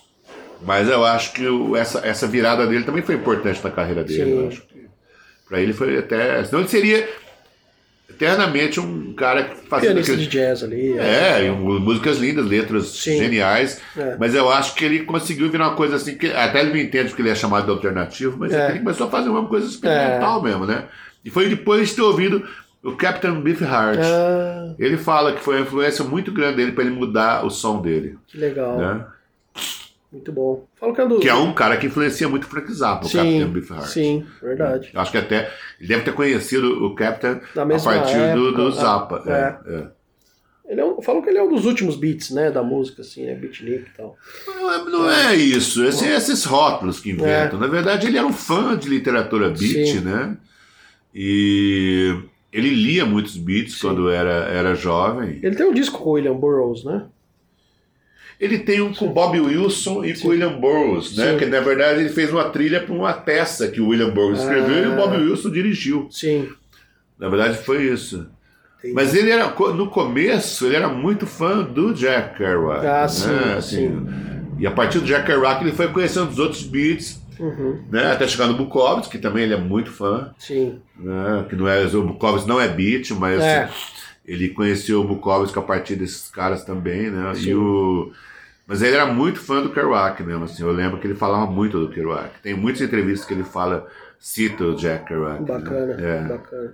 Mas eu acho que o, essa, essa virada dele também foi importante na carreira dele. Sim. Eu acho que pra ele foi até... Senão ele seria eternamente um cara que fazia... Pianista aquele... de jazz ali. É, é. músicas lindas, letras sim. geniais. É. Mas eu acho que ele conseguiu virar uma coisa assim, que até ele não entende porque ele é chamado de alternativo, mas é. ele começou a fazer uma coisa experimental é. mesmo, né? E foi depois de ter ouvido o Captain Beefheart. Ah. Ele fala que foi uma influência muito grande dele para ele mudar o som dele. Que legal. Né? Muito bom. Fala que é do... Que é um cara que influencia muito o Frank Zappa, o Captain Beefheart. Sim, verdade. Eu acho que até ele deve ter conhecido o Captain Da a mesma partir época, do, do ah, Zappa. é. É, é. Ele é um, falam que ele é um dos últimos beats, né, da música, assim, né, beatnik e tal. Não é, não é isso, esse, esses rótulos que inventam. É. Na verdade, ele era um fã de literatura beat, Sim. né? E ele lia muitos beats Sim. quando era, era jovem. Ele tem um disco com o William Burroughs, né? Ele tem um com Bob Wilson e Sim. com William Burroughs, né? Sim. Que na verdade ele fez uma trilha para uma peça que o William Burroughs escreveu Ah. e o Bob Wilson dirigiu. Sim. Na verdade foi isso. Entendi. Mas ele era, no começo, ele era muito fã do Jack Kerouac. Ah, né? sim, Assim, sim. E a partir do Jack Kerouac ele foi conhecendo os outros beats, Uhum. né? Até chegar no Bukowski, que também ele é muito fã. Sim. Né? Que não é, o Bukowski não é beat, mas É. ele conheceu o Bukowski a partir desses caras também, né? Sim. E o... Mas ele era muito fã do Kerouac mesmo, assim. Eu lembro que ele falava muito do Kerouac. Tem muitas entrevistas que ele fala, cita o Jack Kerouac. Bacana, né? É. bacana.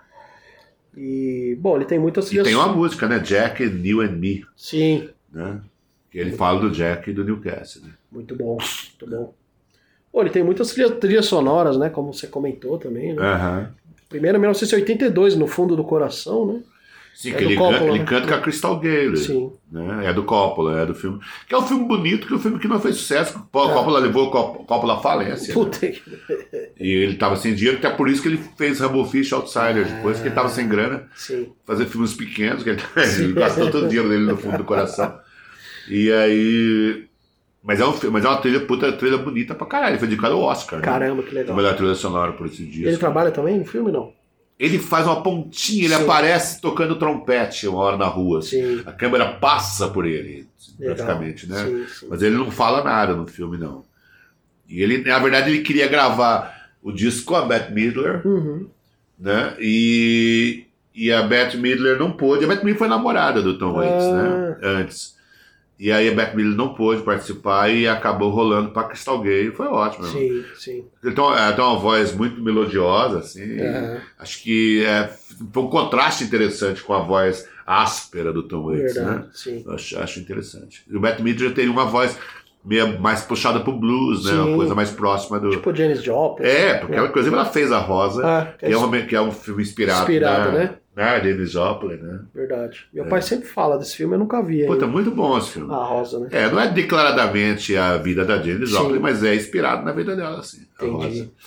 E, bom, ele tem muitas E trilhas... tem uma música, né? Jack, You and Me, Sim, né? Que ele fala do Jack e do Newcastle. Né? muito bom, muito bom. Bom, ele tem muitas trilhas, trilhas sonoras, né, como você comentou também, né? Aham. Primeiro, em mil novecentos e oitenta e dois, No Fundo do Coração, né? Sim, É que do ele, Coppola, canta, ele né? canta com a Crystal Gayle. Sim. Né? É do Coppola, é do filme. Que é um filme bonito, que é um filme que não fez sucesso. que O Coppola levou o Cop- Coppola à falência. Né? Puta que... E ele tava sem dinheiro, até por isso que ele fez Rambo Fish Outsiders. Depois que ele tava sem grana, Sim. fazer filmes pequenos, que ele, ele gastou todo o dinheiro dele no fundo do coração. E aí. Mas é, um, fi- mas é uma trilha, puta trilha bonita pra caralho. Ele foi indicado ao Oscar. Caramba, que Né? legal. A melhor trilha sonora por esse dia. Ele trabalha também no filme, não? Ele faz uma pontinha, ele Sim. aparece tocando trompete uma hora na rua. assim. Sim. A câmera passa por ele, Legal. praticamente, né? Sim, sim. Mas ele não fala nada no filme, não. E ele, na verdade, ele queria gravar o disco com a Bette Midler, Uhum. né? E, e a Bette Midler não pôde. A Bette Midler foi namorada do Tom Waits, Ah. né? Antes. E aí a Bette Midler não pôde participar e acabou rolando pra Crystal Gayle. Foi ótimo. né? Sim, sim. Ele tem, uma, ela tem uma voz muito melodiosa, assim. Aham. Acho que é, foi um contraste interessante com a voz áspera do Tom Waits, Verdade, né? sim. Eu acho, acho interessante. E o Bette Midler tem uma voz meio mais puxada pro blues, né? Sim. Uma coisa mais próxima do... Tipo Janis Joplin. É, porque ela, inclusive, ela fez A Rosa, Ah, que, é uma, que é um filme inspirado, Inspirado, na, né? na Janis Joplin, né? Verdade. Meu pai sempre fala desse filme, eu nunca vi Pô, ainda. tá muito bom esse filme. A Rosa, né? É, não é declaradamente a vida da Janis Sim. Joplin, mas é inspirado na vida dela, assim. A Entendi. Rosa.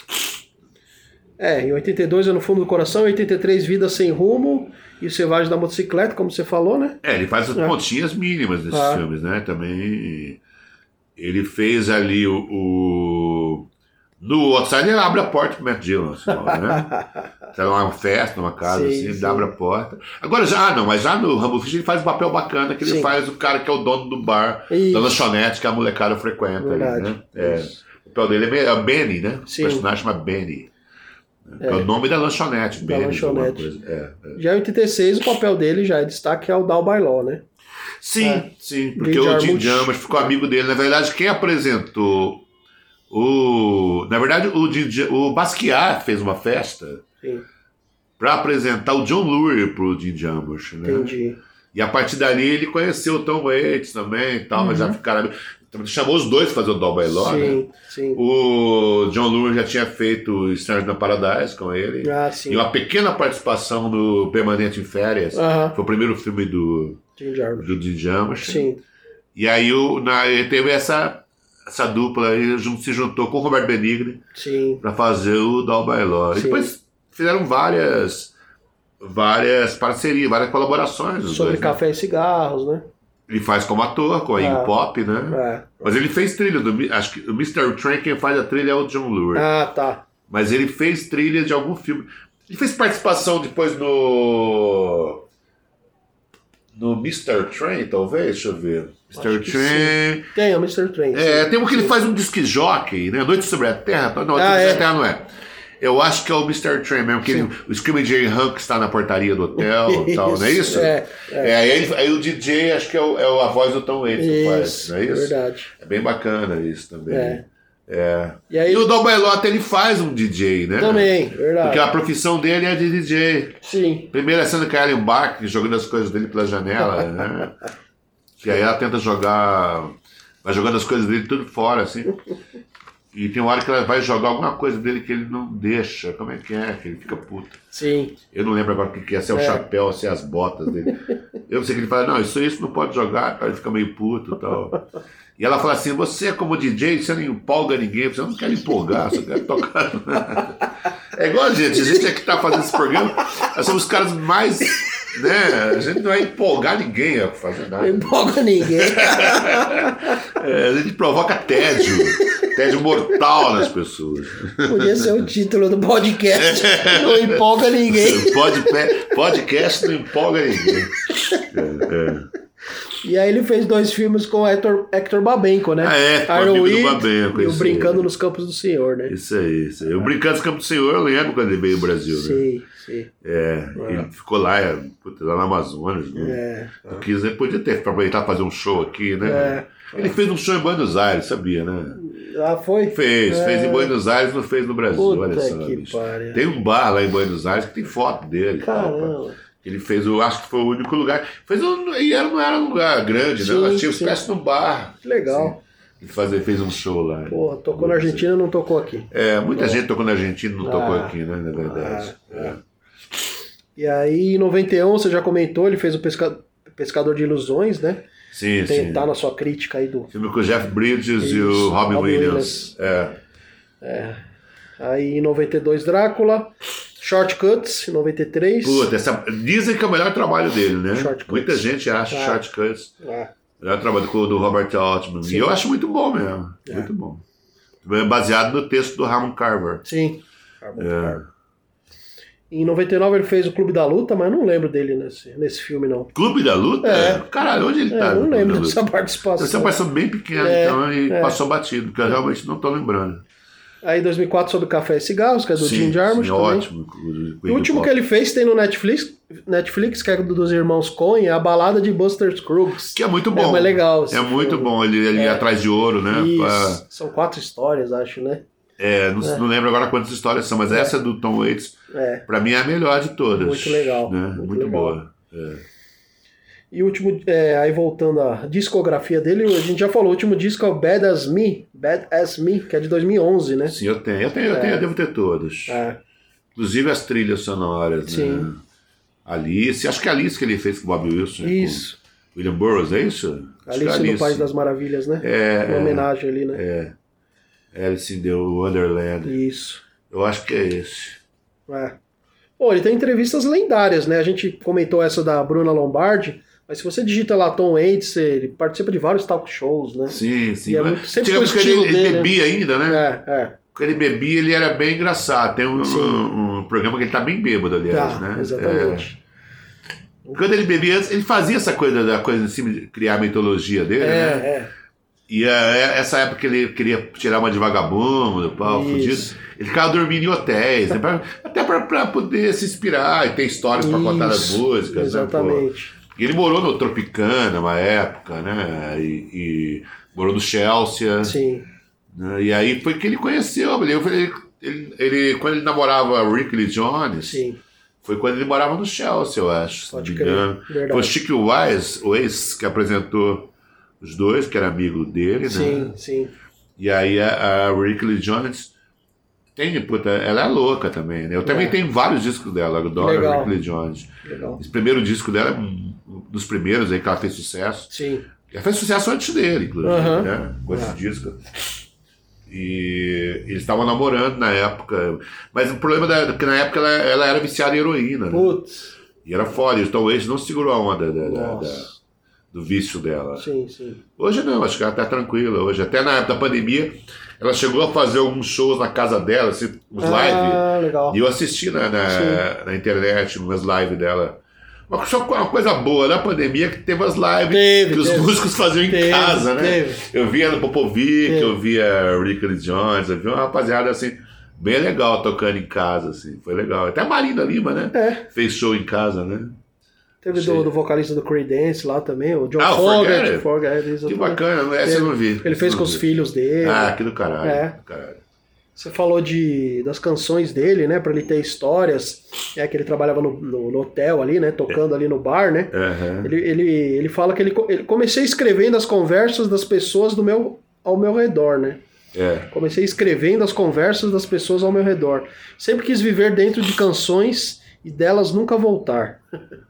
É, em oitenta e dois é No Fundo do Coração, em oitenta e três Vida Sem Rumo e O Selvagem da Motocicleta, como você falou, né? É, ele faz as É. pontinhas mínimas desses Ah. filmes, né? Também. Ele fez ali o. o... No Outsider ele abre a porta pro Matt Dillon, assim, ó, né? Tá numa festa, numa casa, Sim, assim, ele sim. abre a porta. Agora já, ah, não, mas já no Rambo Fish ele faz um papel bacana, que ele Sim. faz o cara que é o dono do bar, Isso. da lanchonete, que a molecada frequenta ali, Verdade. né? É, Isso. o papel dele é, meio- é o Benny, né? Sim. O personagem chama Benny. É. é o nome da lanchonete, Da Benny. alguma lanchonete. coisa. É, é. Já em oitenta e seis o papel dele já é destaque é o Dal Bailó, né? Sim, É. sim, porque Jim o Jim Jarmusch. Jarmusch ficou amigo dele. Na verdade, quem apresentou o... Na verdade, o, Jim, Ja- o Basquiat fez uma festa Sim, para apresentar o John Lurie pro Jim Jarmusch, né? entendi. E a partir dali ele conheceu o Tom Waits também e tal, mas já ficaram... Então, chamou os dois para fazer o Dal Bailó, né? Sim, sim. O John Lurie já tinha feito Stranger no Paradise com ele. Ah, sim. E uma pequena participação no Permanente em Férias. Aham. Foi o primeiro filme do, Jim Jarmusch. do Jim Jarmusch. Sim, E aí o, na, ele teve essa, essa dupla aí, jun- se juntou com o Roberto Benigni sim. para fazer o Dal Bailó. E Sim. depois fizeram várias, várias parcerias, várias colaborações. os Sobre dois, né? café e cigarros, né? Ele faz como ator, com a Iggy Ah. Pop, né? É. Mas ele fez trilha, do, Mi- acho que o mister Train, quem faz a trilha é o John Lurie. Ah, tá. Mas ele fez trilha de algum filme. Ele fez participação depois no... No mister Train, talvez? Deixa eu ver. mister Acho que Train... Tem, é o mister Train. É, sim. tem um que ele faz um disc jockey, né? Noite sobre a Terra. Não, Noite Ah, sobre é. a Terra não é. Eu acho que é o mister Train mesmo, que ele, o Screaming Jay Hunk está na portaria do hotel e tal, não é isso? É, É, aí, ele- aí o D J, acho que é, o, é o- a voz do Tom Waits que faz, Isso, não é isso? verdade. É bem bacana isso também. É. É. E aí- o Dom Bailota, ele faz um D J, né? Também, verdade. Porque a profissão dele é de D J. Sim. Primeiro é sendo com a Ellen Bark, jogando as coisas dele pela janela, né? Que aí ela tenta jogar vai jogando as coisas dele tudo fora, assim. E tem uma hora que ela vai jogar alguma coisa dele que ele não deixa. Como é que é? Que ele fica puto. Sim. Eu não lembro agora o que que é, se é o É. chapéu, se é as botas dele. Eu sei que ele fala, não, isso isso não pode jogar, cara, ele fica meio puto e tal. E ela fala assim, você como D J, você não empolga ninguém, você não quer empolgar, você quer tocar. É igual a gente, a gente é que tá fazendo esse programa, nós somos os caras mais, né, a gente não vai empolgar ninguém a fazer nada. Não empolga ninguém. É, a gente provoca tédio, tédio mortal nas pessoas. Podia ser o título do podcast. Não empolga ninguém. Pod, podcast não empolga ninguém. É, é. E aí ele fez dois filmes com o Hector, Hector Babenco, né? Ah, é, com o Iron amigo do Weed Babenco, e o isso Brincando aí. nos Campos do Senhor, né? Isso aí, isso aí. O Brincando dos Campos do Senhor, eu lembro quando ele veio ao Brasil, né? Sim, sim. É, ele ficou lá, é, puta, lá no Amazonas, né? É. Eu quis, ele podia ter aproveitar fazer um show aqui, né? É. Ele fez um show em Buenos Aires, sabia, né? Ah, foi? Fez, É. fez em Buenos Aires, não fez no Brasil, Puta olha só, que bicho. pariu. Tem um bar lá em Buenos Aires que tem foto dele. e tal, Caramba. pá. Ele fez, eu acho que foi o único lugar. Fez um, e era, não era um lugar grande, Sim, né? Nós tínhamos sim. espécie de um bar. Que legal. Assim. Ele fazia, fez um show lá. Porra, tocou na Argentina, não tocou aqui. É, muita gente tocou na Argentina, não tocou Ah. aqui, né? Na verdade. Ah, É. E aí, em noventa e um, você já comentou, ele fez o Pesca... Pescador de Ilusões, né? Sim, Tem, sim. tá na sua crítica aí do... Filme com o Jeff Bridges Isso, e o Robin, Robin Williams. Williams. É. Aí, em noventa e dois, Drácula. Shortcuts, em noventa e três. Puta, essa, dizem que é o melhor trabalho dele, né? Shortcuts. Muita gente acha Ah. Shortcuts. Ah, O melhor trabalho com o do Robert Altman. Sim. E eu acho muito bom mesmo. É. Muito bom. Baseado no texto do Harmon Carver. sim. É. Em noventa e nove ele fez o Clube da Luta, mas eu não lembro dele nesse, nesse filme, não. Clube da Luta? É. Caralho, onde ele É, tá? eu no não Clube lembro da dessa Luta? participação. Você é uma pessoa bem pequena, É, então, e é. passou batido, porque eu realmente não tô lembrando. Aí em dois mil e quatro, sobre Café e Cigarros, que é do Jim Jarmusch sim, também. ótimo. E o último que ele fez tem no Netflix, Netflix, que é do dos irmãos Coen, é a balada de Buster Scruggs. Que é muito bom. É mais legal esse É muito filme. bom, ele, ele É. ia atrás de ouro, né? Isso. Pra- São quatro histórias, acho, né? É, não, É. não lembro agora quantas histórias são, mas essa do Tom Waits, É. pra mim é a melhor de todas. Muito legal, Né? muito Muito, legal. boa. É. E o último, é, aí voltando à discografia dele, a gente já falou, o último disco é o Bad As Me, Bad As Me, que é de dois mil e onze, né? Sim, eu tenho, eu tenho, eu É. tenho, eu devo ter todas. É. Inclusive as trilhas sonoras, Sim. né? Alice, acho que é Alice que ele fez com o Bob Wilson. Isso. Com William Burroughs, é isso? Acho que é Alice no País das Maravilhas, né? É, Uma é. homenagem ali, né? É. Alice in the Wonderland. Isso. Eu acho que é esse. É. Pô, ele tem entrevistas lendárias, né? A gente comentou essa da Bruna Lombardi, mas se você digita lá Tom Waits, ele participa de vários talk shows, né? Sim, sim. E é Mas muito- sempre digamos foi o que ele, estilo ele dele, bebia ainda, né? É, é. Quando ele bebia, ele era bem engraçado. Tem um, Sim. um, um programa que ele tá bem bêbado, aliás, Tá, né? exatamente. É. Quando ele bebia, ele fazia essa coisa da coisa em cima de criar a mitologia dele, É, né? é. E é, essa época que ele queria tirar uma de vagabundo, pau, Isso. fudido, ele ficava dormindo em hotéis, né? Pra- até pra, pra poder se inspirar e ter histórias pra contar das Isso, músicas. exatamente. Né, pô? E ele morou no Tropicana uma época, né? E, e morou no Chelsea. Sim. Né? E aí foi que ele conheceu. Ele, ele, ele, ele- quando ele namorava a Rick Lee Jones, Sim. foi quando ele morava no Chelsea, eu acho. Se não Pode me crer, engano. verdade. Foi o Chick Wise, o ex, que apresentou os dois, que era amigo dele, né? Sim, sim. E aí a, a Rick Lee Jones tem, puta, ela é louca também, né? Eu também É. tenho vários discos dela, eu adoro a Legal. Rick Lee Jones. Legal. Esse primeiro disco dela é um dos primeiros aí que ela fez sucesso. Sim. Ela fez sucesso antes dele, inclusive, Aham. né? Com esse Ah. disco. E eles estavam namorando na época. Mas o problema da, é que na época ela, ela era viciada em heroína, né? Putz. E era foda, então o ex não segurou a onda da- da- Nossa. da- do vício dela. Sim, sim. Hoje não, acho que ela tá tranquila. Hoje, até na época da pandemia, ela chegou a fazer alguns shows na casa dela, assim, uns live. Ah, legal. E eu assisti na, na, na internet, umas lives dela. Mas só uma coisa boa na pandemia que teve as lives Teve, que os teve. músicos faziam Teve, em casa, né? teve. Eu via no Popovic, Teve. eu via Rick Lee Jones, eu via uma rapaziada assim, bem legal tocando em casa, assim. Foi legal. Até a Marina Lima, né? É. Fez show em casa, né? Teve Sim. do, do vocalista do Creedence lá também, o John Ah, o Fogerty. Forget. Forget, Que exatamente. bacana, essa eu não vi. Ele essa fez eu com não os vi. filhos dele. Ah, que do caralho. É. do caralho. Você falou de, das canções dele, né? Pra ele ter histórias. É que ele trabalhava no, no, no hotel ali, né? Tocando ali no bar, né? Uhum. Ele, ele, ele fala que ele, ele comecei escrevendo as conversas das pessoas do meu, ao meu redor, né? É. Comecei escrevendo as conversas das pessoas ao meu redor. Sempre quis viver dentro de canções e delas nunca voltar.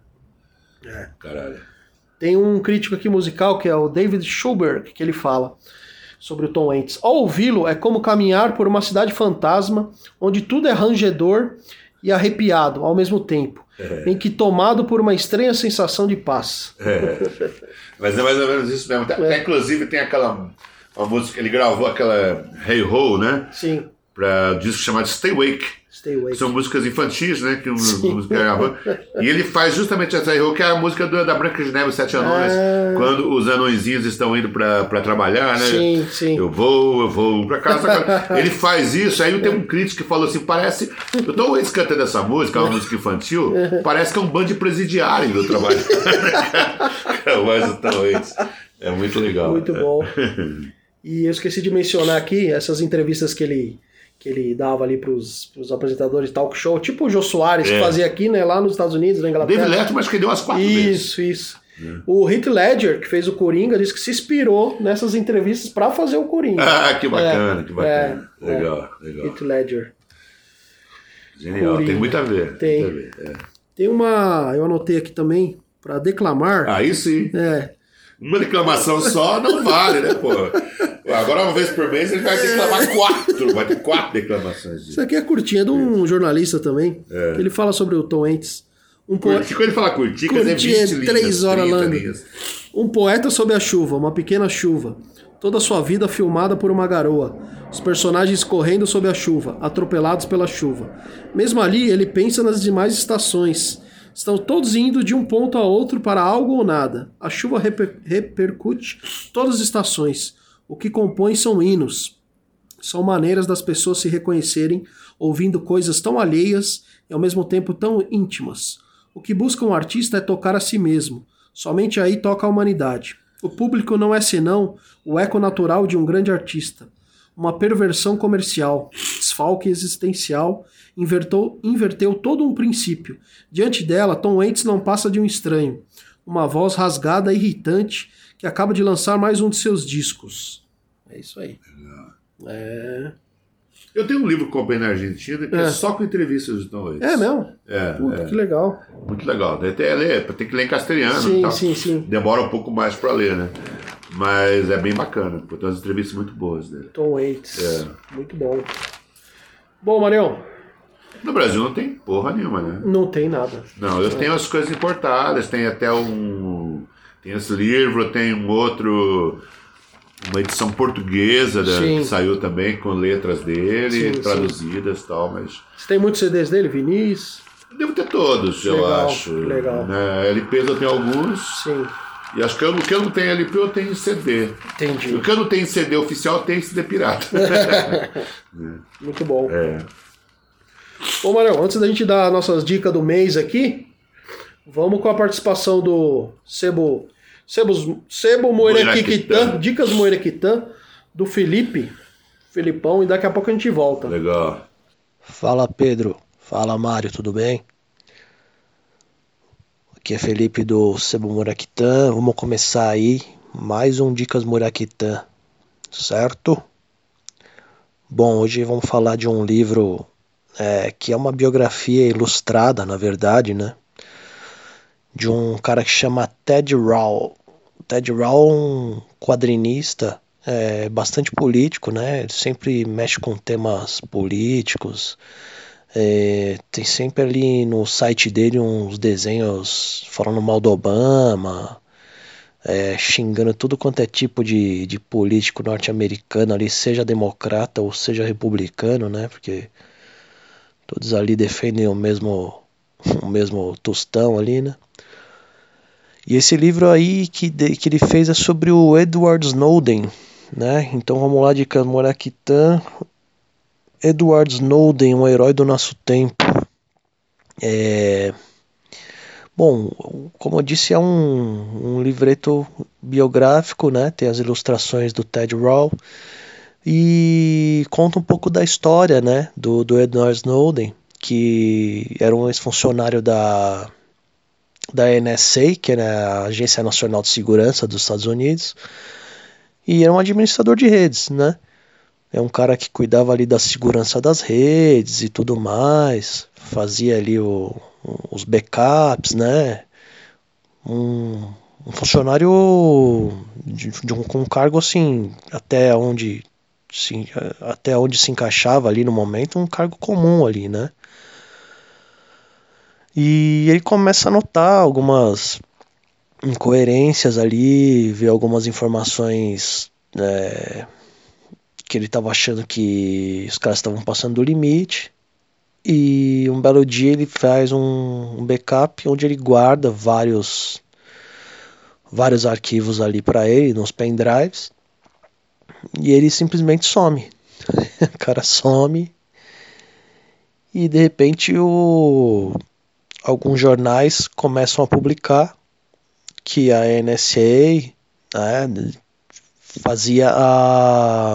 É. Caralho. Tem um crítico aqui musical que é o David Schubert, que ele fala sobre o Tom Waits. Ao ouvi-lo é como caminhar por uma cidade fantasma, onde tudo é rangedor e arrepiado ao mesmo tempo, é. em que tomado por uma estranha sensação de paz. É. Mas é mais ou menos isso mesmo. Até, é. Inclusive tem aquela uma música, ele gravou aquela Hey Ho, né? Sim. Para um disco chamado Stay Awake. Stay Awake. São músicas infantis, né? Que um, música gravou. E ele faz justamente essa Hey Ho, que é a música do, da Branca de Neve e Sete Anões, ah. quando os anõezinhos estão indo para trabalhar, né? Sim, sim. Eu vou, eu vou para casa. Ele faz isso, aí tem um crítico que falou assim, parece... Eu tô cantando essa música, é uma música infantil, parece que é um bando de presidiário do trabalho. Mas o Tom Waits é muito legal. Muito bom. E eu esqueci de mencionar aqui essas entrevistas que ele, que ele dava ali pros, pros apresentadores de talk show, tipo o Jô Soares, é. que fazia aqui, né, lá nos Estados Unidos, na Inglaterra. David Letterman, acho que deu umas quatro isso, vezes. Isso, isso. É. O Heath Ledger, que fez o Coringa, disse que se inspirou nessas entrevistas pra fazer o Coringa. Ah, que bacana, é, que bacana. É, legal, é. legal. Heath Ledger. Genial, Coringa. Tem muito a ver. Tem. Muito a ver, é. Tem uma, eu anotei aqui também, pra declamar. Aí sim. É. Uma declamação só não vale, né, pô? Agora, uma vez por mês, ele vai declamar quatro. Vai ter quatro declamações. Isso aqui é curtinha, é de um jornalista também. É. Que ele fala sobre o Tom Waits. Um poeta... Quando ele fala curtinha, quer dizer vinte linhas, três horas lá. Um poeta sob a chuva, uma pequena chuva. Toda a sua vida filmada por uma garoa. Os personagens correndo sob a chuva, atropelados pela chuva. Mesmo ali, ele pensa nas demais estações. Estão todos indo de um ponto a outro para algo ou nada. A chuva reper- repercute todas as estações. O que compõe são hinos. São maneiras das pessoas se reconhecerem, ouvindo coisas tão alheias e ao mesmo tempo tão íntimas. O que busca um artista é tocar a si mesmo. Somente aí toca a humanidade. O público não é senão o eco natural de um grande artista. Uma perversão comercial, desfalque existencial, invertou, inverteu todo um princípio. Diante dela, Tom Waits não passa de um estranho. Uma voz rasgada e irritante que acaba de lançar mais um de seus discos. É isso aí. É... Eu tenho um livro que comprei na Argentina que é, é só com entrevistas de Tom Waits. É mesmo? É. Puta, é. que legal. Muito legal. Tem que ler, tem que ler em castelhano. Sim, e tal. sim, sim. Demora um pouco mais pra ler, né? Mas é bem bacana. Tem umas entrevistas muito boas dele. Tom Waits. É. Muito bom. Bom, Marião. No Brasil não tem porra nenhuma, né? Não tem nada. Não, eu é. tenho as coisas importadas. Tem até um... Tem esse livro, tem um outro... Uma edição portuguesa da, que saiu também com letras dele, sim, traduzidas e tal, mas... Você tem muitos C Ds dele, Vinícius? Devo ter todos, legal, eu acho. Legal. Né? L Ps eu tenho alguns. Sim. E acho que eu, o que eu não tenho L P eu tenho C D. Entendi. O que eu não tenho C D oficial eu tenho C D pirata. Muito bom. É. Bom, Marião, antes da gente dar nossas dicas do mês aqui, vamos com a participação do Sebo... Sebo, Sebo Moiraquitã, Dicas Moiraquitã, do Felipe, Felipão, e daqui a pouco a gente volta. Legal. Fala, Pedro. Fala, Mário, tudo bem? Aqui é Felipe do Sebo Moiraquitã. Vamos começar aí mais um Dicas Moiraquitã, certo? Bom, hoje vamos falar de um livro é, que é uma biografia ilustrada, na verdade, né? De um cara que chama Ted Rall. Ted Rall é um quadrinista é, bastante político, né? Ele sempre mexe com temas políticos. É, tem sempre ali no site dele uns desenhos falando mal do Obama, é, xingando tudo quanto é tipo de, de político norte-americano ali, seja democrata ou seja republicano, né? Porque todos ali defendem o mesmo, o mesmo tostão ali, né? E esse livro aí que, de, que ele fez é sobre o Edward Snowden, né? Então vamos lá de Moiraquitã. Edward Snowden, um herói do nosso tempo. É... Bom, como eu disse, é um, um livreto biográfico, né? Tem as ilustrações do Ted Rall. E conta um pouco da história, né, do, do Edward Snowden, que era um ex-funcionário da, da N S A, que era a Agência Nacional de Segurança dos Estados Unidos, e era um administrador de redes, né? É um cara que cuidava ali da segurança das redes e tudo mais, fazia ali o, os backups, né? Um, um funcionário de, de um, com um cargo assim, até onde, sim, até onde se encaixava ali no momento, um cargo comum ali, né? E ele começa a notar algumas incoerências ali, ver algumas informações é, que ele estava achando que os caras estavam passando do limite. E um belo dia ele faz um, um backup onde ele guarda vários vários arquivos ali para ele nos pendrives, e ele simplesmente some. O cara some e de repente o alguns jornais começam a publicar que a N S A, né, fazia a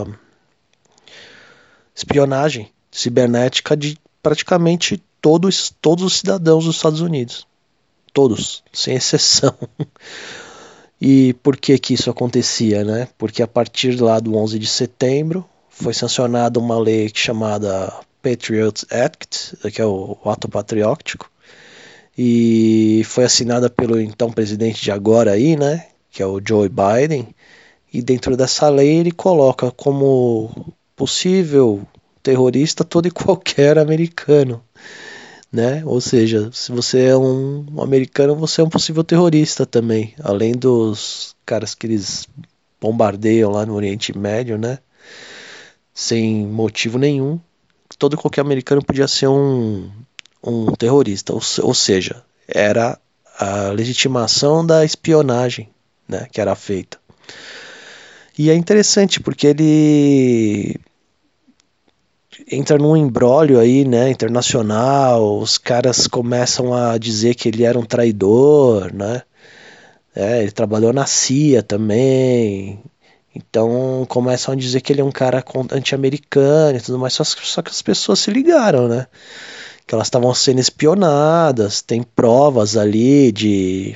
espionagem cibernética de praticamente todos, todos os cidadãos dos Estados Unidos. Todos, sem exceção. E por que que isso acontecia, né? Porque a partir lá do onze de setembro foi sancionada uma lei chamada Patriot Act, que é o ato patriótico, e foi assinada pelo então presidente de agora aí, né, que é o Joe Biden, e dentro dessa lei ele coloca como possível terrorista todo e qualquer americano, né? Ou seja, se você é um americano, você é um possível terrorista também, além dos caras que eles bombardeiam lá no Oriente Médio, né, sem motivo nenhum. Todo e qualquer americano podia ser um um terrorista, ou, ou seja, era a legitimação da espionagem, né, que era feita. E é interessante porque ele entra num imbróglio aí, né, internacional, os caras começam a dizer que ele era um traidor, né, é, ele trabalhou na C I A também, então começam a dizer que ele é um cara anti-americano e tudo mais, só, só que as pessoas se ligaram, né, que elas estavam sendo espionadas, tem provas ali de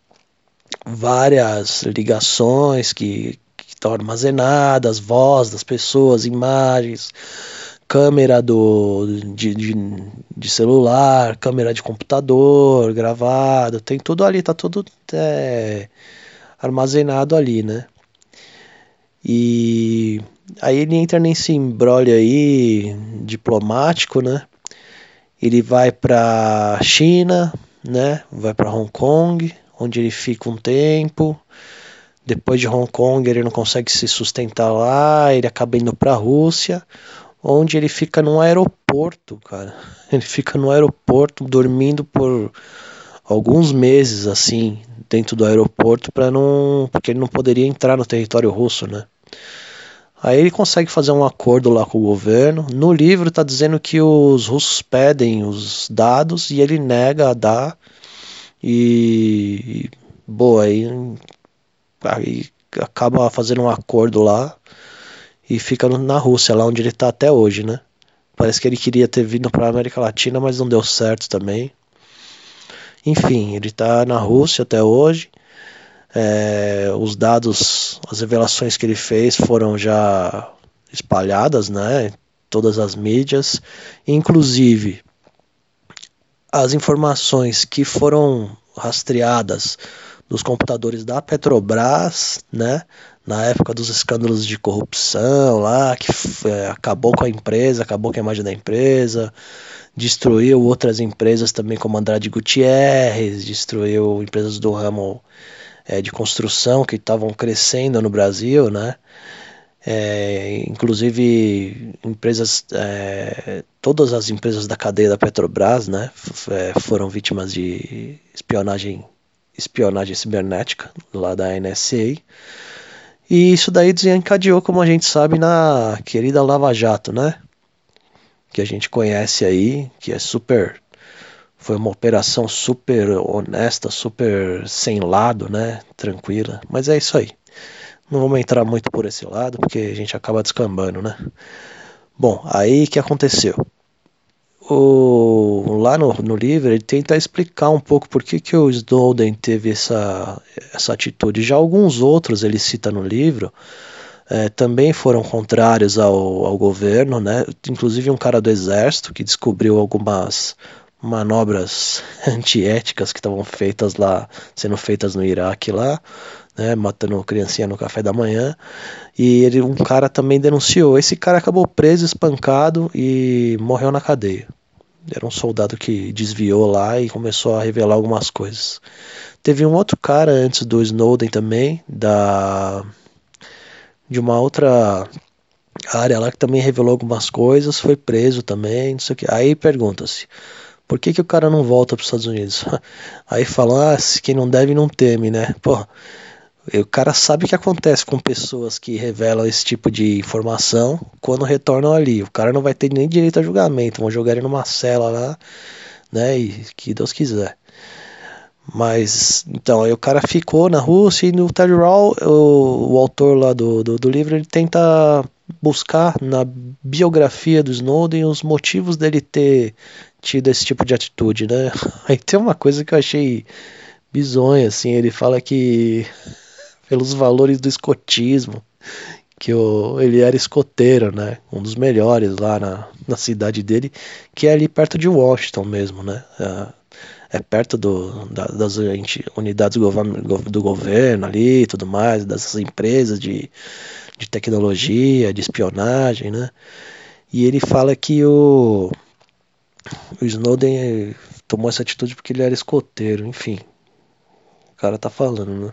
várias ligações que, que estão armazenadas, voz das pessoas, imagens, câmera do, de, de, de celular, câmera de computador, gravado, tem tudo ali, tá tudo é, armazenado ali, né? E aí ele entra nesse imbróglio aí diplomático, né? Ele vai para China, né? Vai para Hong Kong, onde ele fica um tempo. Depois de Hong Kong, ele não consegue se sustentar lá, ele acaba indo para a Rússia, onde ele fica num aeroporto, cara. Ele fica no aeroporto dormindo por alguns meses assim, dentro do aeroporto, para não, porque ele não poderia entrar no território russo, né? Aí ele consegue fazer um acordo lá com o governo. No livro está dizendo que os russos pedem os dados e ele nega a dar. E, boa, aí, aí acaba fazendo um acordo lá e fica na Rússia, lá onde ele está até hoje, né? Parece que ele queria ter vindo para a América Latina, mas não deu certo também. Enfim, ele está na Rússia até hoje. É, os dados, as revelações que ele fez foram já espalhadas, né, em todas as mídias, inclusive as informações que foram rastreadas dos computadores da Petrobras, né, na época dos escândalos de corrupção lá, que é, acabou com a empresa, acabou com a imagem da empresa, destruiu outras empresas também como Andrade Gutierrez, destruiu empresas do ramo É, de construção que estavam crescendo no Brasil, né? É, inclusive empresas, é, todas as empresas da cadeia da Petrobras, né, f- foram vítimas de espionagem, espionagem cibernética lá da N S A. E isso daí desencadeou, como a gente sabe, na querida Lava Jato, né? Que a gente conhece aí, que é super. Foi uma operação super honesta, super sem lado, né? Tranquila. Mas é isso aí. Não vamos entrar muito por esse lado, porque a gente acaba descambando, né? Bom, aí o que aconteceu? O, lá no, no livro ele tenta explicar um pouco por que, que o Snowden teve essa, essa atitude. Já alguns outros ele cita no livro é, também foram contrários ao, ao governo, né? Inclusive um cara do exército que descobriu algumas manobras antiéticas que estavam feitas lá, sendo feitas no Iraque lá, né, matando criancinha no café da manhã, e ele, um cara também denunciou. Esse cara acabou preso, espancado e morreu na cadeia. Era um soldado que desviou lá e começou a revelar algumas coisas. Teve um outro cara antes do Snowden também, da de uma outra área lá, que também revelou algumas coisas, foi preso também, não sei o que. Aí pergunta-se, por que que o cara não volta para os Estados Unidos? Aí falam, ah, quem não deve não teme, né? Pô, o cara sabe o que acontece com pessoas que revelam esse tipo de informação quando retornam ali. O cara não vai ter nem direito a julgamento, vão jogar ele numa cela lá, né? E que Deus quiser. Mas, então, aí o cara ficou na Rússia e no Ted Rall, o, o autor lá do, do, do livro, ele tenta buscar na biografia do Snowden os motivos dele ter tido esse tipo de atitude, né? Aí tem uma coisa que eu achei bizonha, assim, ele fala que pelos valores do escotismo, que o, ele era escoteiro, né? Um dos melhores lá na, na cidade dele, que é ali perto de Washington mesmo, né? É, é perto do, da, das unidades do governo ali e tudo mais, dessas empresas de, de tecnologia, de espionagem, né? E ele fala que o, o Snowden tomou essa atitude porque ele era escoteiro, enfim. O cara tá falando, né?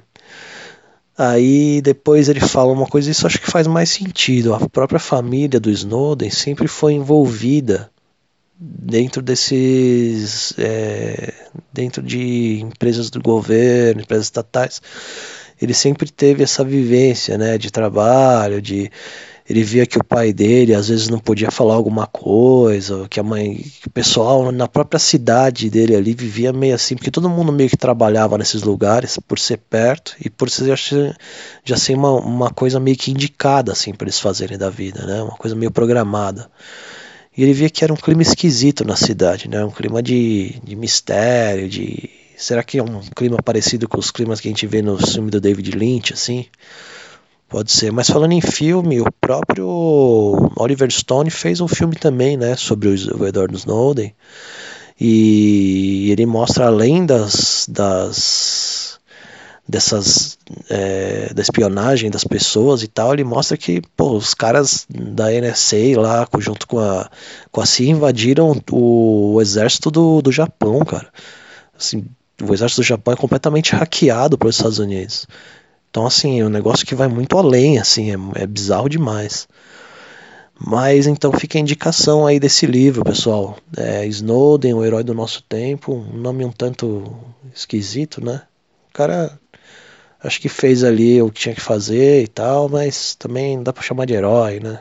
Aí depois ele fala uma coisa, isso acho que faz mais sentido. A própria família do Snowden sempre foi envolvida dentro desses é, dentro de empresas do governo, empresas estatais. Ele sempre teve essa vivência, né, de trabalho, de ele via que o pai dele às vezes não podia falar alguma coisa, que a mãe, que o pessoal na própria cidade dele ali vivia meio assim, porque todo mundo meio que trabalhava nesses lugares por ser perto e por ser, já, já ser uma, uma coisa meio que indicada assim para eles fazerem da vida, né, uma coisa meio programada. E ele via que era um clima esquisito na cidade, né, um clima de, de mistério, de será que é um clima parecido com os climas que a gente vê no filme do David Lynch, assim? Pode ser, mas falando em filme, o próprio Oliver Stone fez um filme também, né, sobre o Edward Snowden, e ele mostra além das, das dessas é, da espionagem das pessoas e tal, ele mostra que pô, os caras da N S A lá, junto com a, com a C I A, invadiram o, o exército do, do Japão, cara. Assim, o exército do Japão é completamente hackeado pelos Estados Unidos. Então, assim, é um negócio que vai muito além, assim, é, é bizarro demais. Mas, então, fica a indicação aí desse livro, pessoal. É Snowden, o Herói do Nosso Tempo, um nome um tanto esquisito, né? O cara, acho que fez ali o que tinha que fazer e tal, mas também dá pra chamar de herói, né?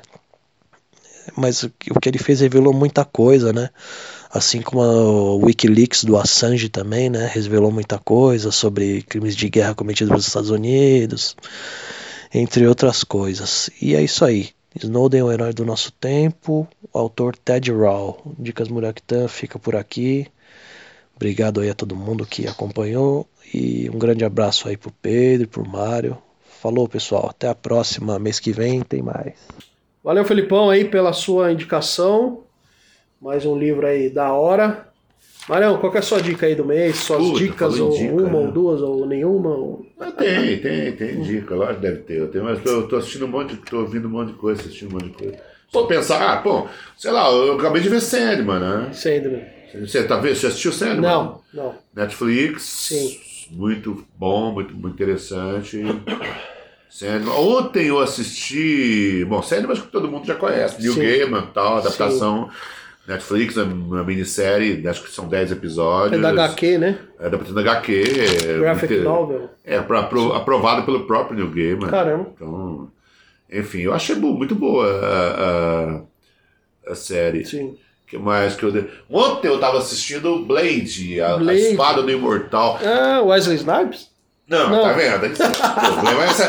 Mas o que ele fez revelou muita coisa, né? Assim como o Wikileaks do Assange também, né, revelou muita coisa sobre crimes de guerra cometidos pelos Estados Unidos, entre outras coisas. E é isso aí. Snowden é o herói do nosso tempo. O autor Ted Rall. Dicas Muraktan fica por aqui. Obrigado aí a todo mundo que acompanhou. E um grande abraço aí pro Pedro e pro Mário. Falou, pessoal. Até a próxima. Mês que vem tem mais. Valeu, Felipão, aí pela sua indicação. Mais um livro aí da hora. Marião, qual que é a sua dica aí do mês? Suas Puta, dicas, ou dica, uma, né? ou duas, ou nenhuma? Ou... Ah, tem, tem, tem dica. Lógico que deve ter. Eu tenho, mas eu tô assistindo um monte de, tô ouvindo um monte de coisa, assistindo um monte de coisa. Só pensar, ah, pô, sei lá, eu acabei de ver Sandman, né? Sandman. Você tá vendo? Você assistiu Sandman? Não, não. Netflix. Sim. Muito bom, muito, muito interessante. Sandman. Ontem eu assisti. Bom, Sandman acho que todo mundo já conhece. Neil Gaiman e tal, adaptação. Sim. Netflix, uma minissérie, acho que são dez episódios. É da H Q, né? É da da H Q. Graphic muito, novel. É, apro, aprovado pelo próprio Neil Gaiman. Caramba. Então, enfim, eu achei muito boa a, a, a série. Sim. Que mais que eu dei? Ontem eu tava assistindo Blade, a, Blade. a Espada do Imortal. Ah, Wesley Snipes? Não, não, tá vendo? O problema é essa.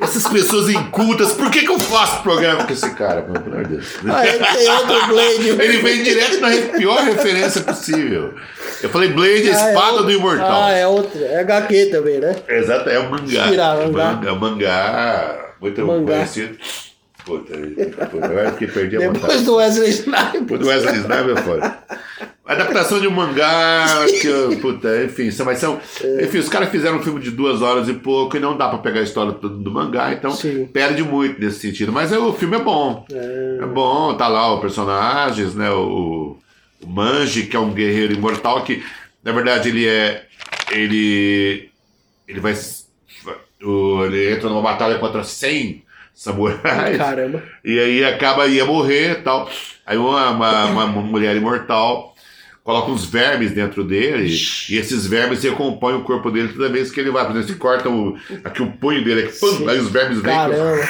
Essas pessoas incultas, por que, que eu faço programa com esse cara? Pelo amor de Deus. Ah, ele tem outro Blade. Ele vem direto na pior referência possível. Eu falei Blade, a Ah, espada é outro, do Imortal. Ah, é outro. É agá quê também, né? Exato, é o mangá. Inspirar, mangá. mangá. Mangá, muito Mangá. conhecido. Puta, puta, agora que perdi a Depois vontade. do Wesley Snipes. Depois do Wesley Snipes é foda. Adaptação de um mangá, que, eu- puta, enfim, são, mas são, enfim, os caras fizeram um filme de duas horas e pouco e não dá pra pegar a história toda do mangá, então Sim. perde muito nesse sentido. Mas é, o filme é bom, é. bom, tá lá os personagens, né, o, o Manji, que é um guerreiro imortal, que na verdade ele é, ele, ele vai, o, ele entra numa batalha contra cem samurais. Caramba. E aí acaba, ia morrer e tal. Aí uma, uma, uma mulher imortal coloca uns vermes dentro dele e esses vermes recompõem o corpo dele toda vez que ele vai. Por exemplo, se corta o, aqui o punho dele, aqui, pum, aí os vermes vêm Caramba.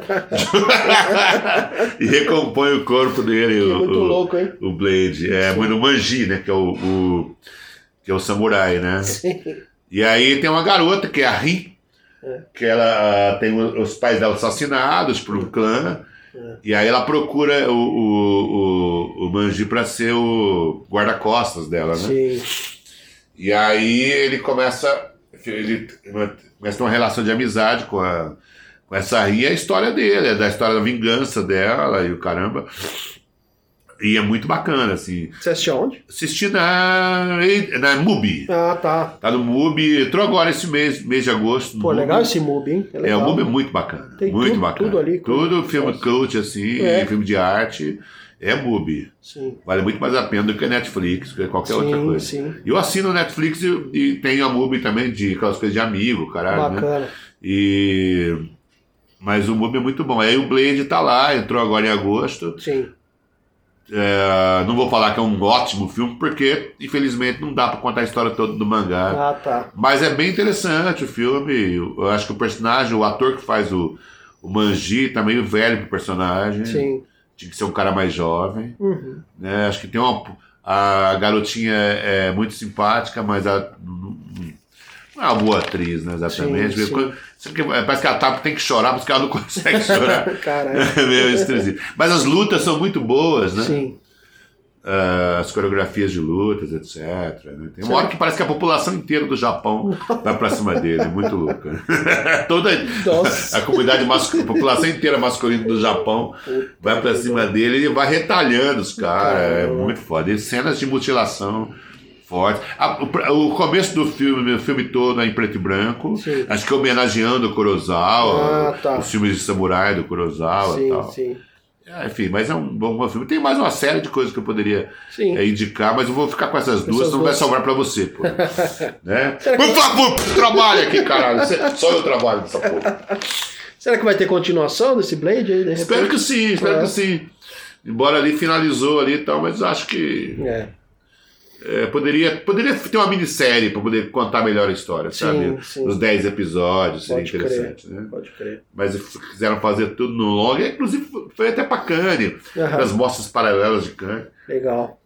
e recompõe o corpo dele. Que o, muito o, louco, hein? O Blade. É muito Manji, né? Que é o, o, que é o samurai, né? Sim. E aí tem uma garota que é a Rin, que ela tem os pais dela assassinados por um clã. É. E aí ela procura o, o, o, o Manji pra ser o guarda-costas dela, né? Sim. E aí ele começa, ele começa uma relação de amizade com, a, com essa Rin, e a história dele, é da história da vingança dela e o caramba. E é muito bacana, assim. Você assistiu onde? Assisti na, na Mubi. Ah, tá. Tá no Mubi. Entrou agora esse mês, mês de agosto. Pô, Mubi. legal esse Mubi, hein? É, legal. o Mubi é muito bacana. Tem muito tudo, bacana. tudo ali. Tudo com- filme Nossa. cult, assim, É. filme de arte. É Mubi. Sim. Vale muito mais a pena do que a Netflix, do que qualquer Sim, outra coisa. sim. E eu assino a Netflix e, e tenho a Mubi também, de aquelas coisas de amigo, caralho, né? Bacana. E... Mas o Mubi é muito bom. Aí o Blade tá lá, entrou agora em agosto. Sim. É, não vou falar que é um ótimo filme, porque infelizmente não dá pra contar a história toda do mangá. Ah, tá. Mas é bem interessante o filme. Eu acho que o personagem, o ator que faz o, o Manji, tá meio velho pro personagem. Sim. Tinha que ser um cara mais jovem. Uhum. Né? Acho que tem uma. A garotinha é, é muito simpática, mas a, não é uma boa atriz, né? Exatamente. Sim, sim. Quando- sabe que parece que ela tá, tem que chorar, mas que ela não consegue chorar. Caralho. É meio esquisito. Mas as lutas são muito boas, né? Sim. Ah, as coreografias de lutas, etcétera. Né? Tem uma hora que parece que a população inteira do Japão vai pra cima dele, é muito louco. Toda Nossa. a comunidade masculina, a população inteira masculina do Japão vai pra cima dele e ele vai retalhando os caras. É Caramba. muito foda. E cenas de mutilação fortes. Ah, o, o começo do filme, o filme todo é em preto e branco. Sim. Acho que homenageando o Kurosawa, Ah, tá. os filmes de samurai do Kurosawa e Sim, tal. sim. É, enfim, mas é um bom, bom filme. Tem mais uma série de coisas que eu poderia Sim. é, indicar, mas eu vou ficar com essas duas, Essas senão duas. vai sobrar pra você, pô. Né? Por favor, trabalha aqui, caralho. Você- Só eu trabalho nessa porra. Será que vai ter continuação desse Blade aí, de repente? Espero que sim, espero É. que sim. Embora ali finalizou ali e tal, mas acho que É. é, poderia, poderia ter uma minissérie pra poder contar melhor a história, Sim, sabe? sim. Os dez episódios, seria Pode crer. interessante, né? Pode crer. Mas quiseram fazer tudo no longo, e, inclusive foi até pra Cannes, Aham. as mostras paralelas de Cannes. Legal.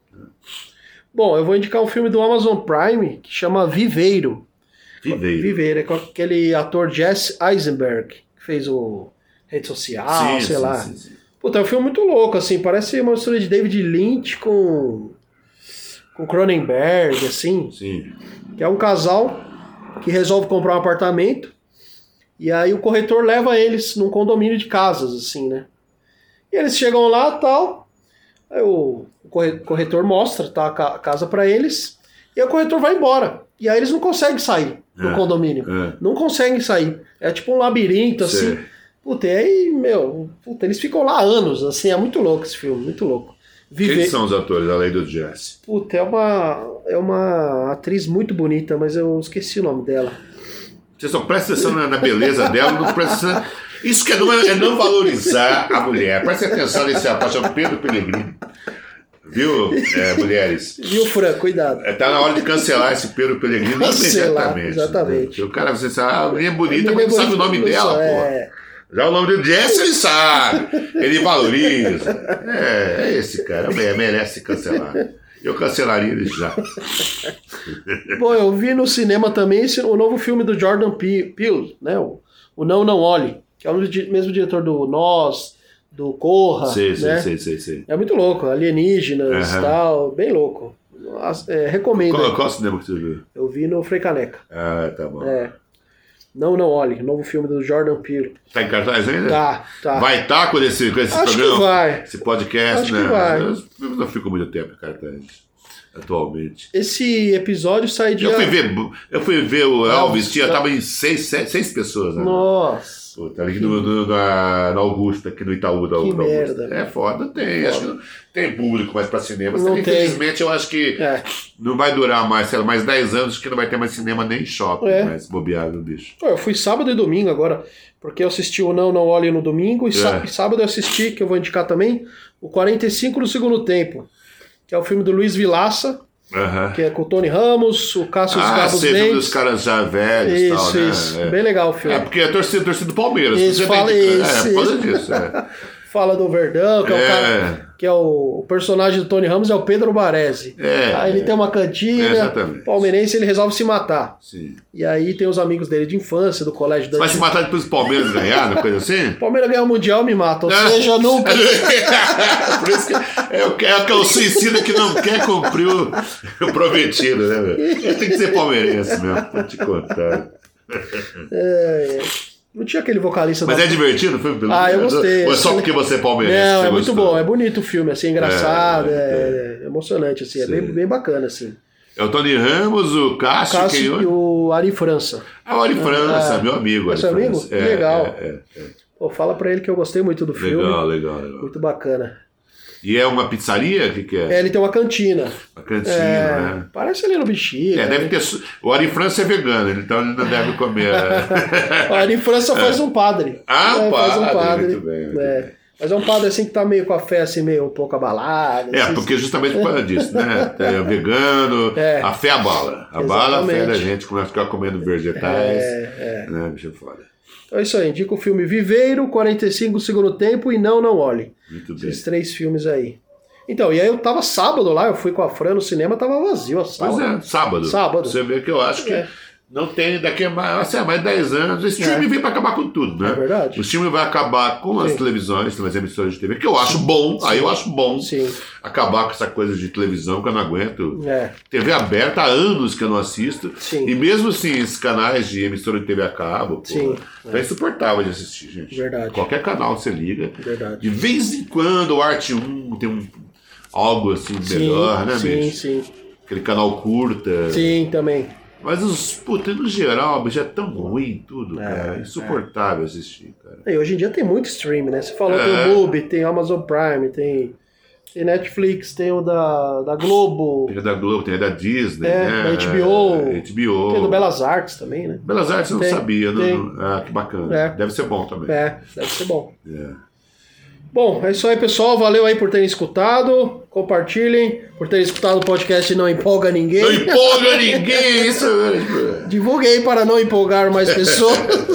Bom, eu vou indicar um filme do Amazon Prime que chama Viveiro. Viveiro. Viveiro, é com aquele ator Jesse Eisenberg, que fez o Rede Social, sei lá. sim, sim. Puta, é um filme muito louco, assim, parece uma mistura de David Lynch com, com Cronenberg, assim, Sim. que é um casal que resolve comprar um apartamento e aí o corretor leva eles num condomínio de casas, assim, né? E eles chegam lá e tal, aí o o corre- corretor mostra, tá, a ca- a casa pra eles e aí o corretor vai embora. E aí eles não conseguem sair do É, condomínio. é. Não conseguem sair. É tipo um labirinto, assim. Sei. Puta, e aí, meu, puta, eles ficam lá há anos, assim, é muito louco esse filme, muito louco. Quem Viver. são os atores, além do Jesse? Puta, é uma, é uma atriz muito bonita, mas eu esqueci o nome dela. Você só presta atenção na, na beleza dela, não presta atenção. Isso que é não, é não valorizar a mulher. Presta atenção nesse rapaz, é o Pedro Pellegrini. Viu, é, mulheres? Viu, Fran? Cuidado. É, tá na hora de cancelar esse Pedro Pellegrini Cancelar, imediatamente. exatamente. Né? O cara, você sabe, ah, a menina é bonita, A mas menina não sabe o bonita, nome não dela, sabe, pô. é. Já o nome do Jesse ele sabe. Ele valoriza. É, é esse cara. Merece cancelar. Eu cancelaria ele já. Bom, eu vi no cinema também esse, o novo filme do Jordan Pe- Peele, né? O, o Não Não Olhe. que é o mesmo diretor do Nós, do Corra, Sei, né? sei, sei, sei, sei. É muito louco, alienígenas e Uhum. tal, bem louco. É, recomendo. Qual, qual cinema que você viu? Eu vi no Frei Caneca. Ah, tá bom. É. Não, não olhe, novo filme do Jordan Peele. Tá em cartaz ainda? Tá, tá. Vai estar tá com esse, com esse Acho programa? que vai. Esse podcast, Acho né? que vai. Eu, eu não fico muito tempo em cartaz atualmente. Esse episódio sai dia... Eu fui ver, eu fui ver o Elvis, tinha, tá. tava em seis, sete, seis pessoas, né? Nossa. Pô, tava aqui no, no, na, na Augusta, aqui no Itaú da, Que da Augusta. merda. É foda, tem. Acho que não, tem público mais pra cinema. Não tem. Infelizmente, eu acho que É. não vai durar mais, sei lá, mais dez anos que não vai ter mais cinema nem shopping, É. mais bobeado, bicho. Pô, eu fui sábado e domingo agora, porque eu assisti o Não, Não Olhe no domingo, e sá- É. e sábado eu assisti, que eu vou indicar também, o quarenta e cinco no segundo tempo, que é o filme do Luiz Vilaça, Aham. que é com o Tony Ramos, o Cássio Ah, Gabos sei, filme Mendes. dos caras já velhos e Isso, tal, né? isso. É. Bem legal o filme. É, porque é torcida, torcida do Palmeiras. Isso, você fala tem que- isso, É, por causa isso. disso. É. Fala do Verdão, que é, o É. cara, que é o, o personagem do Tony Ramos, é o Pedro Baresi. É. Aí ele tem uma É, cantina, exatamente. palmeirense, ele resolve se matar. Sim. E aí tem os amigos dele de infância, do colégio da... Vai se matar depois do Palmeiras ganhar, uma coisa assim? Palmeiras ganha o Mundial, me mata. Ou Não. seja, nunca... Por isso que é o, é o que é o suicida que não quer cumprir o, o prometido, né, meu? Ele tem que ser palmeirense mesmo, pra te contar. É, é. Não tinha aquele vocalista Mas da... é divertido o filme? Pelo Ah, eu menos? gostei. Ou é só porque você é palmeirense? Não, você é muito gostou? bom, é bonito o filme, assim, engraçado, É, é, é emocionante, assim, é Sim. bem, bem bacana, assim. É o Tony Ramos, o Cássio, quem Cássio e outro? o Ari França. Ah, o Ari França, Ah, meu amigo. é Ari seu amigo? França. Que legal. É, é, é. Pô, fala pra ele que eu gostei muito do filme. Legal, legal, legal. Muito bacana. E é uma pizzaria? O que, que é? É, ele tem uma cantina. Uma cantina, É, né? parece ali no Bexiga. É, deve ter. su- O Ari França é vegano, então ele não deve comer. O Ari França faz um padre. Ah, É, faz um padre, padre. muito bem, muito é. bem. Mas é um padre assim que tá meio com a fé assim, meio um pouco abalada. É, assim, porque justamente por causa disso, né? É vegano, É. a fé abala. Abala a fé Exatamente. da gente, começa a ficar comendo vegetais. É, é. Né, bicho foda. Então é isso aí, indica o filme Viveiro, quarenta e cinco segundo tempo e Não, Não Olhe. Muito bem. Esses três filmes aí. Então, e aí eu tava sábado lá, eu fui com a Fran no cinema, tava vazio a sala. Pois é, sábado. Sábado. Você vê que eu acho que É. não tem daqui a mais, sei lá, mais dez anos. Esse filme É. vem para acabar com tudo, né? É verdade. O filme vai acabar com as Sim. televisões, com as emissoras de T V, que eu acho bom, aí eu acho bom Sim. acabar com essa coisa de televisão que eu não aguento. É. T V aberta há anos que eu não assisto. Sim. E mesmo assim, esses canais de emissora de T V a cabo, pô, Sim. tá insuportável de assistir, gente. Verdade. Qualquer canal você liga. Verdade. De vez em quando o Arte um tem um, algo assim melhor, né, sim, bicho? sim. Aquele canal curta. Sim, também. Mas os, puta, no geral, bicho, é tão ruim tudo, É, cara. É insuportável assistir, cara. E hoje em dia tem muito stream, né? Você falou, É. tem o Mubi, tem Amazon Prime, tem, tem Netflix, tem o da, da Globo, Tem a da Globo, tem a da Disney, É, né? da H B O. H B O. tem o do Belas Artes também, né? Belas Artes eu não Tem, sabia. Não, tem. não- ah, que bacana. É. Deve ser bom também. É, deve ser bom. É. Bom, é isso aí, pessoal. Valeu aí por terem escutado. Compartilhem, por terem escutado o podcast Não Empolga Ninguém. Não empolga ninguém, isso é... Divulguem aí para não empolgar mais pessoas.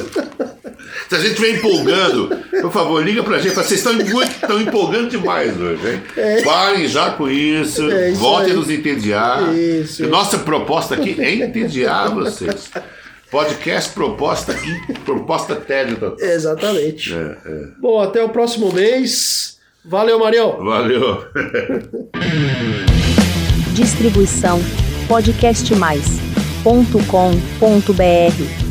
Se a gente estiver empolgando, por favor, liga pra gente. Fala, vocês estão muito, estão empolgando demais hoje, hein? É. Parem já com isso. É isso Voltem aí. a nos entediar. Isso. Nossa proposta aqui é entediar vocês. Podcast proposta aqui, proposta tédio total. Exatamente. É, é. Bom, até o próximo mês. Valeu, Marião. Valeu. Distribuição podcast mais ponto com ponto br